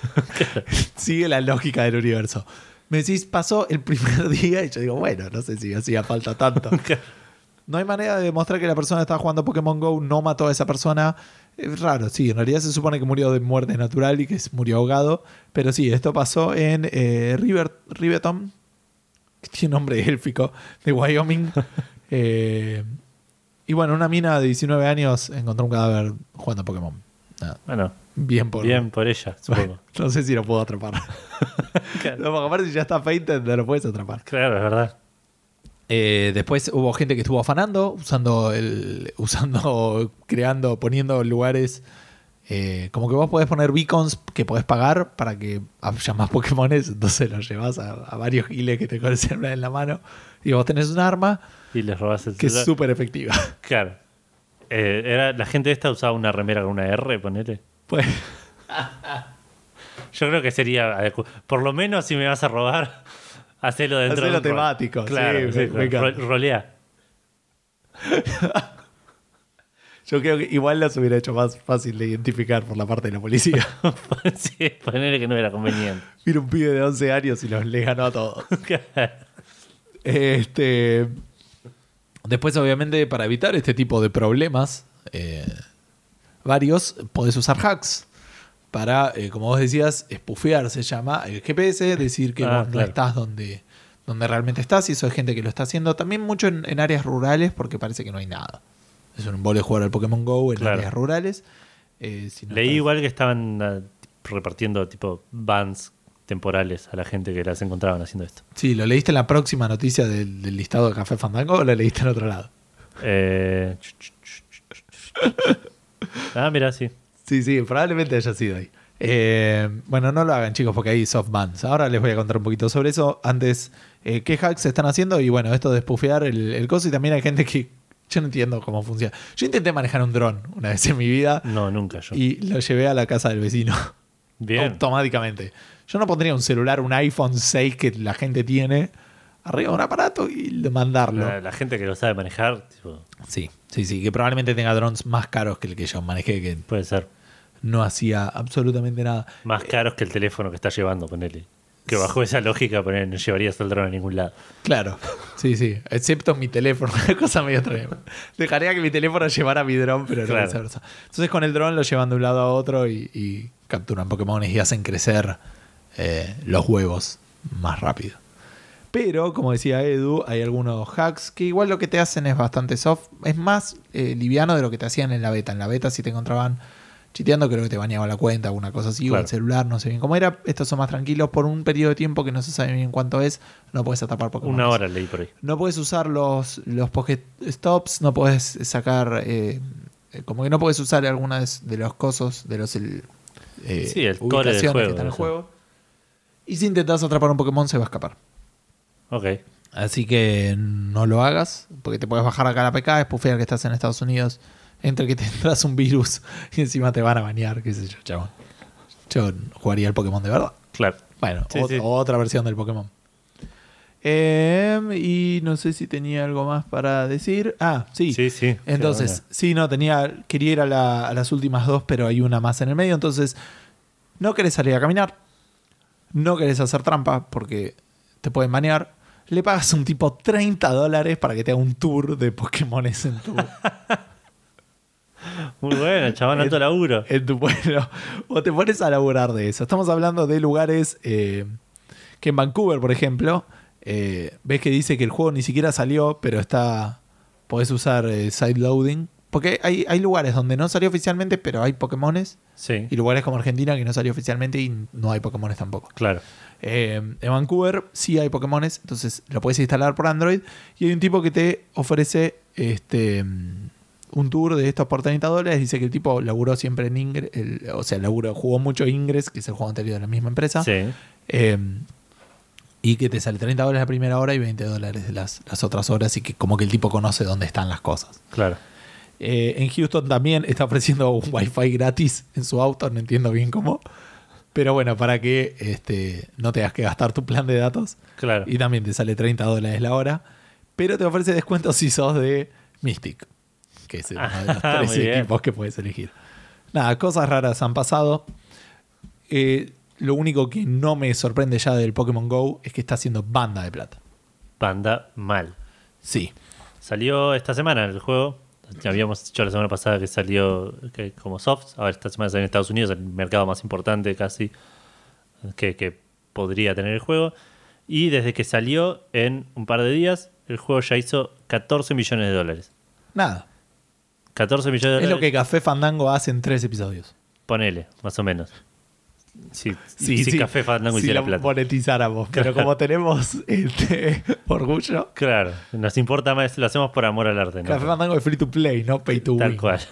S1: Sigue la lógica del universo. Me decís, pasó el primer día y yo digo, bueno, no sé si hacía falta tanto. No hay manera de demostrar que la persona que estaba jugando Pokémon Go no mató a esa persona. Es raro, sí. En realidad se supone que murió de muerte natural y que murió ahogado. Pero sí, esto pasó en eh, River, Riverton, que tiene nombre élfico, de Wyoming. Eh, y bueno, una mina de diecinueve años encontró un cadáver jugando Pokémon. Nada,
S2: Bueno,
S1: bien por
S2: bien por ella, supongo.
S1: No sé si lo puedo atrapar.
S2: Claro.
S1: No, porque aparte si ya está painted, no lo puedes atrapar.
S2: Claro, es verdad.
S1: Eh, después hubo gente que estuvo afanando, usando el, usando, creando, poniendo lugares. Eh, como que vos podés poner beacons que podés pagar para que haya más Pokémones. Entonces los llevas a, a varios giles que te con el celular en la mano. Y vos tenés un arma
S2: Y les robas el
S1: que es
S2: celular.
S1: súper efectiva.
S2: Claro. Eh, era, la gente esta usaba una remera con una R, ponele.
S1: Pues,
S2: Yo creo que sería adecu- por lo menos si me vas a robar, hacelo dentro
S1: Hacelo
S2: de un rol.
S1: temático,
S2: Claro,
S1: sí, me-
S2: sí,
S1: me encanta.
S2: ro- rolea.
S1: yo creo que igual las hubiera hecho más fácil de identificar por la parte de la policía.
S2: Sí, ponele que no era conveniente.
S1: Mira un pibe de once años y los le ganó a todos. Este, después, obviamente, para evitar este tipo de problemas, eh, varios, podés usar hacks para, eh, como vos decías, espufear, se llama el G P S, decir que
S2: Ah,
S1: vos no
S2: claro.
S1: estás donde, donde realmente estás, y eso hay gente que lo está haciendo también mucho en, en áreas rurales porque parece que no hay nada. Es un embole jugar al Pokémon Go en
S2: Claro.
S1: áreas rurales. Eh, si no
S2: Leí
S1: estás-
S2: igual que estaban ah, repartiendo tipo bans temporales a la gente que las encontraban haciendo esto.
S1: Sí, ¿lo leíste en la próxima noticia del, del listado de Café Fandango o lo leíste en otro lado?
S2: Eh, ch- ch- ch- ch- ch- Ah, mira, sí.
S1: Sí, sí, probablemente haya sido ahí. Eh, bueno, no lo hagan, chicos, porque hay soft bans. Ahora les voy a contar un poquito sobre eso. Antes, eh, ¿qué hacks se están haciendo? Y bueno, esto de spufear el, el coso. Y también hay gente que yo no entiendo cómo funciona. Yo intenté manejar un dron una vez en mi vida.
S2: No, nunca yo.
S1: Y lo llevé a la casa del vecino.
S2: Bien.
S1: Automáticamente. Yo no pondría un celular, un iPhone seis que la gente tiene, arriba de un aparato y mandarlo.
S2: La, la gente que lo sabe manejar, tipo,
S1: Sí, sí, sí. Que probablemente tenga drones más caros que el que yo manejé, que
S2: puede ser.
S1: no hacía absolutamente nada.
S2: Más caros que el teléfono que está llevando, ponele. Que bajo esa lógica, ponele, no llevarías el dron a ningún lado.
S1: Claro, sí, sí. Excepto mi teléfono, una cosa medio extraña. Dejaría que mi teléfono llevara mi dron, pero no
S2: Claro.
S1: viceversa. Entonces con el dron lo llevan de un lado a otro y, y capturan Pokémon y hacen crecer eh, los huevos más rápido. Pero, como decía Edu, hay algunos hacks que igual lo que te hacen es bastante soft. Es más eh, liviano de lo que te hacían en la beta. En la beta si te encontraban chiteando, creo que te baneaba la cuenta, alguna cosa así,
S2: Claro.
S1: o el celular, no sé bien cómo era. Estos son más tranquilos por un periodo de tiempo que no se sabe bien cuánto es. No puedes atrapar Pokémon.
S2: Una hora leí por ahí.
S1: No puedes usar los, los Pokéstops, no puedes sacar... Eh, como que no puedes usar alguna de, de los cosos, de los el, eh,
S2: Sí, el core del
S1: ubicaciones
S2: juego,
S1: que están en el
S2: eso.
S1: juego. Y si intentas atrapar un Pokémon se va a escapar.
S2: Ok.
S1: Así que no lo hagas, porque te puedes bajar acá a la P K, espufear que estás en Estados Unidos, entre que te entras un virus y encima te van a banear, qué sé yo, chabón. Yo jugaría el Pokémon de verdad.
S2: Claro.
S1: Bueno,
S2: Sí,
S1: o-
S2: sí.
S1: otra versión del Pokémon. Eh, y no sé si tenía algo más para decir. Ah, sí.
S2: Sí, sí.
S1: Entonces,
S2: Sí,
S1: sí, no, tenía, quería ir a, la- a las últimas dos, pero hay una más en el medio. Entonces, no querés salir a caminar, no querés hacer trampa porque te pueden banear. Le pagas a un tipo treinta dólares para que te haga un tour de Pokémones en tu,
S2: muy bueno, chabón, alto laburo.
S1: en tu pueblo. O te pones a laburar de eso. Estamos hablando de lugares eh, que en Vancouver, por ejemplo, eh, ves que dice que el juego ni siquiera salió, pero está. Podés usar eh, sideloading. Porque hay, hay lugares donde no salió oficialmente, pero hay Pokémones.
S2: Sí,
S1: Y lugares como Argentina que no salió oficialmente y no hay Pokémones tampoco.
S2: claro.
S1: Eh, en Vancouver sí hay Pokémones, entonces lo puedes instalar por Android. Y hay un tipo que te ofrece este un tour de estos por treinta dólares. Dice que el tipo laburó siempre en Ingress, el- o sea, laburó, jugó mucho Ingress, que es el juego anterior de la misma empresa.
S2: Sí.
S1: Eh, y que te sale treinta dólares la primera hora y veinte dólares las, las otras horas. Y que como que el tipo conoce dónde están las cosas.
S2: Claro.
S1: Eh, en Houston también está ofreciendo un wifi gratis en su auto, no entiendo bien cómo. Pero bueno, para que este, no tengas que gastar tu plan de datos.
S2: Claro.
S1: Y también te sale treinta dólares la hora. Pero te ofrece descuentos si sos de Mystic, que es uno de los
S2: Ah,
S1: tres
S2: muy bien.
S1: equipos que puedes elegir. Nada, cosas raras han pasado. Eh, lo único que no me sorprende ya del Pokémon Go es que está haciendo banda de plata.
S2: Panda mal.
S1: Sí.
S2: Salió esta semana el juego. Habíamos dicho la semana pasada que salió que como soft. Ahora esta semana salió en Estados Unidos, el mercado más importante casi que, que podría tener el juego. Y desde que salió en un par de días, el juego ya hizo catorce millones de dólares.
S1: Nada.
S2: catorce millones de
S1: Es
S2: dólares.
S1: lo que Café Fandango hace en tres episodios.
S2: Ponele, más o menos. Sí,
S1: Sí,
S2: y si
S1: sí.
S2: Café Fandango
S1: si
S2: hiciera
S1: lo
S2: plata.
S1: monetizáramos. Pero como tenemos este, orgullo,
S2: Claro, nos importa más, lo hacemos por amor al arte, ¿no?
S1: Café Fandango es free to play, no pay to
S2: Tal
S1: win.
S2: cual.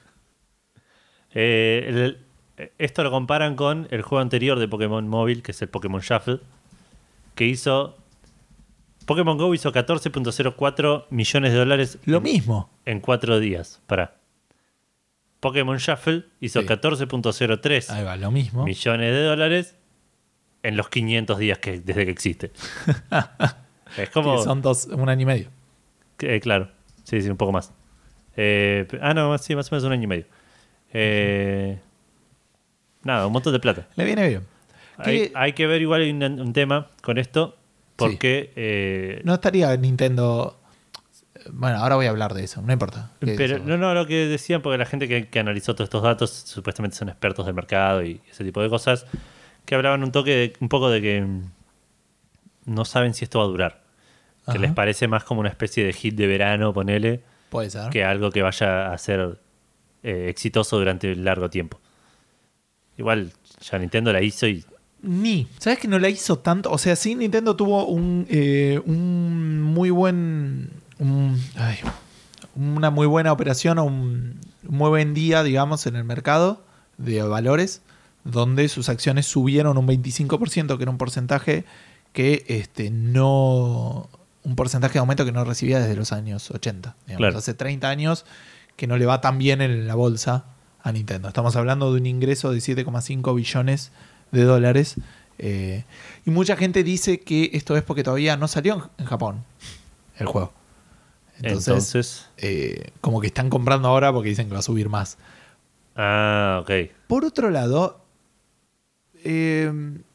S2: Eh, el- esto lo comparan con el juego anterior de Pokémon móvil, que es el Pokémon Shuffle, que hizo... Pokémon Go hizo catorce punto cero cuatro millones de dólares
S1: Lo
S2: en,
S1: mismo.
S2: en cuatro días. Para. Pokémon Shuffle hizo
S1: Sí.
S2: catorce punto cero tres
S1: Ahí va, lo mismo.
S2: millones de dólares en los quinientos días que, desde que existe. Es como...
S1: Que son dos, un año y medio.
S2: Eh, claro, sí, sí, un poco más. Eh, ah, no, sí, más o menos un año y medio. Eh, nada, un montón de plata.
S1: Le viene bien.
S2: Hay,
S1: Que
S2: hay que ver igual un, un tema con esto, porque... eh,
S1: no estaría Nintendo. Bueno, ahora voy a hablar de eso, no importa. ¿Qué
S2: pero
S1: dices
S2: no,
S1: vos?
S2: no, lo que decían, porque la gente que, que analizó todos estos datos supuestamente son expertos del mercado y ese tipo de cosas, que hablaban un toque de- un poco de que mm, no saben si esto va a durar. Que
S1: Ajá.
S2: les parece más como una especie de hit de verano, ponele,
S1: Puede ser.
S2: que algo que vaya a ser eh, exitoso durante un largo tiempo. Igual ya Nintendo la hizo y
S1: Ni. ¿Sabes que no la hizo tanto? O sea, sí, Nintendo tuvo un, eh, un muy buen. un- ay, una muy buena operación o un, muy buen día, digamos, en el mercado de valores, donde sus acciones subieron un veinticinco por ciento, que era un porcentaje que este, no... un porcentaje de aumento que no recibía desde los años ochenta. Digamos.
S2: Claro.
S1: Hace treinta años que no le va tan bien en la bolsa a Nintendo. Estamos hablando de un ingreso de siete coma cinco billones de dólares. Eh, y mucha gente dice que esto es porque todavía no salió en Japón el juego. Entonces,
S2: Entonces
S1: eh, como que están comprando ahora porque dicen que va a subir más.
S2: ah, ok.
S1: Por otro lado, eh,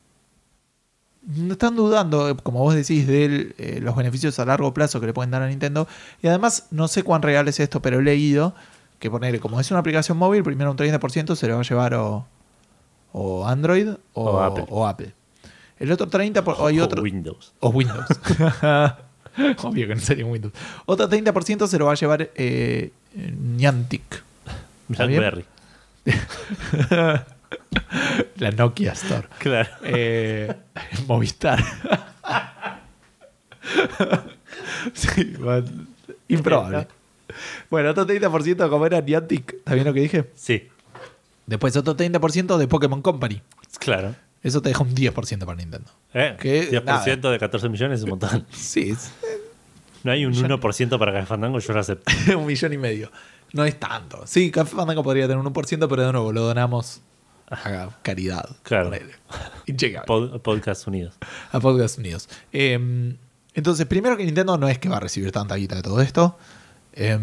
S1: no están dudando, como vos decís, de eh, los beneficios a largo plazo que le pueden dar a Nintendo. Y además, no sé cuán real es esto, pero he leído que poner, como es una aplicación móvil, primero un treinta por ciento se le va a llevar o, o Android o,
S2: O Apple.
S1: o Apple. El otro treinta por ciento, o hay
S2: O
S1: otro,
S2: Windows.
S1: o Windows. Obvio que no sería un Windows. Otro treinta por ciento se lo va a llevar eh, Niantic. ¿Está bien?
S2: BlackBerry.
S1: La Nokia Store.
S2: Claro.
S1: Eh, Movistar. Sí, bueno, improbable. Bueno, otro treinta por ciento como era Niantic. ¿Está bien lo que dije?
S2: Sí,
S1: Después otro treinta por ciento de Pokémon Company.
S2: claro.
S1: Eso te deja un diez por ciento para Nintendo.
S2: Eh,
S1: Que,
S2: diez por ciento de catorce millones es un montón.
S1: Sí, es
S2: No hay un uno por ciento para Café Fandango, yo lo acepto.
S1: un millón y medio. No es tanto. Sí, Café Fandango podría tener un uno por ciento, pero de nuevo lo donamos a caridad.
S2: Claro.
S1: Ponele. Inchecable.
S2: Pod- Podcast Unidos.
S1: A Podcast Unidos. Eh, entonces, primero que Nintendo no es que va a recibir tanta guita de todo esto. Eh,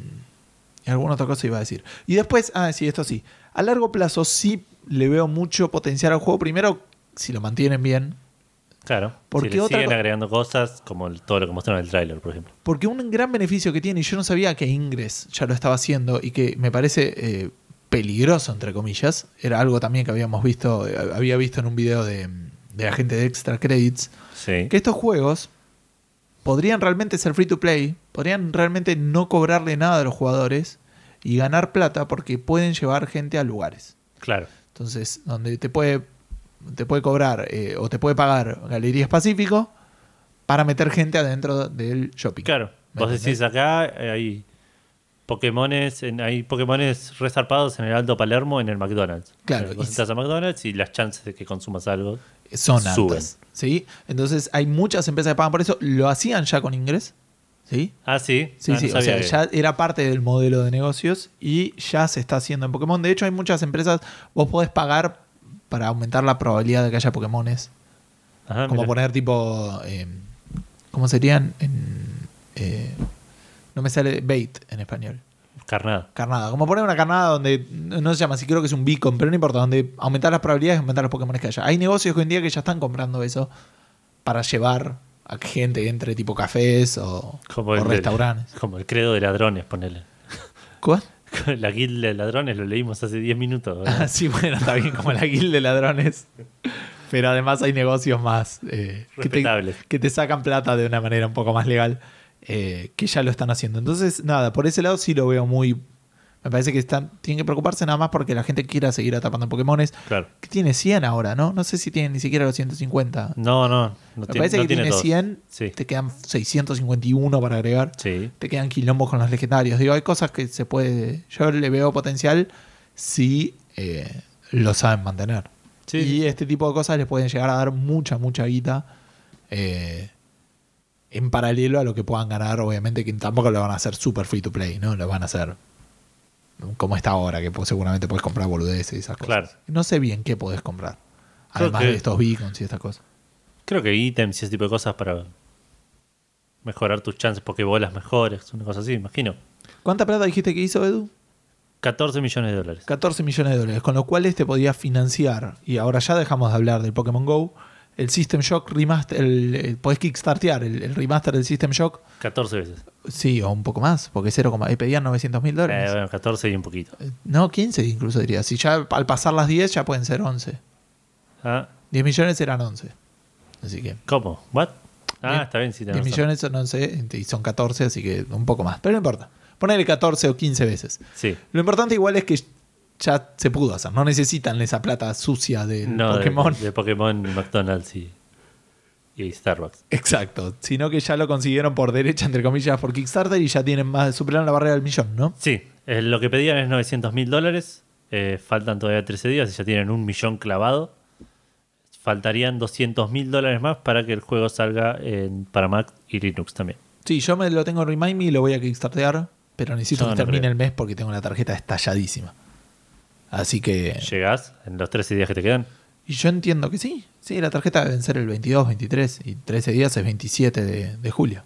S1: y alguna otra cosa iba a decir. Y después, ah, sí, esto sí. A largo plazo sí le veo mucho potencial al juego. Primero, si lo mantienen bien.
S2: Claro.
S1: ¿Por
S2: si
S1: qué
S2: le
S1: otra
S2: siguen
S1: co-
S2: agregando cosas, como el- todo lo que mostraron en el tráiler, por ejemplo.
S1: Porque un gran beneficio que tiene, y yo no sabía que Ingress ya lo estaba haciendo, y que me parece eh, peligroso, entre comillas, era algo también que habíamos visto, eh, había visto en un video de, de la gente de Extra Credits,
S2: Sí.
S1: que estos juegos podrían realmente ser free to play, podrían realmente no cobrarle nada a los jugadores y ganar plata porque pueden llevar gente a lugares.
S2: Claro.
S1: Entonces, donde te puede, te puede cobrar eh, o te puede pagar Galerías Pacífico para meter gente adentro del shopping.
S2: Claro.
S1: ¿Me
S2: Vos
S1: entendés?
S2: decís acá eh, hay Pokémones, en- hay Pokémones resarpados en el Alto Palermo en el McDonald's.
S1: Claro,
S2: Eh, Vos
S1: y-
S2: entras a McDonald's y las chances de que consumas algo
S1: Son
S2: suben.
S1: altas. ¿Sí? Entonces, hay muchas empresas que pagan por eso. Lo hacían ya con Ingress. ¿Sí?
S2: Ah, sí.
S1: Sí,
S2: Ah, no
S1: sí, o
S2: sabía
S1: sea,
S2: que-
S1: ya era parte del modelo de negocios y ya se está haciendo en Pokémon. De hecho, hay muchas empresas, vos podés pagar para aumentar la probabilidad de que haya Pokémones.
S2: Ajá,
S1: Como
S2: mira.
S1: poner tipo, eh, ¿cómo serían? En, eh, no me sale bait en español.
S2: Carnada.
S1: Carnada. Como poner una carnada donde no se llama así, creo que es un beacon, pero no importa, donde aumentar las probabilidades y aumentar los Pokémon que haya. Hay negocios hoy en día que ya están comprando eso para llevar a que gente entre tipo cafés o,
S2: Como
S1: o
S2: el,
S1: restaurantes.
S2: como el credo de ladrones, ponele.
S1: ¿Cuál?
S2: La guilda de ladrones lo leímos hace diez minutos. ¿verdad?
S1: Ah, sí, bueno, está bien, como la guilda de ladrones. Pero además hay negocios más eh, que, te,
S2: Respetables.
S1: que te sacan plata de una manera un poco más legal, eh, que ya lo están haciendo. Entonces, nada, por ese lado sí lo veo muy... Me parece que están, tienen que preocuparse nada más porque la gente quiera seguir atrapando Pokémones.
S2: Claro.
S1: Que tiene cien ahora, ¿no? No sé si tiene ni siquiera los ciento cincuenta.
S2: No, no. no
S1: Me
S2: tiene,
S1: parece
S2: no
S1: que
S2: tiene
S1: tiene
S2: todos.
S1: cien,
S2: Sí.
S1: te quedan seiscientos cincuenta y uno para agregar.
S2: Sí.
S1: Te quedan quilombos con los legendarios. Digo, hay cosas que se puede... Yo le veo potencial si eh, lo saben mantener.
S2: Sí.
S1: Y este tipo de cosas les pueden llegar a dar mucha, mucha guita eh, en paralelo a lo que puedan ganar, obviamente, que tampoco lo van a hacer super free to play, ¿no? Lo van a hacer como está ahora, que pues, seguramente puedes comprar boludeces y esas cosas.
S2: Claro.
S1: No sé bien qué podés comprar.
S2: Creo
S1: Además
S2: que-
S1: de estos beacons y estas cosas.
S2: Creo que ítems y ese tipo de cosas para mejorar tus chances, Pokébolas mejores, una cosa así, imagino.
S1: ¿Cuánta plata dijiste que hizo, Edu?
S2: catorce millones de dólares.
S1: catorce millones de dólares, con lo cual este podía financiar, y ahora ya dejamos de hablar del Pokémon GO, el System Shock Remaster, el, el- podés kickstartear el, el remaster del System Shock,
S2: catorce veces.
S1: sí, o un poco más, porque cero, eh, pedían novecientos mil
S2: Eh,
S1: dólares.
S2: bueno, catorce y un poquito.
S1: Eh, No, quince incluso diría. Si ya al pasar las diez ya pueden ser once.
S2: Ah,
S1: diez millones eran once. Así que
S2: ¿cómo? ¿What? Ah,
S1: Bien.
S2: está bien, sí,
S1: diez
S2: tenés razón.
S1: millones son once y son catorce, así que un poco más. Pero no importa. Ponele catorce o quince veces.
S2: Sí.
S1: Lo importante igual es que ya se pudo hacer. No necesitan esa plata sucia del
S2: No, de-
S1: Pokémon.
S2: De, Pokémon y McDonald's y, y Starbucks.
S1: Exacto, sino que ya lo consiguieron por derecha, entre comillas, por Kickstarter y ya tienen más, superaron la barrera del millón, ¿no?
S2: Sí, eh, lo que pedían es novecientos mil dólares. Eh, faltan todavía trece días y ya tienen un millón clavado. Faltarían doscientos mil dólares más para que el juego salga en, para Mac y Linux también.
S1: Sí, yo me lo tengo en Remind Me y lo voy a Kickstartear, pero necesito
S2: Yo
S1: que
S2: no
S1: termine
S2: creo.
S1: el mes porque tengo la tarjeta estalladísima. Así que...
S2: ¿Llegás en los trece días que te quedan?
S1: Y yo entiendo que sí. Sí, la tarjeta debe vencer el veintidós, veintitrés y trece días es veintisiete de, de julio.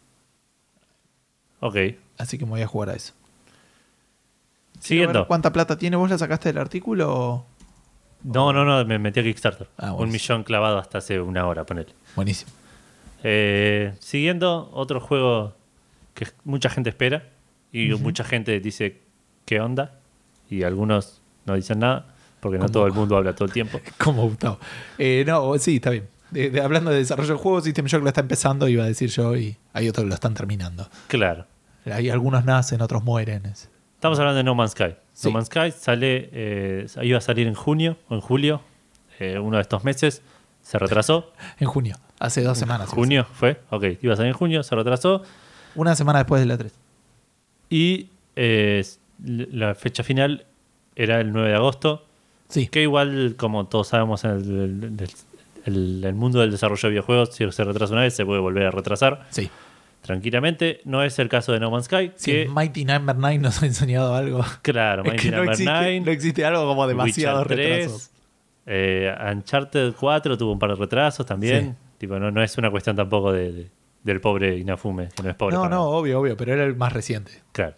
S2: Ok.
S1: Así que me voy a jugar a eso.
S2: Siguiendo.
S1: Quiero ver ¿Cuánta plata tiene? ¿Vos la sacaste del artículo?
S2: No, no, no, me metí a Kickstarter.
S1: Ah,
S2: un
S1: buenísimo.
S2: millón clavado hasta hace una hora, ponele.
S1: Buenísimo.
S2: Eh, siguiendo, otro juego que mucha gente espera y
S1: Ujú.
S2: mucha gente dice ¿qué onda? Y algunos no dicen nada porque no
S1: ¿Cómo?
S2: todo el mundo habla todo el tiempo.
S1: Como Gustavo. Eh, no, sí, está bien. De- de- hablando de desarrollo de juegos, System Shock lo está empezando, iba a decir yo, y hay otros que lo están terminando.
S2: Claro.
S1: Hay algunos nacen, otros mueren. Es-
S2: Estamos hablando de No Man's Sky.
S1: Sí.
S2: No Man's Sky sale, eh, iba a salir en junio o en julio, eh, uno de estos meses. Se retrasó.
S1: En junio, hace dos semanas. iba a
S2: ¿Junio fue? Ok, iba a salir en junio, se retrasó.
S1: ser. Una semana después de la tres.
S2: Y eh, la fecha final era el nueve de agosto.
S1: Sí,
S2: Que igual, como todos sabemos, en el, el- el- el mundo del desarrollo de videojuegos, si se retrasa una vez, se puede volver a retrasar
S1: sí.
S2: tranquilamente. No es el caso de No Man's Sky.
S1: Si
S2: que,
S1: Mighty Number nueve nos ha enseñado algo.
S2: claro,
S1: Es
S2: Mighty
S1: que no
S2: Number
S1: existe,
S2: nueve,
S1: no existe algo como demasiados
S2: Witcher tres,
S1: retrasos.
S2: eh, Uncharted cuatro tuvo un par de retrasos también.
S1: Sí.
S2: Tipo, no, no es una cuestión tampoco de, de- del pobre Inafume, que no es pobre.
S1: No,
S2: para
S1: no,
S2: nada.
S1: obvio, obvio, pero era el más reciente.
S2: Claro.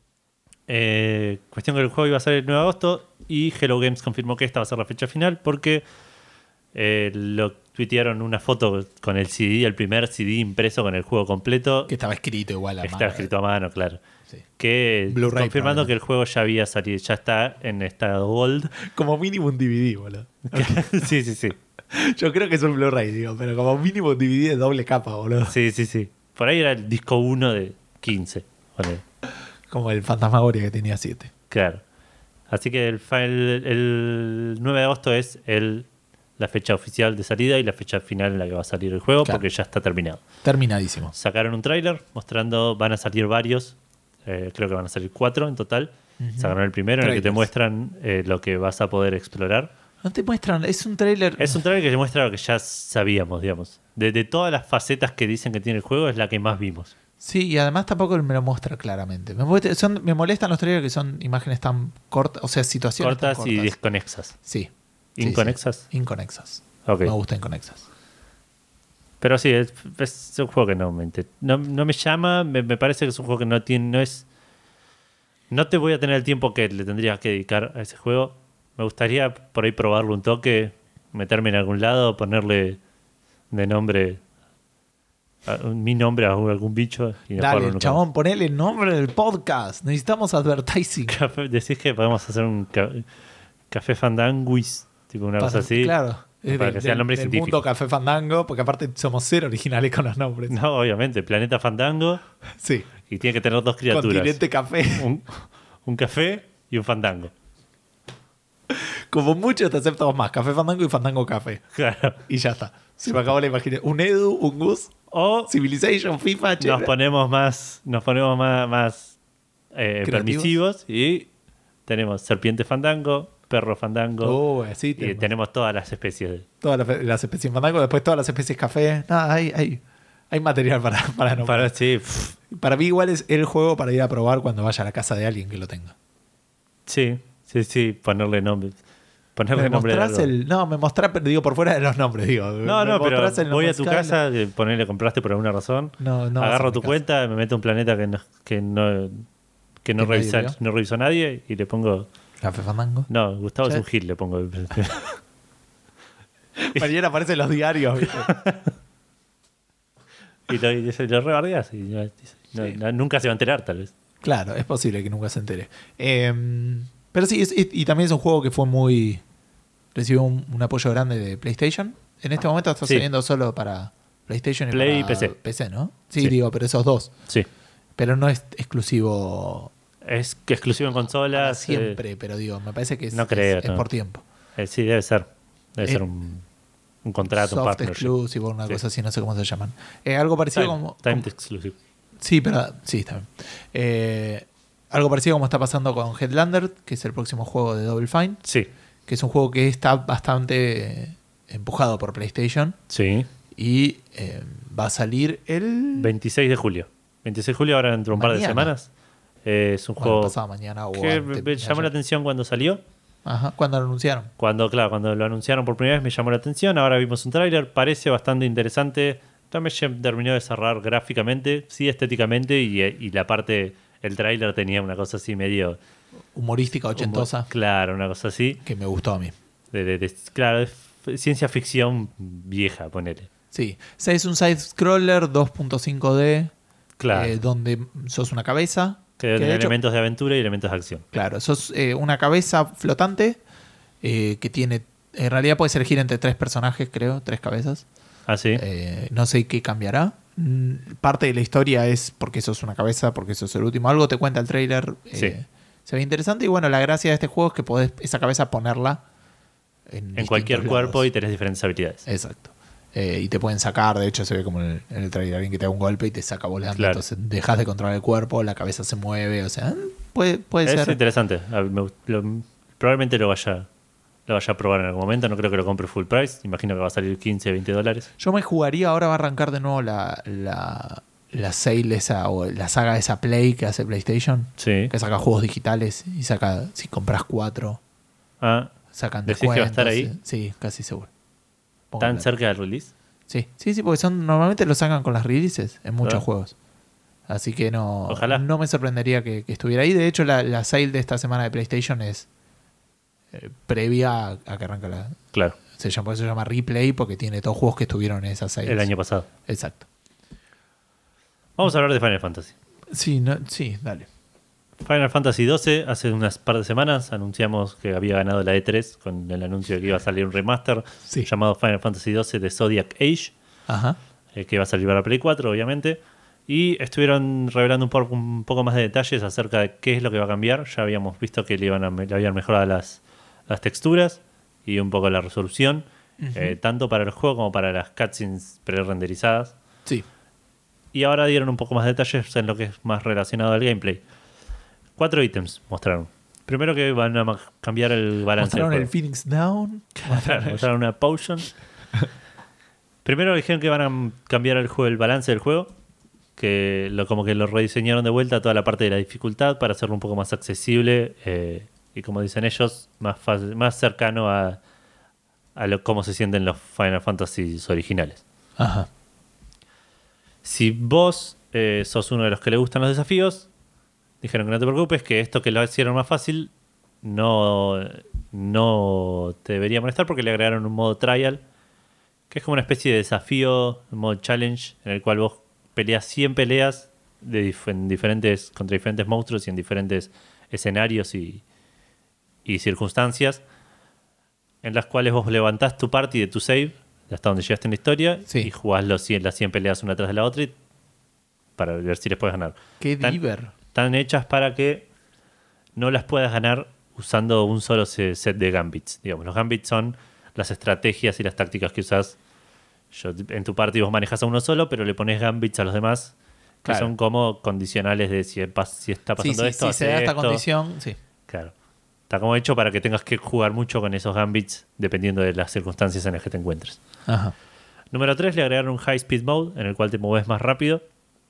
S2: Eh, cuestión que el juego iba a salir el nueve de agosto y Hello Games confirmó que esta va a ser la fecha final porque eh, lo tuitearon una foto con el C D, el primer C D impreso con el juego completo.
S1: Que estaba escrito igual a
S2: Está
S1: mano.
S2: escrito a mano, claro.
S1: Sí.
S2: Que
S1: Blu-ray,
S2: confirmando
S1: probablemente.
S2: que el juego ya había salido, ya está en estado gold.
S1: Como mínimo un D V D, boludo.
S2: sí, sí, sí.
S1: Yo creo que es un Blu-ray, digo, pero como mínimo un D V D de doble capa, boludo.
S2: Sí, sí, sí. Por ahí era el disco uno de quince. Ponele.
S1: Como el Fantasmagoria que tenía siete.
S2: Claro. Así que el, fa- el, el nueve de agosto es el, la fecha oficial de salida y la fecha final en la que va a salir el juego,
S1: Claro.
S2: porque ya está terminado.
S1: Terminadísimo.
S2: Sacaron un tráiler mostrando, van a salir varios, eh, creo que van a salir cuatro en total.
S1: Ujú.
S2: Sacaron el primero en el que te
S1: Trailers.
S2: muestran eh, lo que vas a poder explorar.
S1: No te muestran, es un trailer.
S2: Es un tráiler que te muestra lo que ya sabíamos, digamos. De, de todas las facetas que dicen que tiene el juego, es la que más vimos.
S1: Sí, y además tampoco me lo muestra claramente. Me, muestra- son- me molestan los trailers que son imágenes tan cortas, o sea, situaciones tan
S2: Cortas y
S1: cortas.
S2: desconexas.
S1: Sí. Sí,
S2: ¿Inconexas?
S1: sí. Inconexas.
S2: Ok.
S1: Me gusta inconexas.
S2: Pero sí, es, es un juego que no me, inte- no, no me llama. Me, me parece que es un juego que no tiene. No es. No te voy a tener el tiempo que le tendrías que dedicar a ese juego. Me gustaría por ahí probarlo un toque, meterme en algún lado, ponerle de nombre. a- mi nombre a algún bicho y no jugarlo
S1: Dale,
S2: nunca
S1: chabón, ponele el nombre del podcast. Necesitamos advertising.
S2: más. Café- decís que podemos hacer un ca- café fandanguis, tipo una cosa
S1: Para-
S2: así.
S1: Claro. Es
S2: Para
S1: del-
S2: que sea el nombre
S1: del
S2: científico.
S1: mundo Café Fandango, porque aparte somos cero originales con los nombres.
S2: No, obviamente, Planeta Fandango
S1: Sí.
S2: y tiene que tener dos criaturas.
S1: Continente Café.
S2: Un, un café y un fandango.
S1: Como mucho te aceptamos más. Café Fandango y Fandango Café.
S2: Claro.
S1: Y ya está. Se me acabó la imaginación. Un Edu, un Gus,
S2: O
S1: Civilization, FIFA, che.
S2: nos ponemos más, nos ponemos más, más eh,
S1: ¿Creativos?
S2: permisivos y tenemos serpiente fandango, perro fandango
S1: Oh, así
S2: y
S1: tenemos
S2: tenemos todas las especies. de-
S1: todas las, las especies Fandango, después todas las especies café. Nada, hay, hay, hay material para, para no.
S2: Para, sí, pff,
S1: Para mí igual es el juego para ir a probar cuando vaya a la casa de alguien que lo tenga.
S2: sí, sí, sí, ponerle nombre. Ponerle
S1: ¿Me
S2: nombre de
S1: mostrás
S2: algo.
S1: el...? No, me mostrás, pero digo por fuera de los nombres, digo.
S2: No,
S1: ¿Me
S2: no, pero
S1: mostrás el No
S2: voy a
S1: Man's
S2: tu
S1: Sky?
S2: casa, eh, ponele, compraste por alguna razón.
S1: No, no vas a
S2: agarro
S1: mi
S2: tu
S1: casa.
S2: cuenta, me meto un planeta que no, que no, que no,
S1: ¿Que nadie
S2: revisa,
S1: vio?
S2: no revisó nadie y le pongo.
S1: Café Fandango.
S2: No, Gustavo
S1: Ya.
S2: es un gil, le pongo.
S1: Mañana aparecen los diarios, ¿viste?
S2: y lo, y se- lo rebardeas y no- no-
S1: Sí.
S2: no- nunca se va a enterar, tal vez.
S1: Claro, es posible que nunca se entere. Eh, pero sí, es- y, y también es un juego que fue muy... Recibió un, un apoyo grande de PlayStation. En este momento está
S2: Sí.
S1: saliendo solo para PlayStation y
S2: Play y
S1: para
S2: P C.
S1: ¿no? Sí,
S2: Sí.
S1: digo, pero esos dos.
S2: Sí.
S1: Pero no es exclusivo
S2: Es que exclusivo en
S1: para
S2: consolas. eh,
S1: siempre, pero digo, me parece que es,
S2: no creo,
S1: es- es
S2: no.
S1: por tiempo.
S2: eh, sí, debe ser. Debe
S1: Eh,
S2: ser un. un contrato, un
S1: Soft
S2: partnership.
S1: exclusive o una
S2: Sí.
S1: cosa así, no sé cómo se llaman. Eh, algo parecido
S2: Time,
S1: como...
S2: time
S1: como-
S2: exclusive.
S1: Sí, pero sí, está bien. Eh, algo parecido como está pasando con Headlander, que es el próximo juego de Double Fine,
S2: Sí,
S1: que es un juego que está bastante empujado por PlayStation
S2: sí.
S1: y eh, va a salir el...
S2: veintiséis de julio. veintiséis de julio, ahora dentro de un par de
S1: Mañana.
S2: semanas. Eh, es un
S1: bueno,
S2: juego
S1: pasado mañana o
S2: que
S1: antes,
S2: me llamó la
S1: ayer.
S2: atención cuando salió.
S1: Ajá, cuando lo anunciaron.
S2: Cuando, claro, cuando lo anunciaron por primera vez me llamó la atención. Ahora vimos un tráiler, parece bastante interesante. También ya terminó de cerrar gráficamente, sí, estéticamente, y, y la parte, el tráiler tenía una cosa así medio...
S1: Humorística, ochentosa,
S2: Claro, una cosa así.
S1: que me gustó a mí.
S2: De, de- de- claro, es f- ciencia ficción vieja, ponele.
S1: Sí, O sea, es un side-scroller dos punto cinco D,
S2: Claro.
S1: eh, donde sos una cabeza.
S2: que
S1: que
S2: tiene
S1: de hecho-
S2: elementos de aventura y elementos de acción.
S1: Claro, sos eh, una cabeza flotante eh, que tiene... En realidad puedes elegir entre tres personajes, creo, tres cabezas.
S2: Ah, sí.
S1: Eh, no sé qué cambiará. Mm, Parte de la historia es porque sos una cabeza, porque sos el último. Algo te cuenta el trailer. eh,
S2: Sí.
S1: Se ve interesante. Y bueno, la gracia de este juego es que podés esa cabeza ponerla en,
S2: En cualquier
S1: distintos
S2: cuerpo
S1: lados.
S2: y tenés diferentes habilidades.
S1: Exacto. Eh, y te pueden sacar, de hecho se ve como en el, en el trailer, alguien que te da un golpe y te saca volando.
S2: Claro.
S1: Entonces dejas de controlar el cuerpo, la cabeza se mueve. O sea, puede, puede
S2: Es
S1: ser.
S2: interesante. A- me gust- lo- probablemente lo vaya, lo vaya a probar en algún momento. No creo que lo compre full price. Imagino que va a salir quince, veinte dólares.
S1: Yo me jugaría, ahora va a arrancar de nuevo la, la, la sale esa, o la saga esa Play que hace PlayStation.
S2: Sí.
S1: Que saca juegos digitales y saca, si compras cuatro,
S2: Ah,
S1: sacan
S2: ¿Decís que va a
S1: descuentos.
S2: estar ahí?
S1: Sí, casi seguro. Pongo
S2: ¿tan
S1: plata.
S2: cerca del release?
S1: Sí, sí, sí, porque son, normalmente lo sacan con las releases en muchos
S2: Ah.
S1: juegos. Así que no,
S2: Ojalá.
S1: no me sorprendería que, que estuviera ahí. De hecho, la, la sale de esta semana de PlayStation es eh, previa a, a que arranque la...
S2: Claro.
S1: Se llama, por eso se llama Replay, porque tiene todos juegos que estuvieron en esa sale.
S2: El año pasado.
S1: Exacto.
S2: Vamos a hablar de Final Fantasy.
S1: Sí, no, sí, dale.
S2: Final Fantasy doce, hace unas par de semanas anunciamos que había ganado la E tres con el anuncio de que iba a salir un remaster
S1: Sí.
S2: llamado Final Fantasy doce de Zodiac Age,
S1: Ajá.
S2: eh, que iba a salir para Play cuatro, obviamente. Y estuvieron revelando un, por- un poco más de detalles acerca de qué es lo que va a cambiar. Ya habíamos visto que le, iban a, le habían mejorado las, las texturas y un poco la resolución, eh, tanto para el juego como para las cutscenes pre-renderizadas.
S1: Sí.
S2: Y ahora dieron un poco más de detalles en lo que es más relacionado al gameplay. Cuatro ítems mostraron. Primero que van a ma- cambiar el balance del
S1: Mostraron el
S2: juego.
S1: Phoenix Down. Mostraron-
S2: Mostraron una potion. Primero dijeron que van a cambiar el juego, el balance del juego. Que lo, como que lo rediseñaron de vuelta toda la parte de la dificultad para hacerlo un poco más accesible. eh, y como dicen ellos, más, fácil- más cercano a, a lo, cómo se sienten los Final Fantasy originales.
S1: Ajá.
S2: Si vos eh, sos uno de los que le gustan los desafíos, dijeron que no te preocupes, que esto que lo hicieron más fácil no, no te debería molestar porque le agregaron un modo trial, que es como una especie de desafío, un modo challenge, en el cual vos peleas cien peleas de dif- en diferentes, contra diferentes monstruos y en diferentes escenarios y, y circunstancias, en las cuales vos levantás tu party de tu save, hasta donde llegaste en la historia,
S1: Sí.
S2: y jugás los cien, las cien peleas una tras de la otra y- para ver si les puedes ganar.
S1: Qué
S2: Tan-
S1: diver.
S2: Están hechas para que no las puedas ganar usando un solo se- set de gambits. Digamos, los gambits son las estrategias y las tácticas que usas. Yo, en tu party vos manejas a uno solo, pero le pones gambits a los demás, que
S1: Claro.
S2: son como condicionales de si, pas- si está
S1: Sí,
S2: pasando
S1: sí,
S2: esto,
S1: si
S2: hace
S1: se da esta
S2: esto.
S1: condición, sí.
S2: Claro. Está como hecho para que tengas que jugar mucho con esos gambits dependiendo de las circunstancias en las que te encuentres.
S1: Ajá.
S2: Número tres, le agregaron un High Speed Mode en el cual te mueves más rápido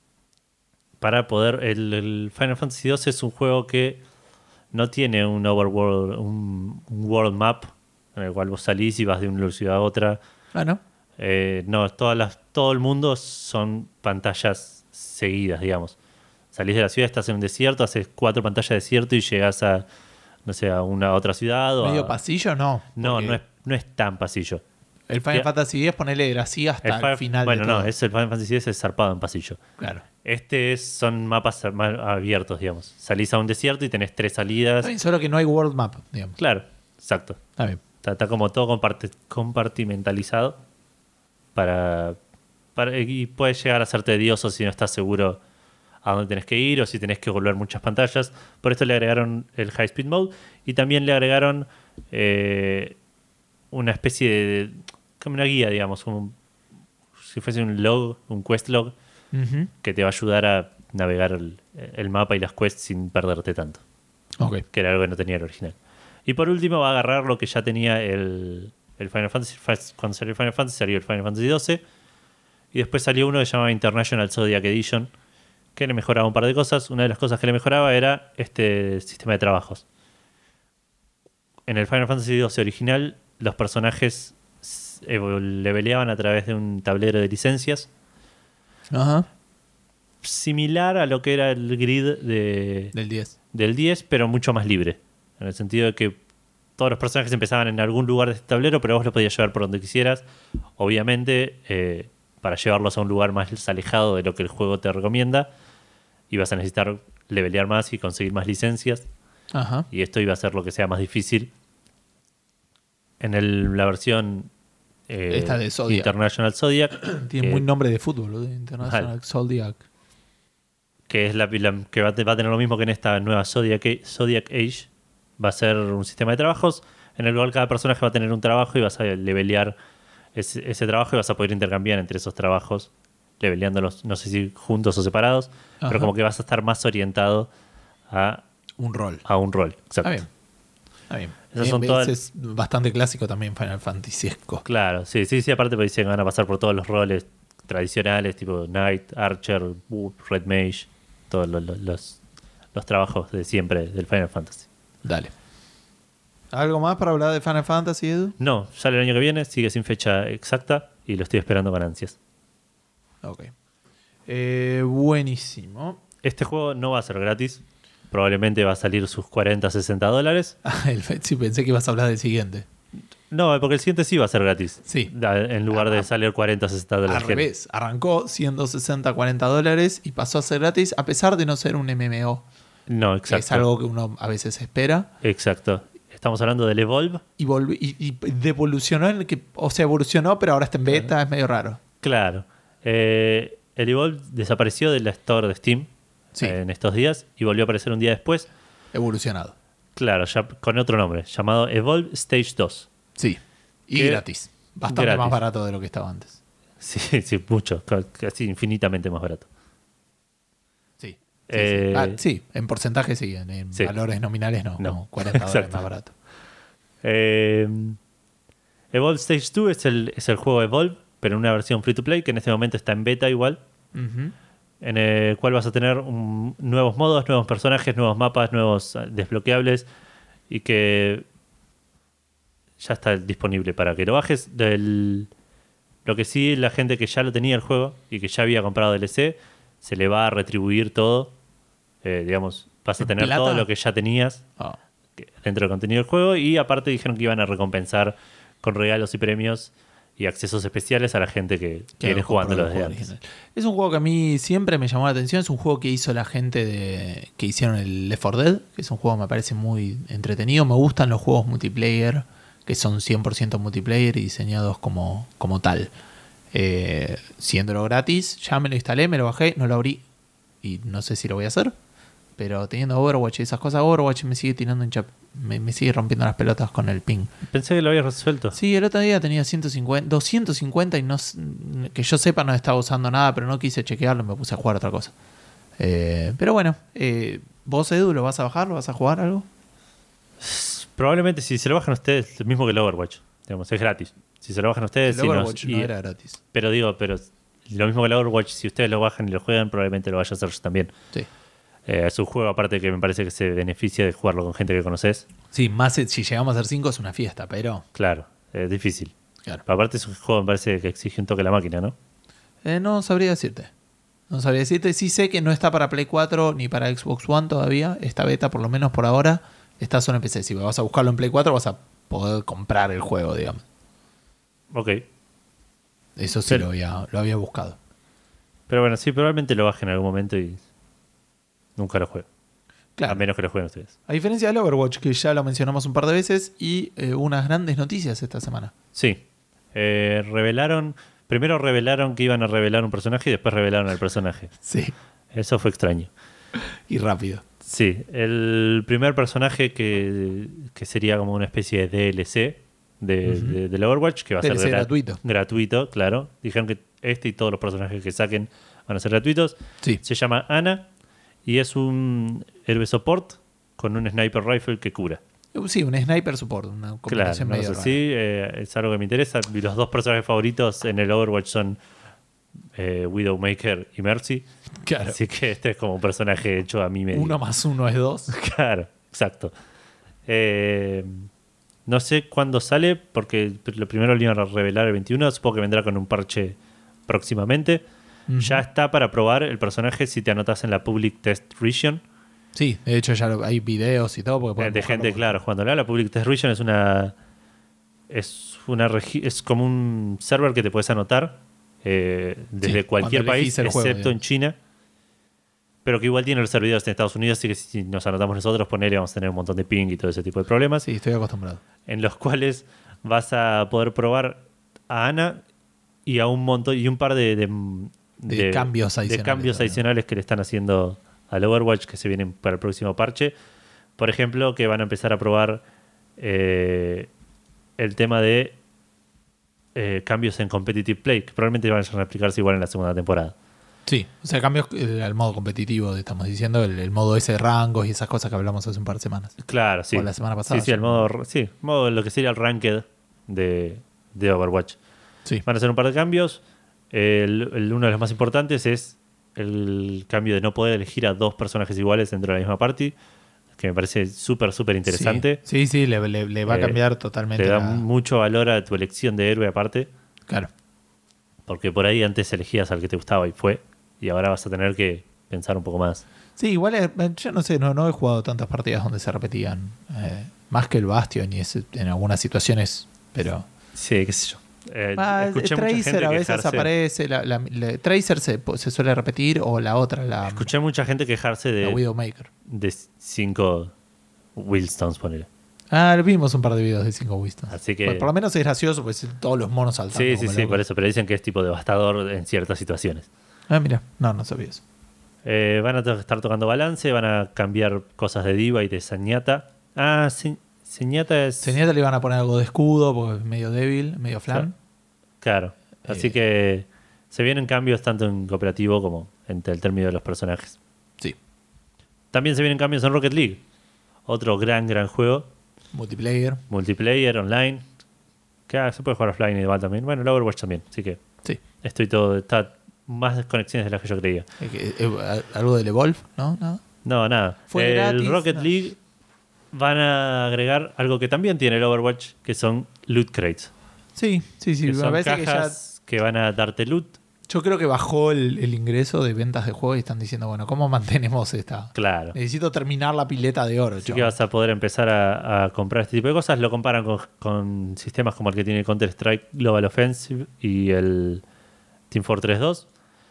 S2: para poder... El, el Final Fantasy doce es un juego que no tiene un overworld, un, un world map en el cual vos salís y vas de una ciudad a otra.
S1: Bueno,
S2: Eh, no, todas las, todo el mundo son pantallas seguidas, digamos. Salís de la ciudad, estás en un desierto, haces cuatro pantallas de desierto y llegas a, no sé, a una otra ciudad. O
S1: medio
S2: a-
S1: pasillo, no.
S2: No,
S1: porque
S2: no es, no es tan pasillo.
S1: El Final
S2: Ya-
S1: Fantasy diez, ponele era así hasta
S2: El
S1: el,
S2: Final-
S1: final.
S2: bueno,
S1: de
S2: no,
S1: todo.
S2: es el Final Fantasy diez es zarpado en pasillo.
S1: Claro.
S2: Este es, son mapas más abiertos, digamos. Salís a un desierto y tenés tres salidas.
S1: Está bien, solo que no hay world map, digamos.
S2: Claro, exacto.
S1: Está bien.
S2: Está, está como todo comparte- compartimentalizado para, para y puede llegar a ser tedioso si no estás seguro a dónde tenés que ir o si tenés que volver muchas pantallas. Por esto le agregaron el High Speed Mode y también le agregaron eh, una especie de... como una guía, digamos, como si fuese un log, un quest log,
S1: Uh-huh.
S2: que te va a ayudar a navegar el, el mapa y las quests sin perderte tanto.
S1: Ok.
S2: Que era algo que no tenía el original. Y por último va a agarrar lo que ya tenía el, el Final Fantasy. Cuando salió el Final Fantasy salió el Final Fantasy doce. Y después salió uno que se llamaba International Zodiac Edition, que le mejoraba un par de cosas. Una de las cosas que le mejoraba era este sistema de trabajos. En el Final Fantasy doce original, los personajes leveleaban a través de un tablero de licencias.
S1: Ajá.
S2: Similar a lo que era el grid de,
S1: Del diez.
S2: del diez, pero mucho más libre. En el sentido de que todos los personajes empezaban en algún lugar de este tablero, pero vos los podías llevar por donde quisieras. Obviamente, eh, para llevarlos a un lugar más alejado de lo que el juego te recomienda, ibas a necesitar levelear más y conseguir más licencias.
S1: Ajá.
S2: Y esto iba a ser lo que sea más difícil. En el- la versión eh,
S1: Esta de Zodiac.
S2: International Zodiac,
S1: Tiene
S2: que-
S1: muy nombre de fútbol, ¿no? International
S2: Mal.
S1: Zodiac.
S2: que es la, la- que va, a te- va a tener lo mismo que en esta nueva Zodiac, Zodiac Age. Va a ser un sistema de trabajos en el cual cada personaje va a tener un trabajo y vas a levelear ese, ese trabajo y vas a poder intercambiar entre esos trabajos, leveleándolos, no sé si juntos o separados,
S1: Ajá.
S2: pero como que vas a estar más orientado a,
S1: Un rol.
S2: a un rol.
S1: Está
S2: Exacto.
S1: bien. Está bien.
S2: Esas
S1: Eh,
S2: son
S1: ves,
S2: todas-
S1: Es bastante clásico también Final Fantasyesco.
S2: Claro, sí, sí, sí, aparte pues dicen que van a pasar por todos los roles tradicionales, tipo Knight, Archer, Red Mage, todos los, los, los, los trabajos de siempre del Final Fantasy.
S1: Dale. ¿Algo más para hablar de Final Fantasy, Edu?
S2: No, sale el año que viene, sigue sin fecha exacta y lo estoy esperando con ansias.
S1: Ok. Eh, buenísimo.
S2: Este juego no va a ser gratis, probablemente va a salir sus cuarenta, sesenta dólares.
S1: Ah, el fe- sí, pensé que ibas a hablar del siguiente.
S2: No, porque el siguiente sí va a ser gratis.
S1: Sí.
S2: Da- En lugar de salir cuarenta, sesenta dólares.
S1: Al revés. Arrancó ciento sesenta, cuarenta dólares y pasó a ser gratis a pesar de no ser un M M O.
S2: No,
S1: Que
S2: exacto.
S1: es algo que uno a veces espera.
S2: Exacto. Estamos hablando del Evolve.
S1: Y, volvi- y, y devolucionó, en el que, o sea, evolucionó, pero ahora está en beta, es medio raro.
S2: Claro. Eh, el Evolve desapareció de la store de Steam
S1: Sí.
S2: eh, en estos días y volvió a aparecer un día después.
S1: Evolucionado.
S2: Claro, ya con otro nombre, llamado Evolve Stage dos.
S1: Sí. Y
S2: Que-
S1: gratis. Bastante
S2: gratis.
S1: más barato de lo que estaba antes.
S2: Sí, sí, mucho, ca- casi infinitamente más barato.
S1: Sí. Sí,
S2: Eh,
S1: sí. Ah, sí, en porcentaje sí, en, en
S2: sí.
S1: valores nominales no,
S2: No.
S1: como cuarenta dólares
S2: Exacto.
S1: más barato.
S2: Eh, Evolve Stage dos es el, es el juego Evolve, pero en una versión free to play que en este momento está en beta igual,
S1: Ujú.
S2: en el cual vas a tener un- nuevos modos, nuevos personajes, nuevos mapas, nuevos eh, desbloqueables y que ya está disponible para que lo bajes. Del, lo que sí, la gente que ya lo tenía el juego y que ya había comprado D L C, se le va a retribuir todo. Eh, digamos, vas a
S1: ¿En
S2: tener
S1: plata?
S2: todo lo que ya tenías
S1: Ah,
S2: que- dentro del contenido del juego y aparte dijeron que iban a recompensar con regalos y premios y accesos especiales a la gente que,
S1: que
S2: viene
S1: compró
S2: jugándolo
S1: el
S2: desde
S1: juego
S2: antes.
S1: original. Es un juego que a mí siempre me llamó la atención. Es un juego que hizo la gente de, que hicieron el Left four Dead, que es un juego que me parece muy entretenido. Me gustan los juegos multiplayer, que son cien por ciento multiplayer y diseñados como, como tal. Eh, siéndolo gratis, ya me lo instalé, me lo bajé, no lo abrí y no sé si lo voy a hacer. Pero teniendo Overwatch y esas cosas, Overwatch me sigue tirando en chap, me, me sigue rompiendo las pelotas con el ping.
S2: Pensé que lo habías resuelto.
S1: Sí, el otro día tenía ciento cincuenta, doscientos cincuenta y no, s- que yo sepa no estaba usando nada, pero no quise chequearlo, me puse a jugar otra cosa. Eh, pero bueno, eh, ¿vos, Edu, lo vas a bajar? ¿Lo vas a jugar algo?
S2: Probablemente si se lo bajan ustedes, lo mismo que el Overwatch. Digamos, es gratis. Si se lo bajan ustedes,
S1: El
S2: si no-
S1: Overwatch no
S2: y-
S1: era gratis.
S2: pero digo, pero lo mismo que el Overwatch, si ustedes lo bajan y lo juegan, probablemente lo vaya a hacer yo también.
S1: Sí.
S2: Eh, es un juego aparte que me parece que se beneficia de jugarlo con gente que conoces.
S1: Sí, más si si llegamos a ser cinco es una fiesta, pero...
S2: Claro, es difícil.
S1: Claro.
S2: Pero aparte es un juego, me parece que exige un toque la máquina, ¿no?
S1: Eh, no sabría decirte. No sabría decirte. Sí sé que no está para Play cuatro ni para Xbox One todavía. Esta beta, por lo menos por ahora, está solo en P C. Si vas a buscarlo en Play cuatro vas a poder comprar el juego, digamos.
S2: Ok.
S1: Eso sí
S2: Pero-
S1: lo había, lo había buscado.
S2: Pero bueno, sí, probablemente lo bajen en algún momento y nunca lo juego.
S1: Claro.
S2: A menos que lo jueguen ustedes.
S1: A diferencia del Overwatch, que ya lo mencionamos un par de veces, y eh, unas grandes noticias esta semana.
S2: Sí. Eh, revelaron. Primero revelaron que iban a revelar un personaje y después revelaron el personaje.
S1: Sí.
S2: Eso fue extraño.
S1: Y rápido.
S2: Sí, el primer personaje que, que sería como una especie de D L C de,
S1: Ujú.
S2: de- del Overwatch, que va a
S1: D L
S2: ser
S1: C
S2: gra-
S1: gratuito.
S2: gratuito, claro. Dijeron que este y todos los personajes que saquen van a ser gratuitos.
S1: Sí.
S2: Se llama Ana y es un héroe support con un sniper rifle que cura.
S1: Uh, Sí, un sniper support, una
S2: Claro,
S1: combinación
S2: no
S1: medio
S2: sé
S1: rara.
S2: si eh, es algo que me interesa. Y los dos personajes favoritos en el Overwatch son eh, Widowmaker y Mercy.
S1: Claro.
S2: Así que este es como un personaje hecho a mí medio.
S1: Uno más uno es dos.
S2: Claro, exacto. Eh, no sé cuándo sale, porque lo primero lo iban a revelar el veintiuno. Supongo que vendrá con un parche próximamente.
S1: Ujú.
S2: Ya está para probar el personaje si te anotas en la Public Test Region.
S1: Sí, de hecho ya lo- hay videos y todo. Porque
S2: Eh,
S1: pueden
S2: de
S1: buscarlo
S2: gente,
S1: por-
S2: claro, jugándola. La Public Test Region es una. Es una regi- es como un server que te puedes anotar eh, desde
S1: Sí,
S2: cualquier
S1: cuando elegís
S2: país,
S1: el juego,
S2: excepto en
S1: digamos.
S2: China. Pero que igual tiene los servidores en Estados Unidos, así que si nos anotamos nosotros, ponele, vamos a tener un montón de ping y todo ese tipo de problemas.
S1: Sí, estoy acostumbrado.
S2: En los cuales vas a poder probar a Ana y a un montón y un par de, de,
S1: De cambios
S2: de
S1: adicionales
S2: cambios
S1: también.
S2: adicionales que le están haciendo al Overwatch que se vienen para el próximo parche. Por ejemplo, que van a empezar a probar eh, el tema de eh, cambios en competitive play, que probablemente van a aplicarse igual en la segunda temporada.
S1: Sí, o sea, cambios eh, al modo competitivo, estamos diciendo, el, el modo ese de rangos y esas cosas que hablamos hace un par de semanas.
S2: Claro, sí.
S1: O la semana pasada.
S2: Sí, sí, el modo, sí, modo lo que sería el ranked de, de Overwatch.
S1: Sí.
S2: Van a hacer un par de cambios. El, el- uno de los más importantes es el cambio de no poder elegir a dos personajes iguales dentro de la misma party, que me parece súper, súper interesante.
S1: Sí, sí, sí, le, le- le va a
S2: Eh,
S1: cambiar totalmente.
S2: Te da
S1: la-
S2: mucho valor a tu elección de héroe aparte,
S1: Claro.
S2: porque por ahí antes elegías al que te gustaba y fue, y ahora vas a tener que pensar un poco más.
S1: Sí, igual es- yo no sé, no, no he jugado tantas partidas donde se repetían. eh, más que el Bastion y ese- en algunas situaciones, pero.
S2: Sí, qué sé yo. Eh,
S1: Ah,
S2: escuché mucha
S1: Tracer
S2: gente
S1: a veces
S2: quejarse.
S1: aparece. La, la- la- Tracer se, se suele repetir o la otra, la,
S2: Escuché mucha gente quejarse
S1: la
S2: de,
S1: Widowmaker.
S2: de cinco Willstones, ponele.
S1: Ah, vimos un par de videos de cinco Wisdom.
S2: Así que-
S1: Por, por lo menos es gracioso, pues todos los monos saltando.
S2: Sí, sí,
S1: como
S2: sí,
S1: locos.
S2: por eso. Pero dicen que es tipo devastador en ciertas situaciones.
S1: Ah, mira, no, no sabía eso.
S2: Eh, van a to- estar tocando balance, van a cambiar cosas de Diva y de Señata. Ah, Se- Señata es...
S1: Señata le iban a poner algo de escudo porque es medio débil, medio flan.
S2: Claro. Así
S1: Eh.
S2: que se vienen cambios tanto en cooperativo como en el término de los personajes.
S1: Sí.
S2: También se vienen cambios en Rocket League. Otro gran, gran juego.
S1: Multiplayer.
S2: Multiplayer, online. Que ah, se puede jugar offline igual también. Bueno, el Overwatch también. Así que
S1: Sí.
S2: estoy todo... Está más desconexiones de las que yo creía.
S1: Eh, que- eh, algo del Evolve, ¿no? Nada.
S2: No, nada.
S1: Fue
S2: el
S1: gratis,
S2: Rocket
S1: no.
S2: League van a agregar algo que también tiene el Overwatch, que son loot crates.
S1: Sí, sí, sí.
S2: que
S1: Me
S2: son
S1: parece que ya.
S2: cajas que, van a darte loot.
S1: Yo creo que bajó el, el ingreso de ventas de juegos y están diciendo, bueno, ¿cómo mantenemos esta?
S2: Claro.
S1: Necesito terminar la pileta de oro,
S2: Así
S1: chabón.
S2: que vas a poder empezar a, a comprar este tipo de cosas. Lo comparan con, con sistemas como el que tiene Counter-Strike Global Offensive y el Team Fortress dos.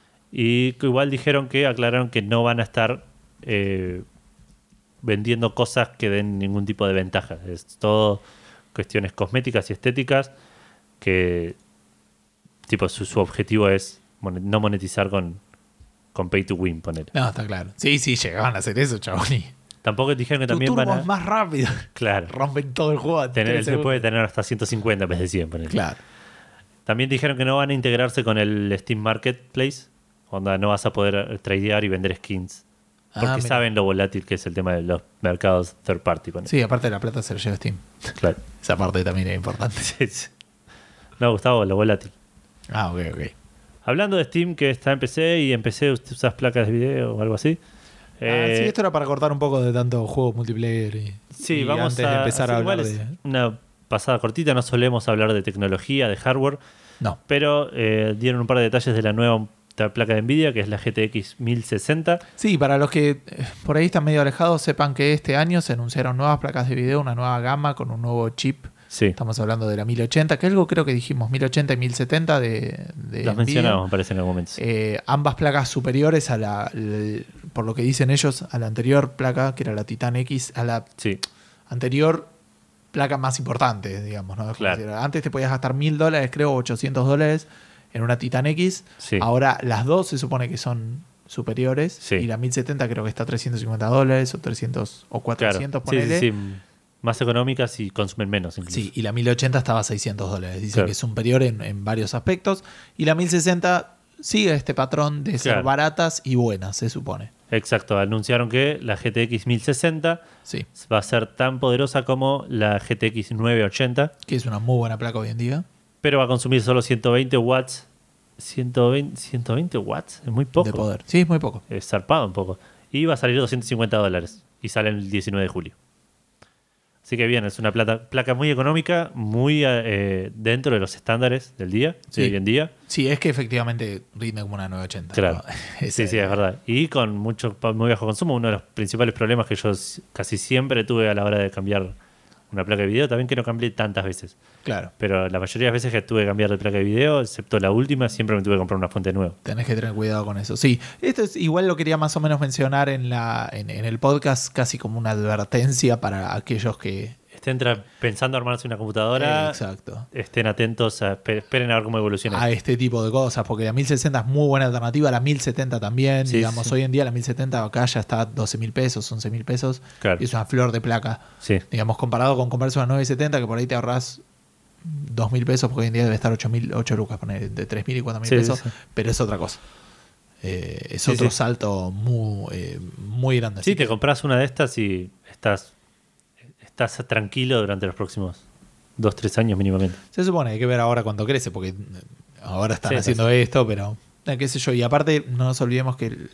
S2: Y que igual dijeron que aclararon que no van a estar eh, vendiendo cosas que den ningún tipo de ventaja. Es todo cuestiones cosméticas y estéticas que tipo su, su objetivo es monet- no monetizar con, con pay to win, poner.
S1: No, está claro. Sí, sí, llegaban a hacer eso, chabón. Y
S2: Tampoco dijeron que
S1: tu
S2: también
S1: turbo
S2: van a...
S1: es más rápido.
S2: Claro.
S1: Rompen todo el juego. a
S2: Tener,
S1: tres
S2: se puede
S1: segundos.
S2: tener hasta ciento cincuenta en vez de cien. ponele.
S1: Claro.
S2: También dijeron que no van a integrarse con el Steam Marketplace, donde no vas a poder tradear y vender skins.
S1: Ah,
S2: Porque
S1: mira.
S2: saben lo volátil que es el tema de los mercados third party. ponele.
S1: Sí, aparte de la plata se la lleva Steam.
S2: Claro.
S1: Esa parte también es importante.
S2: Sí, sí. No, Gustavo, lo volátil.
S1: Ah, ok, ok.
S2: Hablando de Steam, que está en P C y en P C usted usas placas de video o algo así.
S1: Ah,
S2: Eh,
S1: sí, esto era para cortar un poco de tanto juego multiplayer. Y,
S2: sí,
S1: y
S2: vamos
S1: antes
S2: a
S1: de empezar a
S2: hacer
S1: hablar
S2: igual
S1: de.
S2: es una pasada cortita. No solemos hablar de tecnología, de hardware.
S1: No.
S2: Pero eh, dieron un par de detalles de la nueva placa de Nvidia, que es la G T X mil sesenta.
S1: Sí, para los que eh, por ahí están medio alejados, sepan que este año se anunciaron nuevas placas de video, una nueva gama con un nuevo chip.
S2: Sí,
S1: Estamos hablando de la mil ochenta, que algo creo que dijimos, mil ochenta y mil setenta de, de
S2: las
S1: Nvidia.
S2: mencionamos, me parece, en algún momento.
S1: Eh, ambas placas superiores a la, l- por lo que dicen ellos, a la anterior placa, que era la Titan X, a la
S2: Sí,
S1: anterior placa más importante, digamos, ¿no? Es como
S2: Claro.
S1: decir, antes te podías gastar mil dólares, creo, ochocientos dólares en una Titan X.
S2: sí.
S1: Ahora las dos se supone que son superiores.
S2: Sí.
S1: Y la mil setenta creo que está a trescientos cincuenta dólares o trescientos o
S2: claro.
S1: cuatrocientos,
S2: Sí,
S1: ponele.
S2: sí, sí. más económicas y consumen menos incluso.
S1: Sí, y la mil ochenta estaba a seiscientos dólares. Dicen
S2: Claro.
S1: que es superior en, en varios aspectos. Y la mil sesenta sigue este patrón de ser
S2: Claro.
S1: baratas y buenas, se supone.
S2: Exacto, anunciaron que la G T X mil sesenta
S1: Sí,
S2: va a ser tan poderosa como la G T X novecientos ochenta,
S1: que es una muy buena placa hoy en día.
S2: pero va a consumir solo ciento veinte watts. ciento veinte, ciento veinte watts, es muy poco.
S1: De poder. Sí, es muy poco.
S2: Es zarpado un poco. Y va a salir doscientos cincuenta dólares. Y sale el diecinueve de julio. Así que bien, es una plata, placa muy económica, muy eh, dentro de los estándares del día,
S1: Sí.
S2: de hoy en día.
S1: Sí, es que efectivamente rinde como una novecientos ochenta.
S2: Claro.
S1: ¿no?
S2: Sí,
S1: Ese-
S2: sí, es verdad. Y con mucho, muy bajo consumo, uno de los principales problemas que yo s- casi siempre tuve a la hora de cambiar una placa de video, también que no cambié tantas veces.
S1: Claro.
S2: Pero la mayoría de las veces que tuve que cambiar de placa de video, excepto la última, siempre me tuve que comprar una fuente nueva.
S1: Tenés que tener cuidado con eso. Sí, esto es igual lo quería más o menos mencionar en, la, en, en el podcast, casi como una advertencia para aquellos que...
S2: Estén tra- pensando armarse una computadora,
S1: Eh, exacto.
S2: estén atentos, a, espe- esperen a ver cómo evoluciona.
S1: A este tipo de cosas, porque la mil sesenta es muy buena alternativa, la mil setenta también,
S2: Sí,
S1: digamos,
S2: sí.
S1: hoy en día la mil setenta acá ya está a doce mil pesos, once mil pesos,
S2: Claro.
S1: y es una flor de placa,
S2: Sí.
S1: digamos, comparado con comprarse una novecientos setenta, que por ahí te ahorras dos mil pesos, porque hoy en día debe estar ocho mil, ocho lucas, poner de tres mil y cuatro mil
S2: Sí,
S1: pesos,
S2: sí.
S1: pero es otra cosa. Eh, es
S2: Sí,
S1: otro
S2: sí.
S1: salto muy, eh, muy grande.
S2: Sí,
S1: Así
S2: te
S1: que-
S2: compras una de estas y estás, estás tranquilo durante los próximos dos, tres años mínimamente.
S1: Se supone, hay que ver ahora cuánto crece, porque ahora están
S2: Sí,
S1: haciendo esto, pero eh, qué sé yo. Y aparte, no nos olvidemos que el-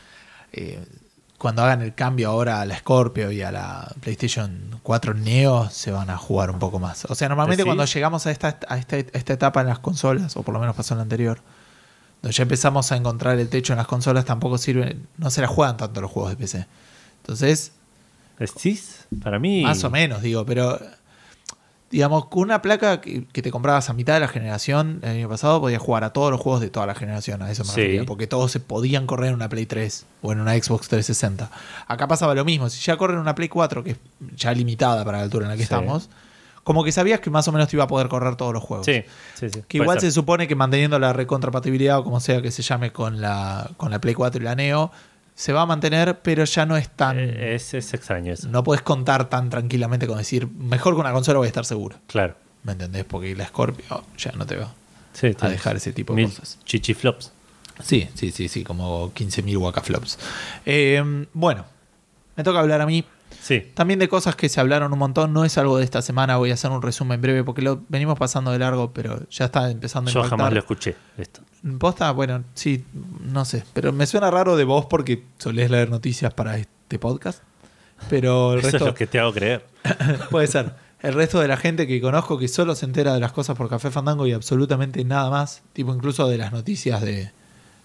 S1: eh, cuando hagan el cambio ahora a la Scorpio y a la PlayStation cuatro Neo, se van a jugar un poco más. O sea, normalmente
S2: ¿Sí?
S1: cuando llegamos a esta, a, esta, a esta etapa en las consolas, o por lo menos pasó en la anterior, donde ya empezamos a encontrar el techo en las consolas, tampoco sirve, no se la juegan tanto los juegos de P C. Entonces,
S2: ¿Sí? Para mí...
S1: más o menos, digo, pero digamos, con una placa que, que te comprabas a mitad de la generación, el año pasado podías jugar a todos los juegos de toda la generación, a eso me
S2: Sí.
S1: refería, porque todos se podían correr en una Play tres o en una Xbox trescientos sesenta. Acá pasaba lo mismo, si ya corren en una Play cuatro, que es ya limitada para la altura en la que
S2: Sí.
S1: estamos, como que sabías que más o menos te iba a poder correr todos los juegos.
S2: Sí, sí, sí.
S1: Que
S2: Puede
S1: igual
S2: ser.
S1: se supone que manteniendo la recontrapatibilidad o como sea que se llame con la, con la Play cuatro y la Neo, se va a mantener, pero ya no es tan...
S2: Eh, es, es extraño eso.
S1: No puedes contar tan tranquilamente con decir, mejor que una consola voy a estar seguro.
S2: Claro.
S1: ¿Me entendés? Porque la Scorpio ya no te va
S2: Sí,
S1: a
S2: sí.
S1: dejar ese tipo de
S2: Mil
S1: cosas.
S2: chichiflops.
S1: Sí, sí, sí, sí, como quince mil wakaflops. Eh, bueno, me toca hablar a mí.
S2: Sí.
S1: También de cosas que se hablaron un montón. No es algo de esta semana, voy a hacer un resumen breve porque lo venimos pasando de largo, pero ya está empezando a
S2: Yo
S1: impactar.
S2: jamás lo escuché, esto.
S1: ¿Posta? Bueno, sí, no sé. Pero me suena raro de vos porque solés leer noticias para este podcast. Pero el
S2: Eso
S1: resto
S2: es lo que te hago creer.
S1: puede ser. El resto de la gente que conozco que solo se entera de las cosas por Café Fandango y absolutamente nada más, tipo incluso de las noticias de,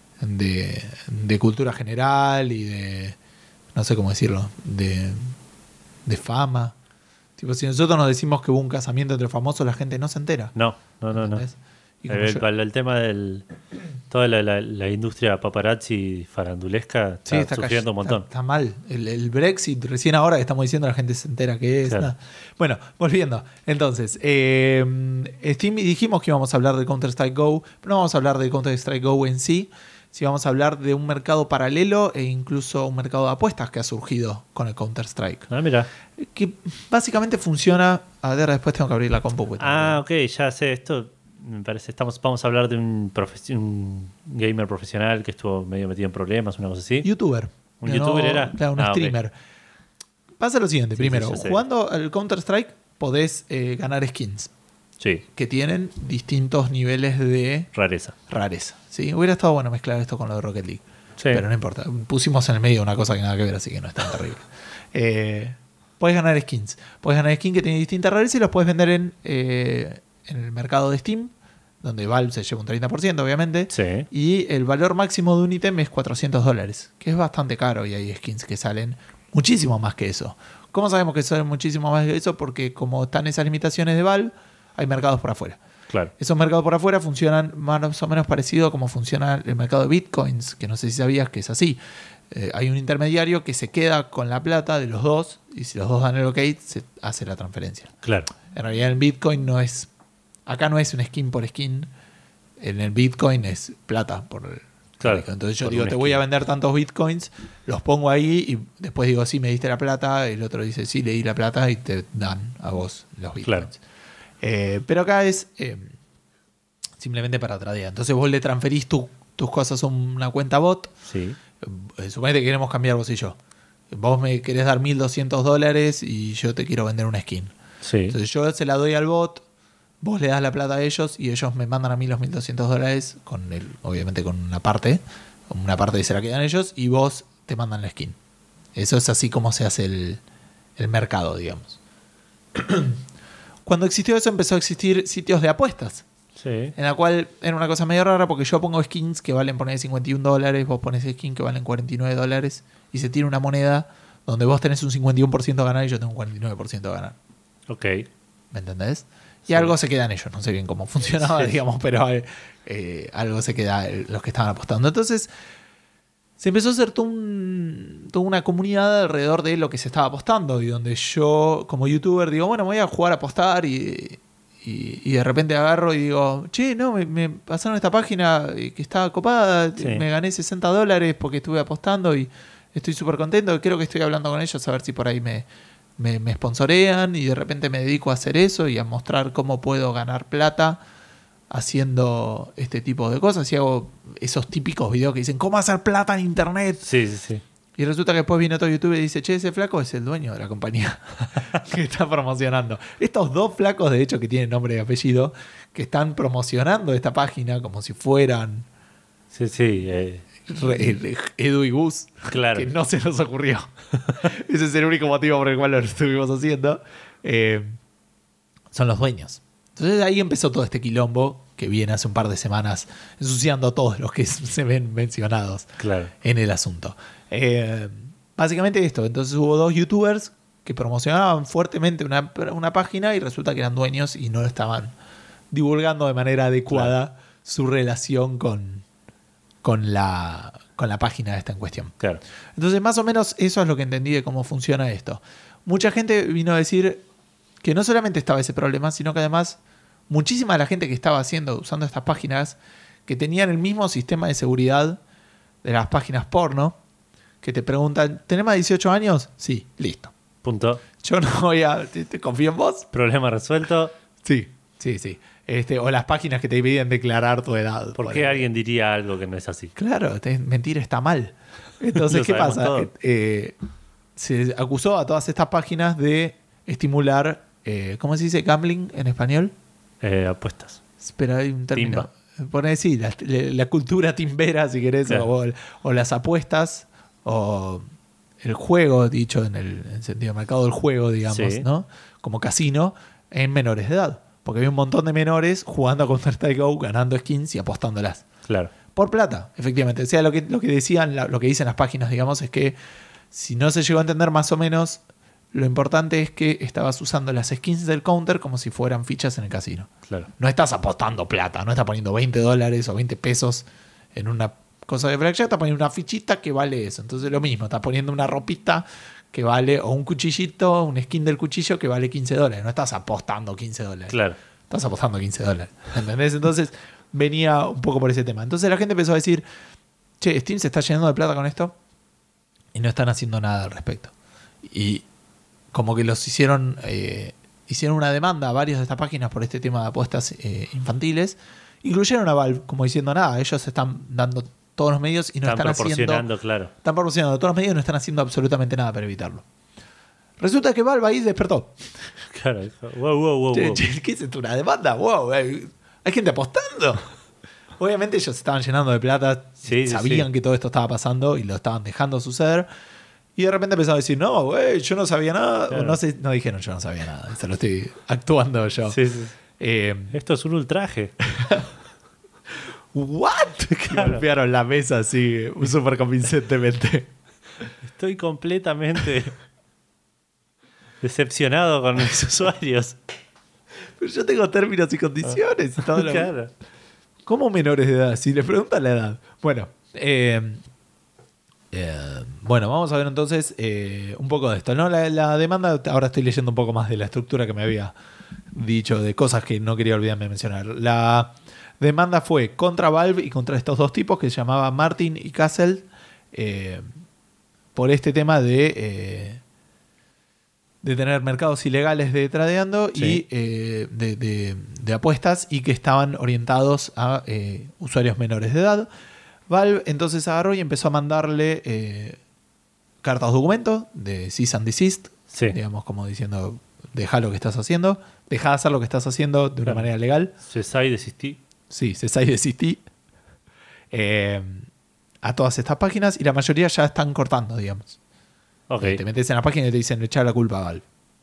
S1: de, de cultura general y de, no sé cómo decirlo, de, de fama. Tipo, si nosotros nos decimos que hubo un casamiento entre famosos, la gente no se entera.
S2: No, no, no, no.
S1: ¿entendés? Y como
S2: El,
S1: yo-
S2: el- el tema del... Toda la, la- la industria paparazzi farandulesca está,
S1: Sí, está
S2: sufriendo
S1: cay-
S2: un montón.
S1: Está, está mal. El, el Brexit, recién ahora que estamos diciendo, la gente se entera que es.
S2: Claro.
S1: nada. Bueno, volviendo. Entonces, eh, Steam, dijimos que íbamos a hablar de Counter-Strike Go, pero no vamos a hablar de Counter-Strike Go en sí. Sí vamos a hablar de un mercado paralelo e incluso un mercado de apuestas que ha surgido con el Counter-Strike.
S2: Ah, mira.
S1: Que básicamente funciona... A ver, después tengo que abrir la compu. porque
S2: Ah,
S1: tengo
S2: ok, ya sé. Esto me parece. Estamos, vamos a hablar de un, profes- un gamer profesional que estuvo medio metido en problemas, una cosa así.
S1: que- YouTuber.
S2: ¿Un
S1: No,
S2: youtuber era?
S1: Claro, un
S2: Ah, ok.
S1: streamer. Pasa lo siguiente.
S2: Sí,
S1: Primero,
S2: sí, ya sé.
S1: jugando al Counter-Strike podés eh, ganar skins
S2: Sí,
S1: que tienen distintos niveles de
S2: rareza.
S1: rareza. ¿Sí? Hubiera estado bueno mezclar esto con lo de Rocket League.
S2: Sí.
S1: Pero no importa. Pusimos en el medio una cosa que nada que ver, así que no es tan terrible. Eh, puedes ganar skins. Puedes ganar skins que tienen distintas rarezas y los puedes vender en, eh, en el mercado de Steam, donde Valve se lleva un treinta por ciento, obviamente.
S2: Sí.
S1: Y el valor máximo de un ítem es cuatrocientos dólares, que es bastante caro y hay skins que salen muchísimo más que eso. ¿Cómo sabemos que salen muchísimo más que eso? Porque como están esas limitaciones de Valve, hay mercados por afuera.
S2: Claro.
S1: Esos mercados por afuera funcionan más o menos parecido a como funciona el mercado de bitcoins, que no sé si sabías que es así. Eh, hay un intermediario que se queda con la plata de los dos y si los dos dan el ok, se hace la transferencia.
S2: Claro.
S1: En realidad en Bitcoin no es... Acá no es un skin por skin. En el Bitcoin es plata por,
S2: Claro,
S1: entonces yo
S2: por
S1: digo,
S2: un
S1: te voy a
S2: skin.
S1: vender tantos bitcoins, los pongo ahí y después digo, sí, me diste la plata. El otro dice, sí, le di la plata y te dan a vos los bitcoins.
S2: Claro.
S1: Eh, pero acá es eh, simplemente para tradear. Entonces vos le transferís tu, tus cosas a una cuenta bot.
S2: Sí.
S1: Eh, suponete que queremos cambiar vos y yo. Vos me querés dar mil doscientos dólares y yo te quiero vender una skin.
S2: Sí.
S1: Entonces yo se la doy al bot, vos le das la plata a ellos y ellos me mandan a mí los mil doscientos dólares, con el, obviamente con una parte. Una parte se la quedan ellos y vos te mandan la skin. Eso es así como se hace el, el mercado, digamos. Cuando existió eso empezó a existir sitios de apuestas.
S2: Sí.
S1: En la cual era una cosa medio rara porque yo pongo skins que valen poner cincuenta y un dólares, vos pones skins que valen cuarenta y nueve dólares y se tira una moneda donde vos tenés un cincuenta y uno por ciento a ganar y yo tengo un cuarenta y nueve por ciento a ganar.
S2: Ok.
S1: ¿Me entendés? Y
S2: Sí.
S1: algo se queda en ellos. No sé bien cómo funcionaba,
S2: Sí.
S1: digamos, pero eh, eh, algo se queda en los que estaban apostando. Entonces se empezó a hacer todo un- toda una comunidad alrededor de lo que se estaba apostando y donde yo como youtuber digo, bueno, me voy a jugar a apostar y... Y, y de repente agarro y digo, che, no, me, me pasaron esta página que estaba copada,
S2: Sí.
S1: me gané sesenta dólares porque estuve apostando y estoy súper contento. Creo que estoy hablando con ellos a ver si por ahí me, me, me sponsorean y de repente me dedico a hacer eso y a mostrar cómo puedo ganar plata haciendo este tipo de cosas. Y hago esos típicos videos que dicen, ¿cómo hacer plata en internet?
S2: Sí, sí, sí.
S1: Y resulta que después viene otro youtuber y dice, che, ese flaco es el dueño de la compañía que está promocionando. Estos dos flacos, de hecho, que tienen nombre y apellido, que están promocionando esta página como si fueran
S2: Sí, sí. eh,
S1: re- Edu y Gus,
S2: Claro.
S1: que no se nos ocurrió. Ese es el único motivo por el cual lo estuvimos haciendo. Eh, son los dueños. Entonces ahí empezó todo este quilombo que viene hace un par de semanas ensuciando a todos los que se ven mencionados
S2: Claro.
S1: en el asunto. Eh, básicamente esto. Entonces hubo dos youtubers que promocionaban fuertemente una, una página y resulta que eran dueños y no estaban divulgando de manera adecuada
S2: Claro.
S1: su relación con, con, la, con la página esta en cuestión.
S2: Claro.
S1: Entonces más o menos eso es lo que entendí de cómo funciona esto. Mucha gente vino a decir que no solamente estaba ese problema, sino que además muchísima de la gente que estaba haciendo, usando estas páginas, que tenían el mismo sistema de seguridad de las páginas porno, que te preguntan, ¿tenés más de dieciocho años? Sí, listo.
S2: Punto.
S1: Yo no voy a... ¿Te, te confío en vos?
S2: Problema resuelto.
S1: Sí, sí, sí. Este, o las páginas que te piden declarar tu edad.
S2: ¿Por
S1: por
S2: qué
S1: ejemplo.
S2: alguien diría algo que no es así?
S1: Claro, te- mentir está mal. Entonces,
S2: Lo
S1: ¿qué
S2: sabemos
S1: pasa?
S2: todo.
S1: Eh, se acusó a todas estas páginas de estimular, eh, ¿cómo se dice gambling en español?
S2: Eh, apuestas.
S1: Espera, hay un término.
S2: Timba.
S1: Pone sí, la, la cultura timbera, si querés,
S2: Claro.
S1: o, o las apuestas, o el juego, dicho en el, en sentido de mercado del juego, digamos,
S2: Sí.
S1: ¿no? Como casino, en menores de edad. Porque había un montón de menores jugando a Counter-Strike Go, ganando skins y apostándolas.
S2: Claro.
S1: Por plata, efectivamente. O sea, lo que, lo que decían, la- lo que dicen las páginas, digamos, es que si no se llegó a entender más o menos, lo importante es que estabas usando las skins del counter como si fueran fichas en el casino.
S2: Claro.
S1: No estás apostando plata, no estás poniendo veinte dólares o veinte pesos en una cosa de blackjack, estás poniendo una fichita que vale eso. Entonces lo mismo, estás poniendo una ropita que vale, o un cuchillito, un skin del cuchillo que vale quince dólares. No estás apostando quince dólares.
S2: Claro.
S1: Estás apostando quince dólares. ¿Entendés? Entonces venía un poco por ese tema. Entonces la gente empezó a decir, che, Steam se está llenando de plata con esto y no están haciendo nada al respecto. Y como que los hicieron, eh, hicieron una demanda a varias de estas páginas por este tema de apuestas eh, infantiles. Incluyeron a Valve como diciendo, nada, ellos están dando todos los medios y no
S2: Están
S1: están haciendo...
S2: proporcionando, claro.
S1: Están proporcionando todos los medios y no están haciendo absolutamente nada para evitarlo. Resulta que Valve ahí despertó.
S2: Claro. dijo, Wow, wow, wow,
S1: Che,
S2: wow.
S1: che, ¿qué es esto? ¿Una demanda? Wow, hay, hay gente apostando. Obviamente ellos se estaban llenando de plata,
S2: Sí, sí,
S1: sabían
S2: sí.
S1: que todo esto estaba pasando y lo estaban dejando suceder. Y de repente empezaron a decir, no, güey, yo no sabía nada.
S2: Claro.
S1: No, sé, no dijeron yo no sabía nada. Se lo estoy actuando yo.
S2: Sí, sí.
S1: Eh,
S2: Esto es un ultraje.
S1: ¿What?
S2: Claro.
S1: Golpearon la mesa así, súper convincentemente.
S2: Estoy completamente decepcionado con mis usuarios.
S1: Pero yo tengo términos y condiciones. y todo lo-
S2: Claro.
S1: ¿Cómo menores de edad? Si les preguntan la edad. Bueno, eh, eh, bueno, vamos a ver entonces eh, un poco de esto, ¿no? La, la demanda, ahora estoy leyendo un poco más de la estructura que me había dicho, de cosas que no quería olvidarme de mencionar. La, demanda fue contra Valve y contra estos dos tipos que se llamaban Martin y Castle eh, por este tema de, eh, de tener mercados ilegales de tradeando
S2: Sí.
S1: y eh, de, de- de apuestas y que estaban orientados a eh, usuarios menores de edad. Valve entonces agarró y empezó a mandarle eh, cartas documentos de cease and desist,
S2: Sí.
S1: digamos como diciendo deja lo que estás haciendo, deja de hacer lo que estás haciendo de una
S2: Claro.
S1: manera legal.
S2: Cesá y desistí.
S1: Sí, cesá y desistí. Eh, a todas estas páginas y la mayoría ya están cortando, digamos.
S2: Ok.
S1: Eh, Te metes en la página y te dicen echar la culpa a Valve.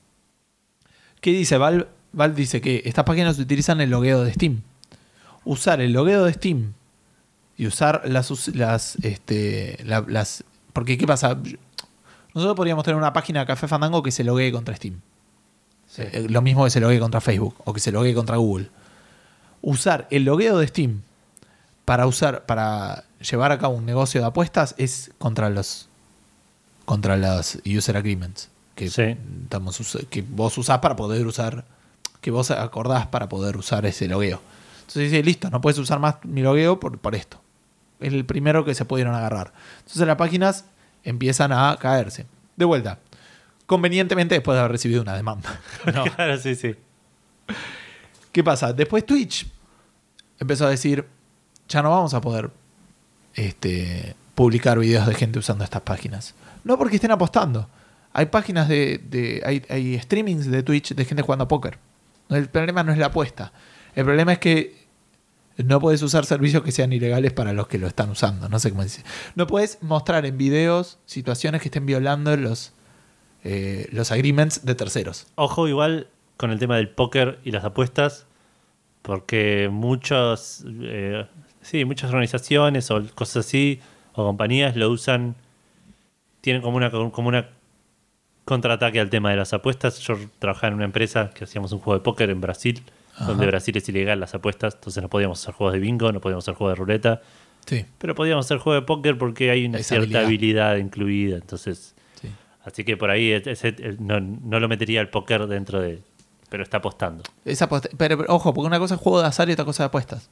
S1: ¿Qué dice Valve? Valve dice que estas páginas utilizan el logueo de Steam. Usar el logueo de Steam y usar las... us- las, este, la- las porque, ¿qué pasa? Nosotros podríamos tener una página de Café Fandango que se loguee contra Steam.
S2: Sí.
S1: Eh, Lo mismo que se loguee contra Facebook o que se loguee contra Google. Usar el logueo de Steam para usar para llevar a cabo un negocio de apuestas es contra los contra los user agreements que,
S2: Sí.
S1: estamos us- que vos usás para poder usar que vos acordás para poder usar ese logueo. Entonces dice, listo, no puedes usar más mi logueo por, por esto. Es el primero que se pudieron agarrar. Entonces las páginas empiezan a caerse. De vuelta, convenientemente después de haber recibido una demanda. No.
S2: Claro, sí, sí.
S1: ¿Qué pasa? Después Twitch empezó a decir, ya no vamos a poder este, publicar videos de gente usando estas páginas. No porque estén apostando. Hay páginas de... de- hay, hay streamings de Twitch de gente jugando a póker. El problema no es la apuesta. El problema es que no puedes usar servicios que sean ilegales para los que lo están usando. No sé cómo decir. No puedes mostrar en videos situaciones que estén violando los, eh, los agreements de terceros.
S2: Ojo igual con el tema del póker y las apuestas, porque muchos, eh, sí, muchas organizaciones o cosas así, o compañías lo usan, tienen como una, como una contraataque al tema de las apuestas. Yo trabajaba en una empresa que hacíamos un juego de póker en Brasil,
S1: Ajá.
S2: donde Brasil es ilegal las apuestas, entonces no podíamos hacer juegos de bingo, no podíamos hacer juegos de ruleta,
S1: Sí,
S2: pero podíamos hacer juegos de póker porque hay una
S1: Esa
S2: cierta
S1: habilidad.
S2: habilidad incluida, entonces...
S1: sí.
S2: Así que por ahí ese- ese- no, no lo metería el póker dentro de... Pero está apostando.
S1: Esa apuesta- pero, pero, ojo, porque una cosa es juego de azar y otra cosa de apuestas.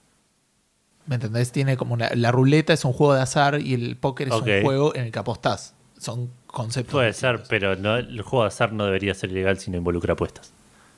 S1: ¿Me entendés? Tiene como una, la ruleta es un juego de azar y el póker es
S2: Ok.
S1: un juego en el que apostás. Son conceptos.
S2: Puede
S1: distintos.
S2: ser, pero no, el juego de azar no debería ser ilegal si no involucra apuestas.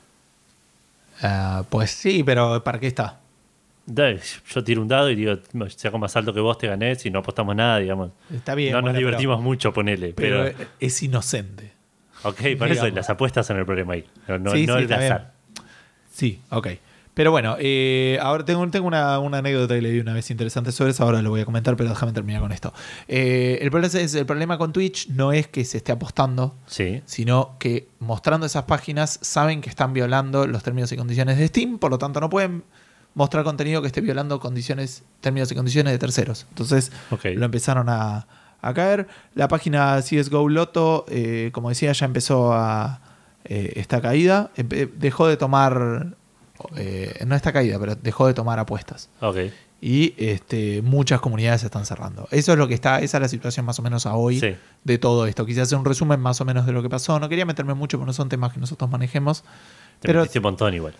S1: Ah, pues sí, pero ¿para qué está?
S2: Da- Yo tiro un dado y digo, si hago más alto que vos te gané, si no apostamos nada, digamos.
S1: Está bien.
S2: no nos
S1: bueno,
S2: divertimos mucho, ponele.
S1: Pero,
S2: Pero,
S1: pero es inocente.
S2: ok, por eso
S1: digamos.
S2: las apuestas son el problema ahí. No, no,
S1: Sí,
S2: no
S1: sí,
S2: el
S1: está bien.
S2: azar.
S1: Sí, ok. Pero bueno, eh, ahora tengo, tengo una, una anécdota que leí una vez interesante sobre eso, ahora lo voy a comentar, pero déjame terminar con esto. Eh, el, problema es, el problema con Twitch no es que se esté apostando,
S2: Sí,
S1: sino que mostrando esas páginas saben que están violando los términos y condiciones de Steam, por lo tanto no pueden mostrar contenido que esté violando condiciones, términos y condiciones de terceros. Entonces
S2: ok.
S1: lo empezaron a, a caer. La página C S G O Lotto, eh, como decía, ya empezó a eh, esta caída. Empe- dejó de tomar, eh, no esta caída, pero dejó de tomar apuestas.
S2: Ok.
S1: Y este, muchas comunidades se están cerrando. Eso es lo que está, esa es la situación más o menos a hoy
S2: Sí.
S1: de todo esto. Quise hacer un resumen más o menos de lo que pasó. No quería meterme mucho porque no son temas que nosotros manejemos.
S2: Te
S1: Pero
S2: metiste un montón igual.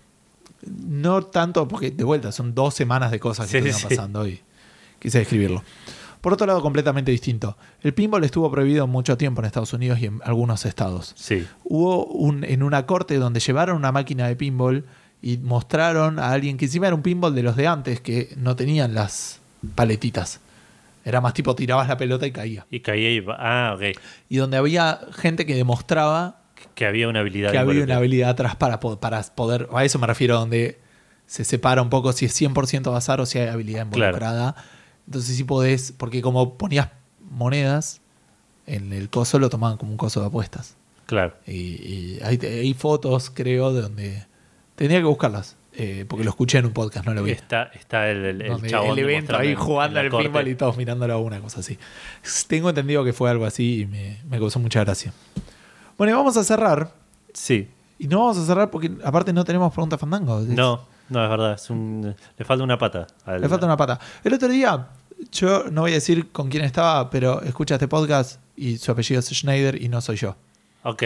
S1: no tanto, porque de vuelta son dos semanas de cosas que
S2: Sí,
S1: estuvieron
S2: sí.
S1: pasando y quise describirlo. Por otro lado, completamente distinto. El pinball estuvo prohibido mucho tiempo en Estados Unidos y en algunos estados.
S2: Sí.
S1: Hubo un, en una corte donde llevaron una máquina de pinball y mostraron a alguien que encima era un pinball de los de antes, que no tenían las paletitas. Era más tipo tirabas la pelota y caía.
S2: Y caí y... Ah, ok.
S1: Y donde había gente que demostraba
S2: Que había una habilidad.
S1: que había una
S2: involucrada.
S1: habilidad atrás para, po- para poder... A eso me refiero, donde se separa un poco si es cien por ciento azar o si hay habilidad involucrada. Entonces sí podés... Porque como ponías monedas en el coso, lo tomaban como un coso de apuestas.
S2: Claro.
S1: Y, y hay, hay fotos, creo, de donde... Tenía que buscarlas, eh, porque lo escuché en un podcast, no lo vi.
S2: Está, está el, el, el
S1: Donde
S2: chabón
S1: el evento
S2: demostrando
S1: ahí
S2: en-
S1: jugando
S2: en
S1: al
S2: la corte.
S1: pinball y todos mirándolo, una cosa así. Tengo entendido que fue algo así y me, me causó mucha gracia. Bueno, y vamos a cerrar.
S2: Sí.
S1: Y no vamos a cerrar porque aparte no tenemos preguntas fandango. Es-
S2: No, no, es verdad. Es un, le falta una pata. al-
S1: Le falta una pata. El otro día, yo no voy a decir con quién estaba, pero escucha este podcast y su apellido es Schneider y no soy yo.
S2: Ok.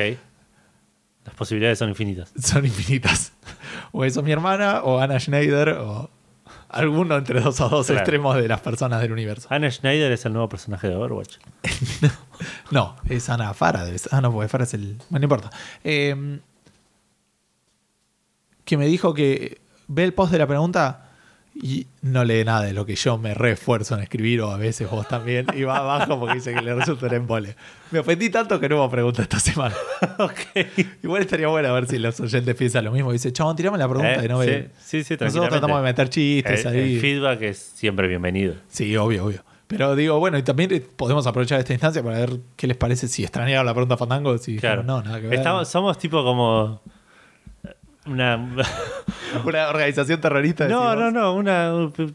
S2: Las posibilidades son infinitas.
S1: Son infinitas. O eso es mi hermana, o Ana Schneider, o, Alguno entre dos o dos
S2: Claro.
S1: extremos de las personas del universo.
S2: Anna Schneider es el nuevo personaje de Overwatch.
S1: No, es Ana Farad. es- Ah, no, porque Farad es el. Bueno, no importa. Eh, que me dijo que ve el post de la pregunta y no lee nada de lo que yo me reesfuerzo en escribir, o a veces vos también, y va abajo porque dice que le resulta un embole. Me ofendí tanto que no hubo pregunta esta semana.
S2: Ok.
S1: Igual estaría bueno a ver si los oyentes piensan lo mismo. Dice, chabón, tirame la pregunta
S2: Eh,
S1: y no
S2: sí,
S1: ve.
S2: sí, sí,
S1: Nosotros
S2: tranquilamente.
S1: tratamos de meter chistes
S2: El,
S1: ahí.
S2: el feedback es siempre bienvenido.
S1: Sí, obvio, obvio. Pero digo, bueno, y también podemos aprovechar esta instancia para ver qué les parece, si extrañaron la pregunta Fandango, si
S2: Claro.
S1: dijeron, no, nada que ver.
S2: Estamos, somos tipo como una
S1: Una organización terrorista.
S2: no,
S1: decimos.
S2: no, no, una,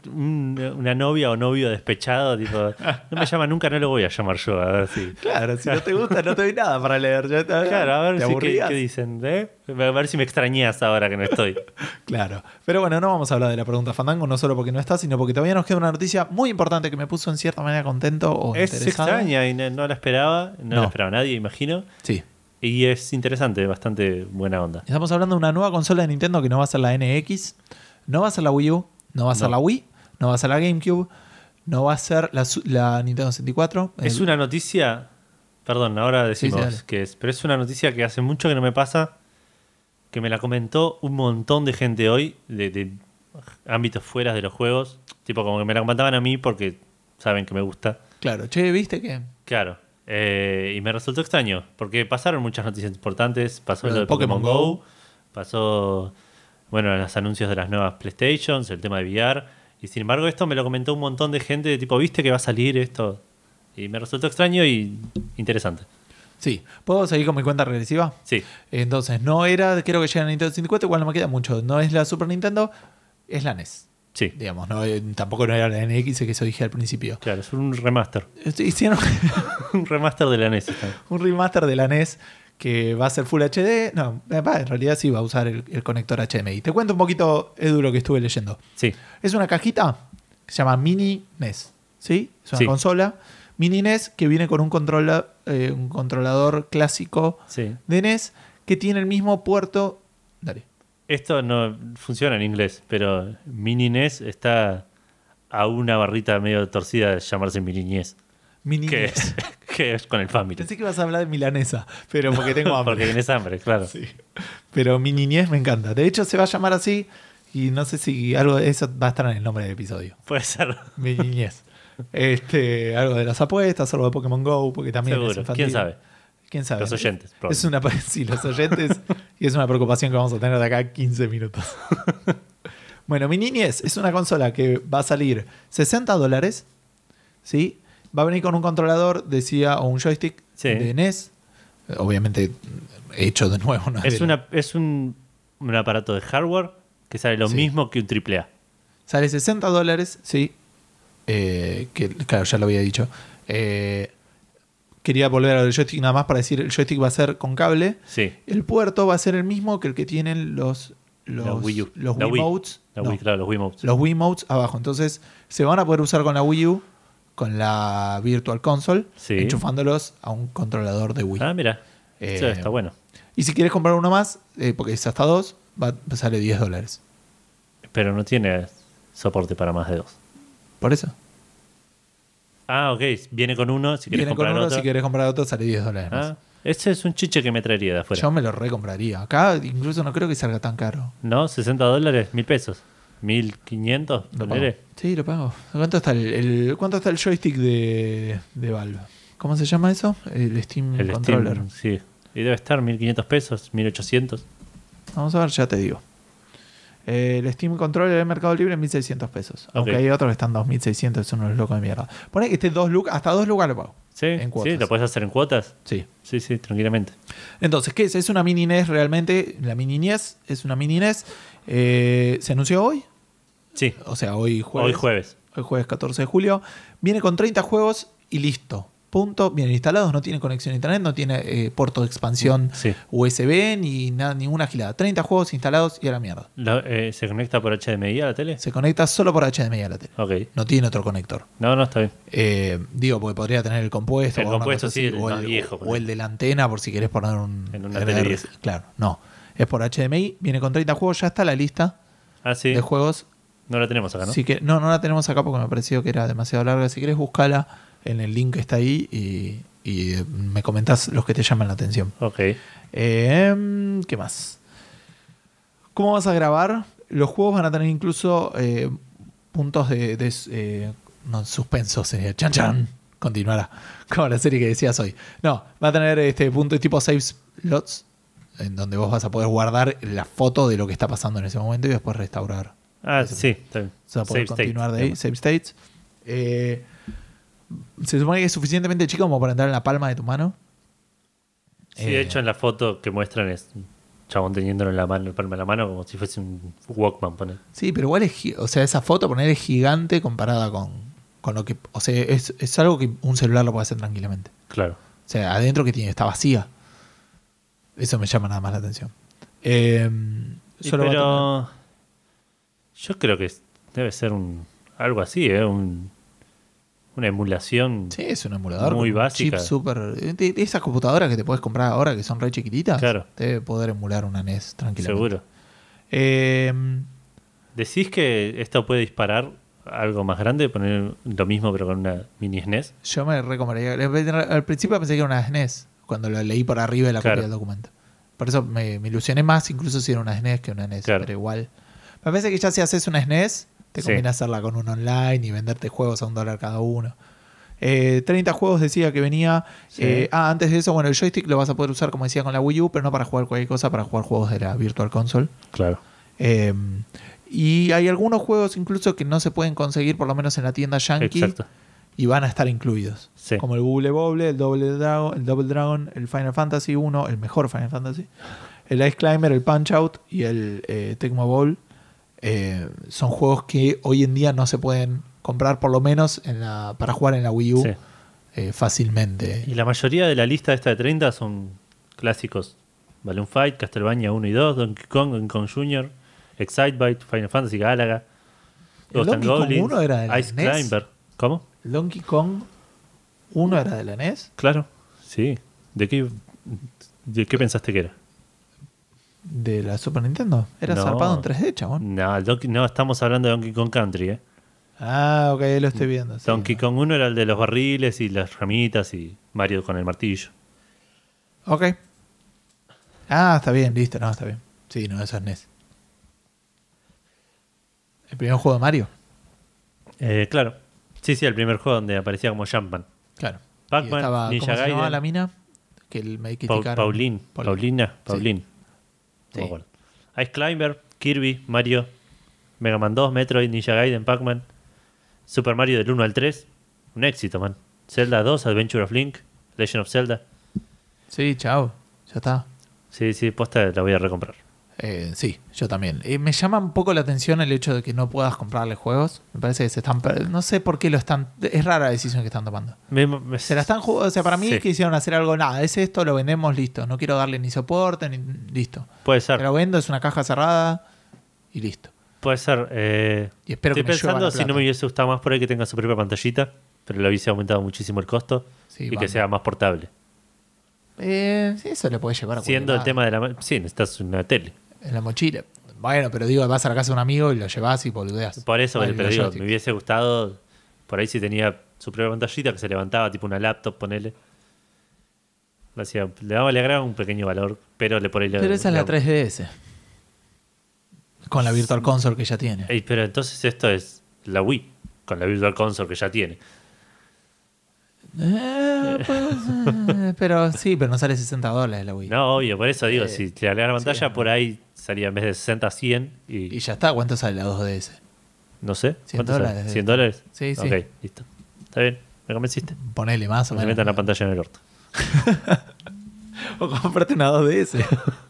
S2: un- una novia o novio despechado, tipo, no me llama nunca, no lo voy a llamar yo, a ver si.
S1: Claro, si no te gusta, no te doy nada para leer. Ya está,
S2: Claro, a ver
S1: ¿te
S2: si, qué,
S1: aburrías?
S2: qué dicen, ¿eh? A ver si me extrañas ahora que no estoy.
S1: Claro. Pero bueno, no vamos a hablar de la pregunta Fandango, no solo porque no está, sino porque todavía nos queda una noticia muy importante que me puso en cierta manera contento o
S2: Es
S1: interesado.
S2: extraña y no, no la esperaba, no,
S1: No.
S2: la esperaba nadie, imagino.
S1: Sí.
S2: Y es interesante, bastante buena onda.
S1: Estamos hablando de una nueva consola de Nintendo que no va a ser la N X, no va a ser la Wii U, no va a ser
S2: No.
S1: la Wii, no va a ser la GameCube, no va a ser la, su- la Nintendo sesenta y cuatro.
S2: Es
S1: El-
S2: una noticia, perdón, ahora decimos
S1: Sí, sí, dale.
S2: que es, pero es una noticia que hace mucho que no me pasa, que me la comentó un montón de gente hoy, de, de ámbitos fuera de los juegos, tipo como que me la comentaban a mí porque saben que me gusta.
S1: Claro, che, ¿viste que?
S2: Claro. Eh, y me resultó extraño, porque pasaron muchas noticias importantes. Pasó
S1: Lo
S2: lo
S1: de
S2: de Pokémon,
S1: Pokémon
S2: Go,
S1: Go.
S2: pasó, bueno, los anuncios de las nuevas PlayStations, el tema de V R. Y sin embargo, esto me lo comentó un montón de gente, de tipo, ¿viste que va a salir esto? Y me resultó extraño y interesante.
S1: Sí. ¿Puedo seguir con mi cuenta regresiva?
S2: Sí,
S1: Entonces, no era, creo que llega a Nintendo sesenta y cuatro, igual no me queda mucho. No es la Super Nintendo, es la N E S.
S2: sí,
S1: Digamos, no, Eh, tampoco no era la N X, que eso dije al principio.
S2: claro, es un remaster.
S1: Estoy- Hicieron
S2: Un remaster de la N E S. está.
S1: un remaster de la N E S que va a ser Full H D. No, eh, va, en realidad sí va a usar el, el conector H D M I. Te cuento un poquito, Edu, lo que estuve leyendo.
S2: Sí,
S1: Es una cajita que se llama Mini N E S. ¿Sí? Es una
S2: Sí.
S1: consola Mini N E S que viene con un, controla- eh, un controlador clásico
S2: sí.
S1: de N E S que tiene el mismo puerto. Dale.
S2: Esto no funciona en inglés, pero Mini N E S está a una barrita medio torcida de llamarse Mini N E S.
S1: Mini
S2: Que
S1: N E
S2: es,
S1: S.
S2: que es con el Family.
S1: Pensé que ibas a hablar de milanesa, pero porque tengo hambre.
S2: Porque tienes hambre, claro.
S1: Sí. Pero mi niñez me encanta. De hecho, se va a llamar así y no sé si algo de eso va a estar en el nombre del episodio.
S2: Puede ser.
S1: Mi niñez. Este, algo de las apuestas, algo de Pokémon Go, porque también es
S2: Seguro.
S1: infantil.
S2: ¿Quién sabe?
S1: ¿Quién sabe?
S2: Los oyentes,
S1: Es
S2: probablemente.
S1: una, sí, los oyentes. Y es una preocupación que vamos a tener de acá a quince minutos. Bueno, mi niñez es una consola que va a salir sesenta dólares. ¿Sí? Va a venir con un controlador, decía, o un joystick
S2: Sí.
S1: de N E S. Obviamente hecho de nuevo. ¿no?
S2: Es,
S1: De-
S2: una, es un, un aparato de hardware que sale lo
S1: Sí.
S2: mismo que un triple A.
S1: Sale sesenta dólares, sí. Eh, que claro, ya lo había dicho. Eh, quería volver al joystick nada más para decir, el joystick va a ser con cable.
S2: Sí.
S1: El puerto va a ser el mismo que el que tienen los los,
S2: La Wii U.
S1: los
S2: La Wii.
S1: Wiimotes.
S2: La
S1: No,
S2: Wii, claro, los Wiimotes.
S1: los Wiimotes abajo. Entonces, se van a poder usar con la Wii U, con la Virtual Console,
S2: Sí.
S1: enchufándolos a un controlador de Wii.
S2: Ah, mira.
S1: Eh,
S2: Eso está bueno.
S1: Y si quieres comprar uno más, eh, porque es hasta dos, va, sale diez dólares.
S2: Pero no tiene soporte para más de dos.
S1: Por eso.
S2: Ah, ok. Viene con uno. Si quieres
S1: Viene con
S2: comprar
S1: uno,
S2: otro.
S1: si querés comprar otro, sale diez dólares más.
S2: Ah, ese es un chiche que me traería de afuera.
S1: Yo me lo recompraría. Acá incluso no creo que salga tan caro.
S2: ¿No? sesenta dólares, mil pesos. mil quinientos,
S1: Lo
S2: ponele.
S1: pago. Sí, lo pago. ¿Cuánto está el, el- cuánto está el joystick de, de Valve? ¿Cómo se llama eso? El Steam
S2: El
S1: Controller.
S2: Steam, sí. Y debe estar mil quinientos pesos, mil ochocientos.
S1: Vamos a ver, ya te digo. Eh, el Steam Controller del Mercado Libre en mil seiscientos pesos. Aunque
S2: Ok.
S1: hay otros que están dos mil seiscientos, son unos locos de mierda. Pone que esté dos lucas, hasta dos lucas lo pago.
S2: Sí,
S1: En cuotas.
S2: sí, lo puedes hacer en cuotas.
S1: Sí.
S2: Sí, sí, tranquilamente.
S1: Entonces, ¿qué es? Es una mini N E S realmente. La mini N E S es una mini N E S. Eh, se anunció hoy.
S2: Sí,
S1: O sea, hoy jueves.
S2: hoy jueves.
S1: Hoy jueves catorce de julio. Viene con treinta juegos y listo. Punto. Vienen instalados, no tiene conexión a internet, no tiene eh, puerto de expansión
S2: Sí.
S1: U S B ni nada, ninguna gilada. treinta juegos instalados y a la mierda.
S2: Lo- eh, ¿Se conecta por H D M I a la tele?
S1: Se conecta solo por H D M I a la tele.
S2: Ok.
S1: No tiene otro conector.
S2: No, no, está bien.
S1: Eh, digo, porque podría tener el compuesto.
S2: El
S1: o una
S2: compuesto,
S1: cosa
S2: sí,
S1: así,
S2: el
S1: o,
S2: más viejo,
S1: o el de la antena por si querés poner un...
S2: En una
S1: R-
S2: tele vieja.
S1: Claro, no. Es por H D M I, viene con treinta juegos, ya está la lista
S2: Ah, sí.
S1: de juegos
S2: No la tenemos acá, ¿no?
S1: Sí que, no, no la tenemos acá porque me pareció que era demasiado larga. Si querés, buscala en el link que está ahí y, y me comentás los que te llaman la atención.
S2: Ok.
S1: Eh, ¿Qué más? ¿Cómo vas a grabar? Los juegos van a tener incluso eh, puntos de, de eh, no, suspenso, sería chan chan. Continuará, como la serie que decías hoy. No, va a tener este punto tipo save slots, en donde vos vas a poder guardar la foto de lo que está pasando en ese momento y después restaurar.
S2: Ah,
S1: Ese
S2: sí. Está bien.
S1: O sea, poder
S2: Save
S1: continuar
S2: state,
S1: de ahí,
S2: digamos.
S1: save states. Eh, se supone que es suficientemente chico como para entrar en la palma de tu mano.
S2: Sí,
S1: Eh,
S2: de hecho en la foto que muestran es un chabón teniéndolo en la mano, el palma de la mano, como si fuese un Walkman, poner.
S1: Sí, pero igual es, gi- o sea, esa foto poner es gigante comparada con, con lo que, o sea, es, es algo que un celular lo puede hacer tranquilamente.
S2: Claro.
S1: O sea, adentro que tiene, está vacía. Eso me llama nada más la atención. Eh,
S2: Y
S1: solo va a
S2: pero yo creo que es- debe ser un algo así, ¿eh? Un, una emulación.
S1: tener- sí, es un emulador.
S2: Muy
S1: con un
S2: básica.
S1: chip súper. De, de esas computadoras que te puedes comprar ahora que son re chiquititas.
S2: Claro.
S1: Debe poder emular una N E S tranquilamente.
S2: Seguro.
S1: Eh,
S2: ¿Decís que esto puede disparar algo más grande? Poner lo mismo pero con una mini S N E S.
S1: Yo me recomendaría. Al principio pensé que era una S N E S, cuando lo leí por arriba de la
S2: Claro.
S1: copia del documento. Por eso me, me ilusioné más, incluso si era una S N E S que una N E S.
S2: Claro.
S1: Pero igual. Me parece que ya si haces una S N E S, te
S2: Sí.
S1: conviene hacerla con un online y venderte juegos a un dólar cada uno. Eh, treinta juegos decía que venía.
S2: Sí.
S1: Eh, ah, antes de eso, bueno, el joystick lo vas a poder usar, como decía, con la Wii U, pero no para jugar cualquier cosa, para jugar juegos de la Virtual Console.
S2: Claro.
S1: Eh, y hay algunos juegos incluso que no se pueden conseguir, por lo menos en la tienda Yankee.
S2: Exacto.
S1: Y van a estar incluidos.
S2: Sí.
S1: Como el Bubble Bobble, el Double Dragon, el Double Dragon, el Final Fantasy uno, el mejor Final Fantasy, el Ice Climber, el Punch Out y el eh, Tecmo Bowl. Eh, son juegos que hoy en día no se pueden comprar, por lo menos en la, para jugar en la Wii U
S2: Sí.
S1: eh, fácilmente.
S2: Y la mayoría de la lista esta de treinta son clásicos. Balloon Fight, Castlevania uno y dos, Donkey Kong, Donkey Kong junior, Excitebike, Final Fantasy, Galaga,
S1: ¿El
S2: Ghost and
S1: Donkey Kong
S2: Goblins,
S1: uno era de la
S2: Ice
S1: S N E S?
S2: Climber. ¿Cómo?
S1: ¿El Donkey Kong uno era de la N E S?
S2: Claro, sí. ¿De qué, de qué pensaste que era?
S1: ¿De la Super Nintendo? Era
S2: No.
S1: zarpado en tres D, chabón.
S2: No, el Donkey- no, estamos hablando de Donkey Kong Country, ¿eh?
S1: Ah, ok, lo estoy viendo. sí.
S2: Donkey Kong uno era el de los barriles y las ramitas y Mario con el martillo.
S1: Ok. Ah, está bien, listo, no, está bien. Sí, no, eso es N E S. ¿El primer juego de Mario?
S2: Eh, claro. Sí, sí, el primer juego donde aparecía como Jumpman.
S1: Claro.
S2: Pac-Man,
S1: Y estaba-
S2: Ninja
S1: ¿cómo se llamaba
S2: Gaiden.
S1: la mina? Que el, me
S2: Pau-
S1: criticaron.
S2: Pauline.
S1: Paul-
S2: Paulina. Pauline. No
S1: Sí.
S2: me acuerdo. Ice Climber, Kirby, Mario, Mega Man dos, Metroid, Ninja Gaiden, Pac-Man, Super Mario del uno al tres. Un éxito, man. Zelda dos, Adventure of Link, Legend of Zelda.
S1: Sí, chao. Ya está.
S2: Sí, sí, posta la voy a recomprar.
S1: Eh, sí, yo también. Eh, me llama un poco la atención el hecho de que no puedas comprarle juegos. Me parece que se están... per- No sé por qué lo están... Es rara la decisión que están tomando.
S2: Me- me-
S1: Se la están jugando... O sea, para mí
S2: Sí.
S1: es que hicieron hacer algo... Nada, es esto, lo vendemos, listo. No quiero darle ni soporte, ni... Listo.
S2: Puede ser.
S1: Te lo vendo, es una caja cerrada y listo.
S2: Puede ser. eh,
S1: Y espero
S2: estoy
S1: que me llueva
S2: pensando
S1: la
S2: si no
S1: plata.
S2: me hubiese gustado más por ahí que tenga su propia pantallita, pero le hubiese aumentado muchísimo el costo
S1: Sí,
S2: y que
S1: vamos.
S2: sea más portable.
S1: Eh, sí, eso le puede llevar a
S2: Siendo el
S1: cualquier
S2: tema de la... ma- Sí, necesitas una tele.
S1: lado. En la mochila. Bueno, pero digo, vas a la casa de un amigo y lo llevas y boludeas.
S2: Por eso,
S1: Vale,
S2: pero
S1: los
S2: digo,
S1: joysticks.
S2: me hubiese gustado por ahí si tenía su propia pantallita que se levantaba, tipo una laptop, ponele. Le, hacía- le daba, le agregaba un pequeño valor, pero le por ahí le-
S1: Pero esa es
S2: le-
S1: la tres D S. Con la Virtual Console que ya tiene.
S2: Ey, pero entonces esto es la Wii, con la Virtual Console que ya tiene.
S1: Eh, pues, eh, pero sí, pero no sale sesenta dólares la Wii.
S2: No, obvio, por eso digo,
S1: Eh,
S2: si le agregas la pantalla,
S1: sí,
S2: por ahí salía en vez de sesenta a cien y,
S1: Y ya está, ¿cuánto sale la dos D S?
S2: no sé.
S1: cien
S2: ¿cuánto sale?
S1: dólares.
S2: ¿cien dólares?
S1: Sí, sí.
S2: Ok, listo. Está bien, me convenciste.
S1: Ponele más o
S2: Me
S1: menos.
S2: metan la pantalla en el orto.
S1: O comprate una dos D S.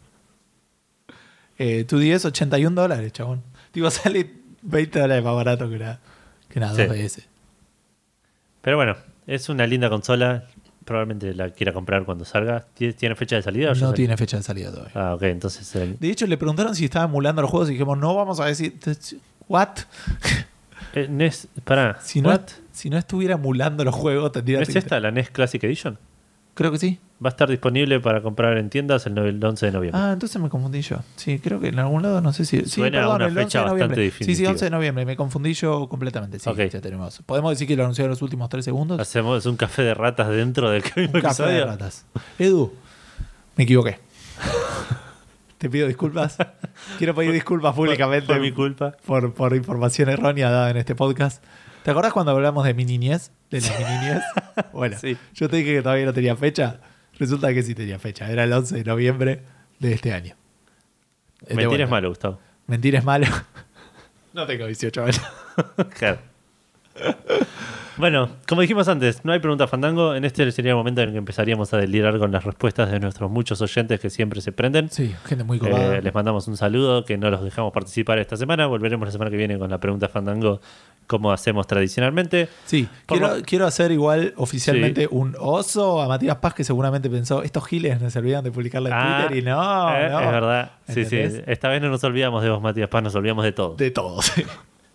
S1: eh, tu diez, ochenta y un dólares, chabón. Digo, sale veinte dólares más barato que una, que una
S2: Sí.
S1: dos D S.
S2: Pero bueno, es una linda consola. Probablemente la quiera comprar cuando salga. ¿Tie- ¿Tiene fecha de salida? o ya
S1: No
S2: salió?
S1: tiene fecha de salida todavía.
S2: Ah, ok, entonces. eh,
S1: De hecho, le preguntaron si estaba emulando los juegos y dijimos, no vamos a decir. ¿What?
S2: eh, N E S. Pará.
S1: Si no,
S2: ¿what?
S1: si no estuviera emulando los juegos, tendría
S2: ¿No es
S1: pinta.
S2: esta la N E S Classic Edition?
S1: Creo que sí.
S2: Va a estar disponible para comprar en tiendas el, no- el once de noviembre.
S1: Ah, entonces me confundí yo. Sí, creo que en algún lado, no sé si... Sí,
S2: Suena a
S1: perdón,
S2: una
S1: el once
S2: fecha
S1: de
S2: bastante
S1: noviembre. Sí, sí,
S2: definitiva.
S1: once de noviembre. Me confundí yo completamente. Sí,
S2: Ok.
S1: ya tenemos. ¿Podemos decir que lo anunció en los últimos tres segundos?
S2: Hacemos un café de ratas dentro del mismo
S1: Un café de
S2: episodio.
S1: ratas. Edu, me equivoqué. Te pido disculpas. Quiero pedir disculpas públicamente
S2: Por mi culpa.
S1: por, por información errónea dada en este podcast. ¿Te acordás cuando hablamos de mi niñez? De la mi niñez. Bueno,
S2: Sí.
S1: yo te dije que todavía no tenía fecha. Resulta que sí tenía fecha. Era el once de noviembre de este año. De
S2: Mentir
S1: vuelta.
S2: es malo, Gustavo.
S1: Mentir es malo. No tengo dieciocho años.
S2: Claro. Bueno, como dijimos antes, no hay pregunta fandango. En este sería el momento en el que empezaríamos a delirar con las respuestas de nuestros muchos oyentes que siempre se prenden.
S1: Sí, gente muy copada.
S2: Eh, les mandamos un saludo, que no los dejamos participar esta semana. Volveremos la semana que viene con la pregunta fandango como hacemos tradicionalmente.
S1: Sí,
S2: Por
S1: quiero,
S2: lo-
S1: quiero hacer igual oficialmente
S2: Sí.
S1: un oso a Matías Paz, que seguramente pensó, estos giles no se olvidan de publicarla en
S2: Ah,
S1: Twitter y no,
S2: eh,
S1: no.
S2: Es verdad. Sí, sí.
S1: ¿Entendés?
S2: Esta vez no nos olvidamos de vos, Matías Paz, nos olvidamos de todo.
S1: De todos. sí.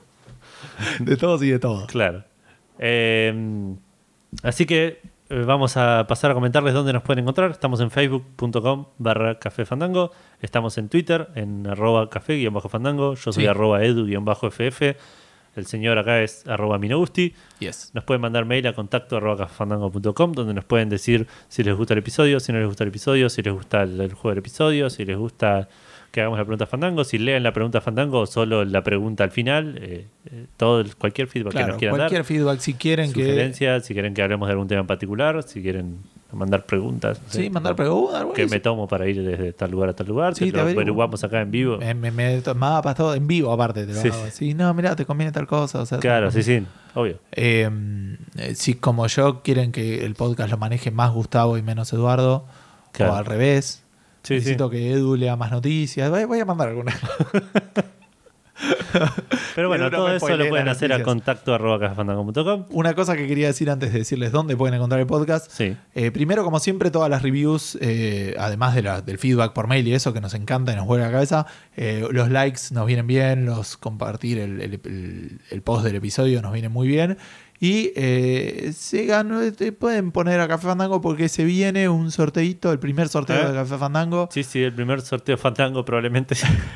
S1: De todos y de todos.
S2: Claro. Eh, así que eh, vamos a pasar a comentarles dónde nos pueden encontrar. Estamos en facebook.com barra café fandango. Estamos en Twitter en arroba café-fandango. Yo soy
S1: Sí.
S2: arroba edu-ff. El señor acá es arroba minogusti.
S1: Yes.
S2: Nos pueden mandar mail a contacto arroba cafefandango punto com, donde nos pueden decir si les gusta el episodio, si no les gusta el episodio, si les gusta el, el juego del episodio, si les gusta que hagamos la pregunta fandango, si leen la pregunta fandango o solo la pregunta al final. Eh, eh, todo el- cualquier feedback que
S1: Claro,
S2: nos quieran
S1: cualquier
S2: dar.
S1: feedback, si quieren que...
S2: Sugerencias, si quieren que hablemos de algún tema en particular, si quieren mandar preguntas. no sé,
S1: Sí, mandar
S2: tipo,
S1: preguntas.
S2: Que
S1: bueno,
S2: me tomo para ir desde tal lugar a tal lugar.
S1: Sí,
S2: te
S1: te
S2: lo
S1: averiguo.
S2: averiguamos acá en vivo.
S1: Me, me, me mapas todo en vivo, aparte. Te lo
S2: Sí.
S1: hago así. No, mirá, te conviene tal cosa. O sea,
S2: Claro, sí, sí, obvio.
S1: Eh, eh, si como yo quieren que el podcast lo maneje más Gustavo y menos Eduardo,
S2: Claro.
S1: o al revés,
S2: Sí,
S1: necesito
S2: sí.
S1: que Edu lea más noticias. Voy, voy a mandar alguna.
S2: Pero bueno,
S1: Edu no
S2: todo
S1: me
S2: eso
S1: spoilee
S2: lo pueden
S1: las
S2: hacer a
S1: noticias.
S2: contacto arroba cafefandango punto com.
S1: Una cosa que quería decir antes de decirles dónde pueden encontrar el podcast.
S2: Sí.
S1: Eh, primero, como siempre, todas las reviews, eh, además de la- del feedback por mail y eso que nos encanta y nos vuelve la cabeza, eh, los likes nos vienen bien, los compartir el, el- el- el post del episodio nos viene muy bien. Y eh, sigan, eh, pueden poner a Café Fandango porque se viene un sorteito, el primer sorteo
S2: ¿Eh?
S1: de Café Fandango.
S2: Sí, sí, el primer sorteo fandango probablemente.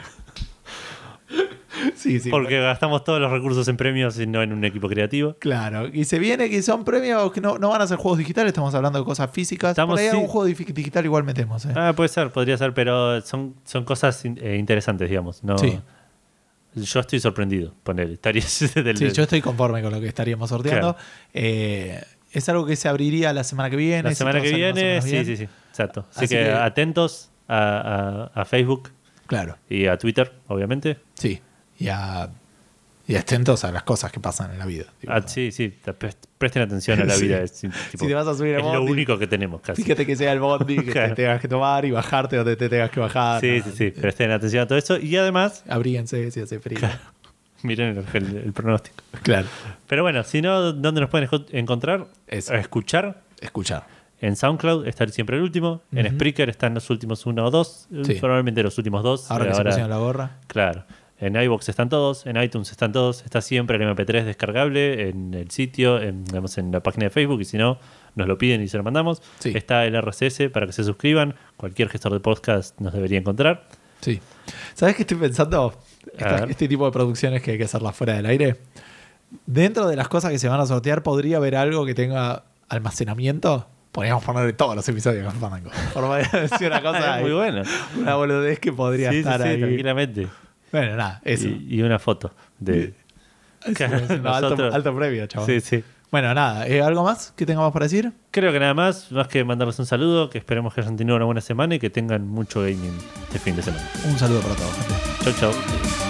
S1: Sí, sí.
S2: Porque gastamos todos los recursos en premios y no en un equipo creativo.
S1: Claro, y se viene que son premios que no, no van a ser juegos digitales, estamos hablando de cosas físicas.
S2: Estamos,
S1: Por ahí
S2: sí.
S1: algún juego dif- digital igual metemos. ¿eh?
S2: Ah, puede ser, podría ser, pero son, son cosas in- eh, interesantes, digamos. No,
S1: Sí.
S2: Yo estoy sorprendido, poner. Estaría del,
S1: Sí, yo estoy conforme con lo que estaríamos sorteando.
S2: Claro.
S1: Eh, es algo que se abriría la semana que viene.
S2: La
S1: si
S2: semana
S1: todo
S2: que
S1: sale más o
S2: viene,
S1: menos
S2: sí,
S1: bien.
S2: sí, sí, exacto. Así,
S1: Así
S2: que,
S1: que-
S2: atentos a, a- a Facebook
S1: Claro,
S2: y a Twitter, obviamente.
S1: sí. Y, a, y atentos a las cosas que pasan en la vida. Tipo,
S2: Ah, sí, sí, te pre- presten atención a la
S1: Sí.
S2: vida. Es, tipo,
S1: si te vas a subir al
S2: es lo
S1: bondi,
S2: único que tenemos casi.
S1: fíjate que sea el bondi que
S2: Claro.
S1: te tengas que tomar y bajarte donde te tengas que bajar.
S2: Sí,
S1: ¿no?
S2: sí, sí, presten atención a todo eso. Y además,
S1: Abríguense si hace frío.
S2: miren el, el- el pronóstico.
S1: Claro.
S2: Pero bueno, si no, ¿dónde nos pueden esco- encontrar?
S1: Eso.
S2: A escuchar.
S1: Escuchar.
S2: En SoundCloud está siempre el último. En
S1: Ujú.
S2: Spreaker están los últimos uno o dos.
S1: Sí.
S2: Probablemente los últimos dos.
S1: Ahora
S2: Y
S1: que se pusieron la gorra.
S2: Claro. En iVoox están todos, en iTunes están todos, está siempre el eme pe tres descargable en el sitio, en, digamos, en la página de Facebook, y si no, nos lo piden y se lo mandamos.
S1: Sí.
S2: Está el erre ese ese para que se suscriban. Cualquier gestor de podcast nos debería encontrar.
S1: Sí. ¿Sabes qué estoy pensando?
S2: A
S1: Esta-
S2: ver.
S1: este tipo de producciones que hay que hacerlas fuera del aire. Dentro de las cosas que se van a sortear, podría haber algo que tenga almacenamiento. Podríamos ponerle todos los episodios con Fandango. Por decir una cosa.
S2: Es muy bueno.
S1: Una boludez que podría
S2: Sí, sí,
S1: estar
S2: sí,
S1: ahí.
S2: tranquilamente.
S1: Bueno, nada, eso.
S2: Y, y una foto de.
S1: Eso es un alto,
S2: Nosotros-
S1: alto premio, chaval.
S2: Sí, sí.
S1: Bueno, nada, ¿eh, ¿algo más que tengamos para decir?
S2: Creo que nada más, más que mandarles un saludo, que esperemos que hayan tenido una buena semana y que tengan mucho gaming este fin de semana.
S1: Un saludo para todos, gente.
S2: Chau, chau.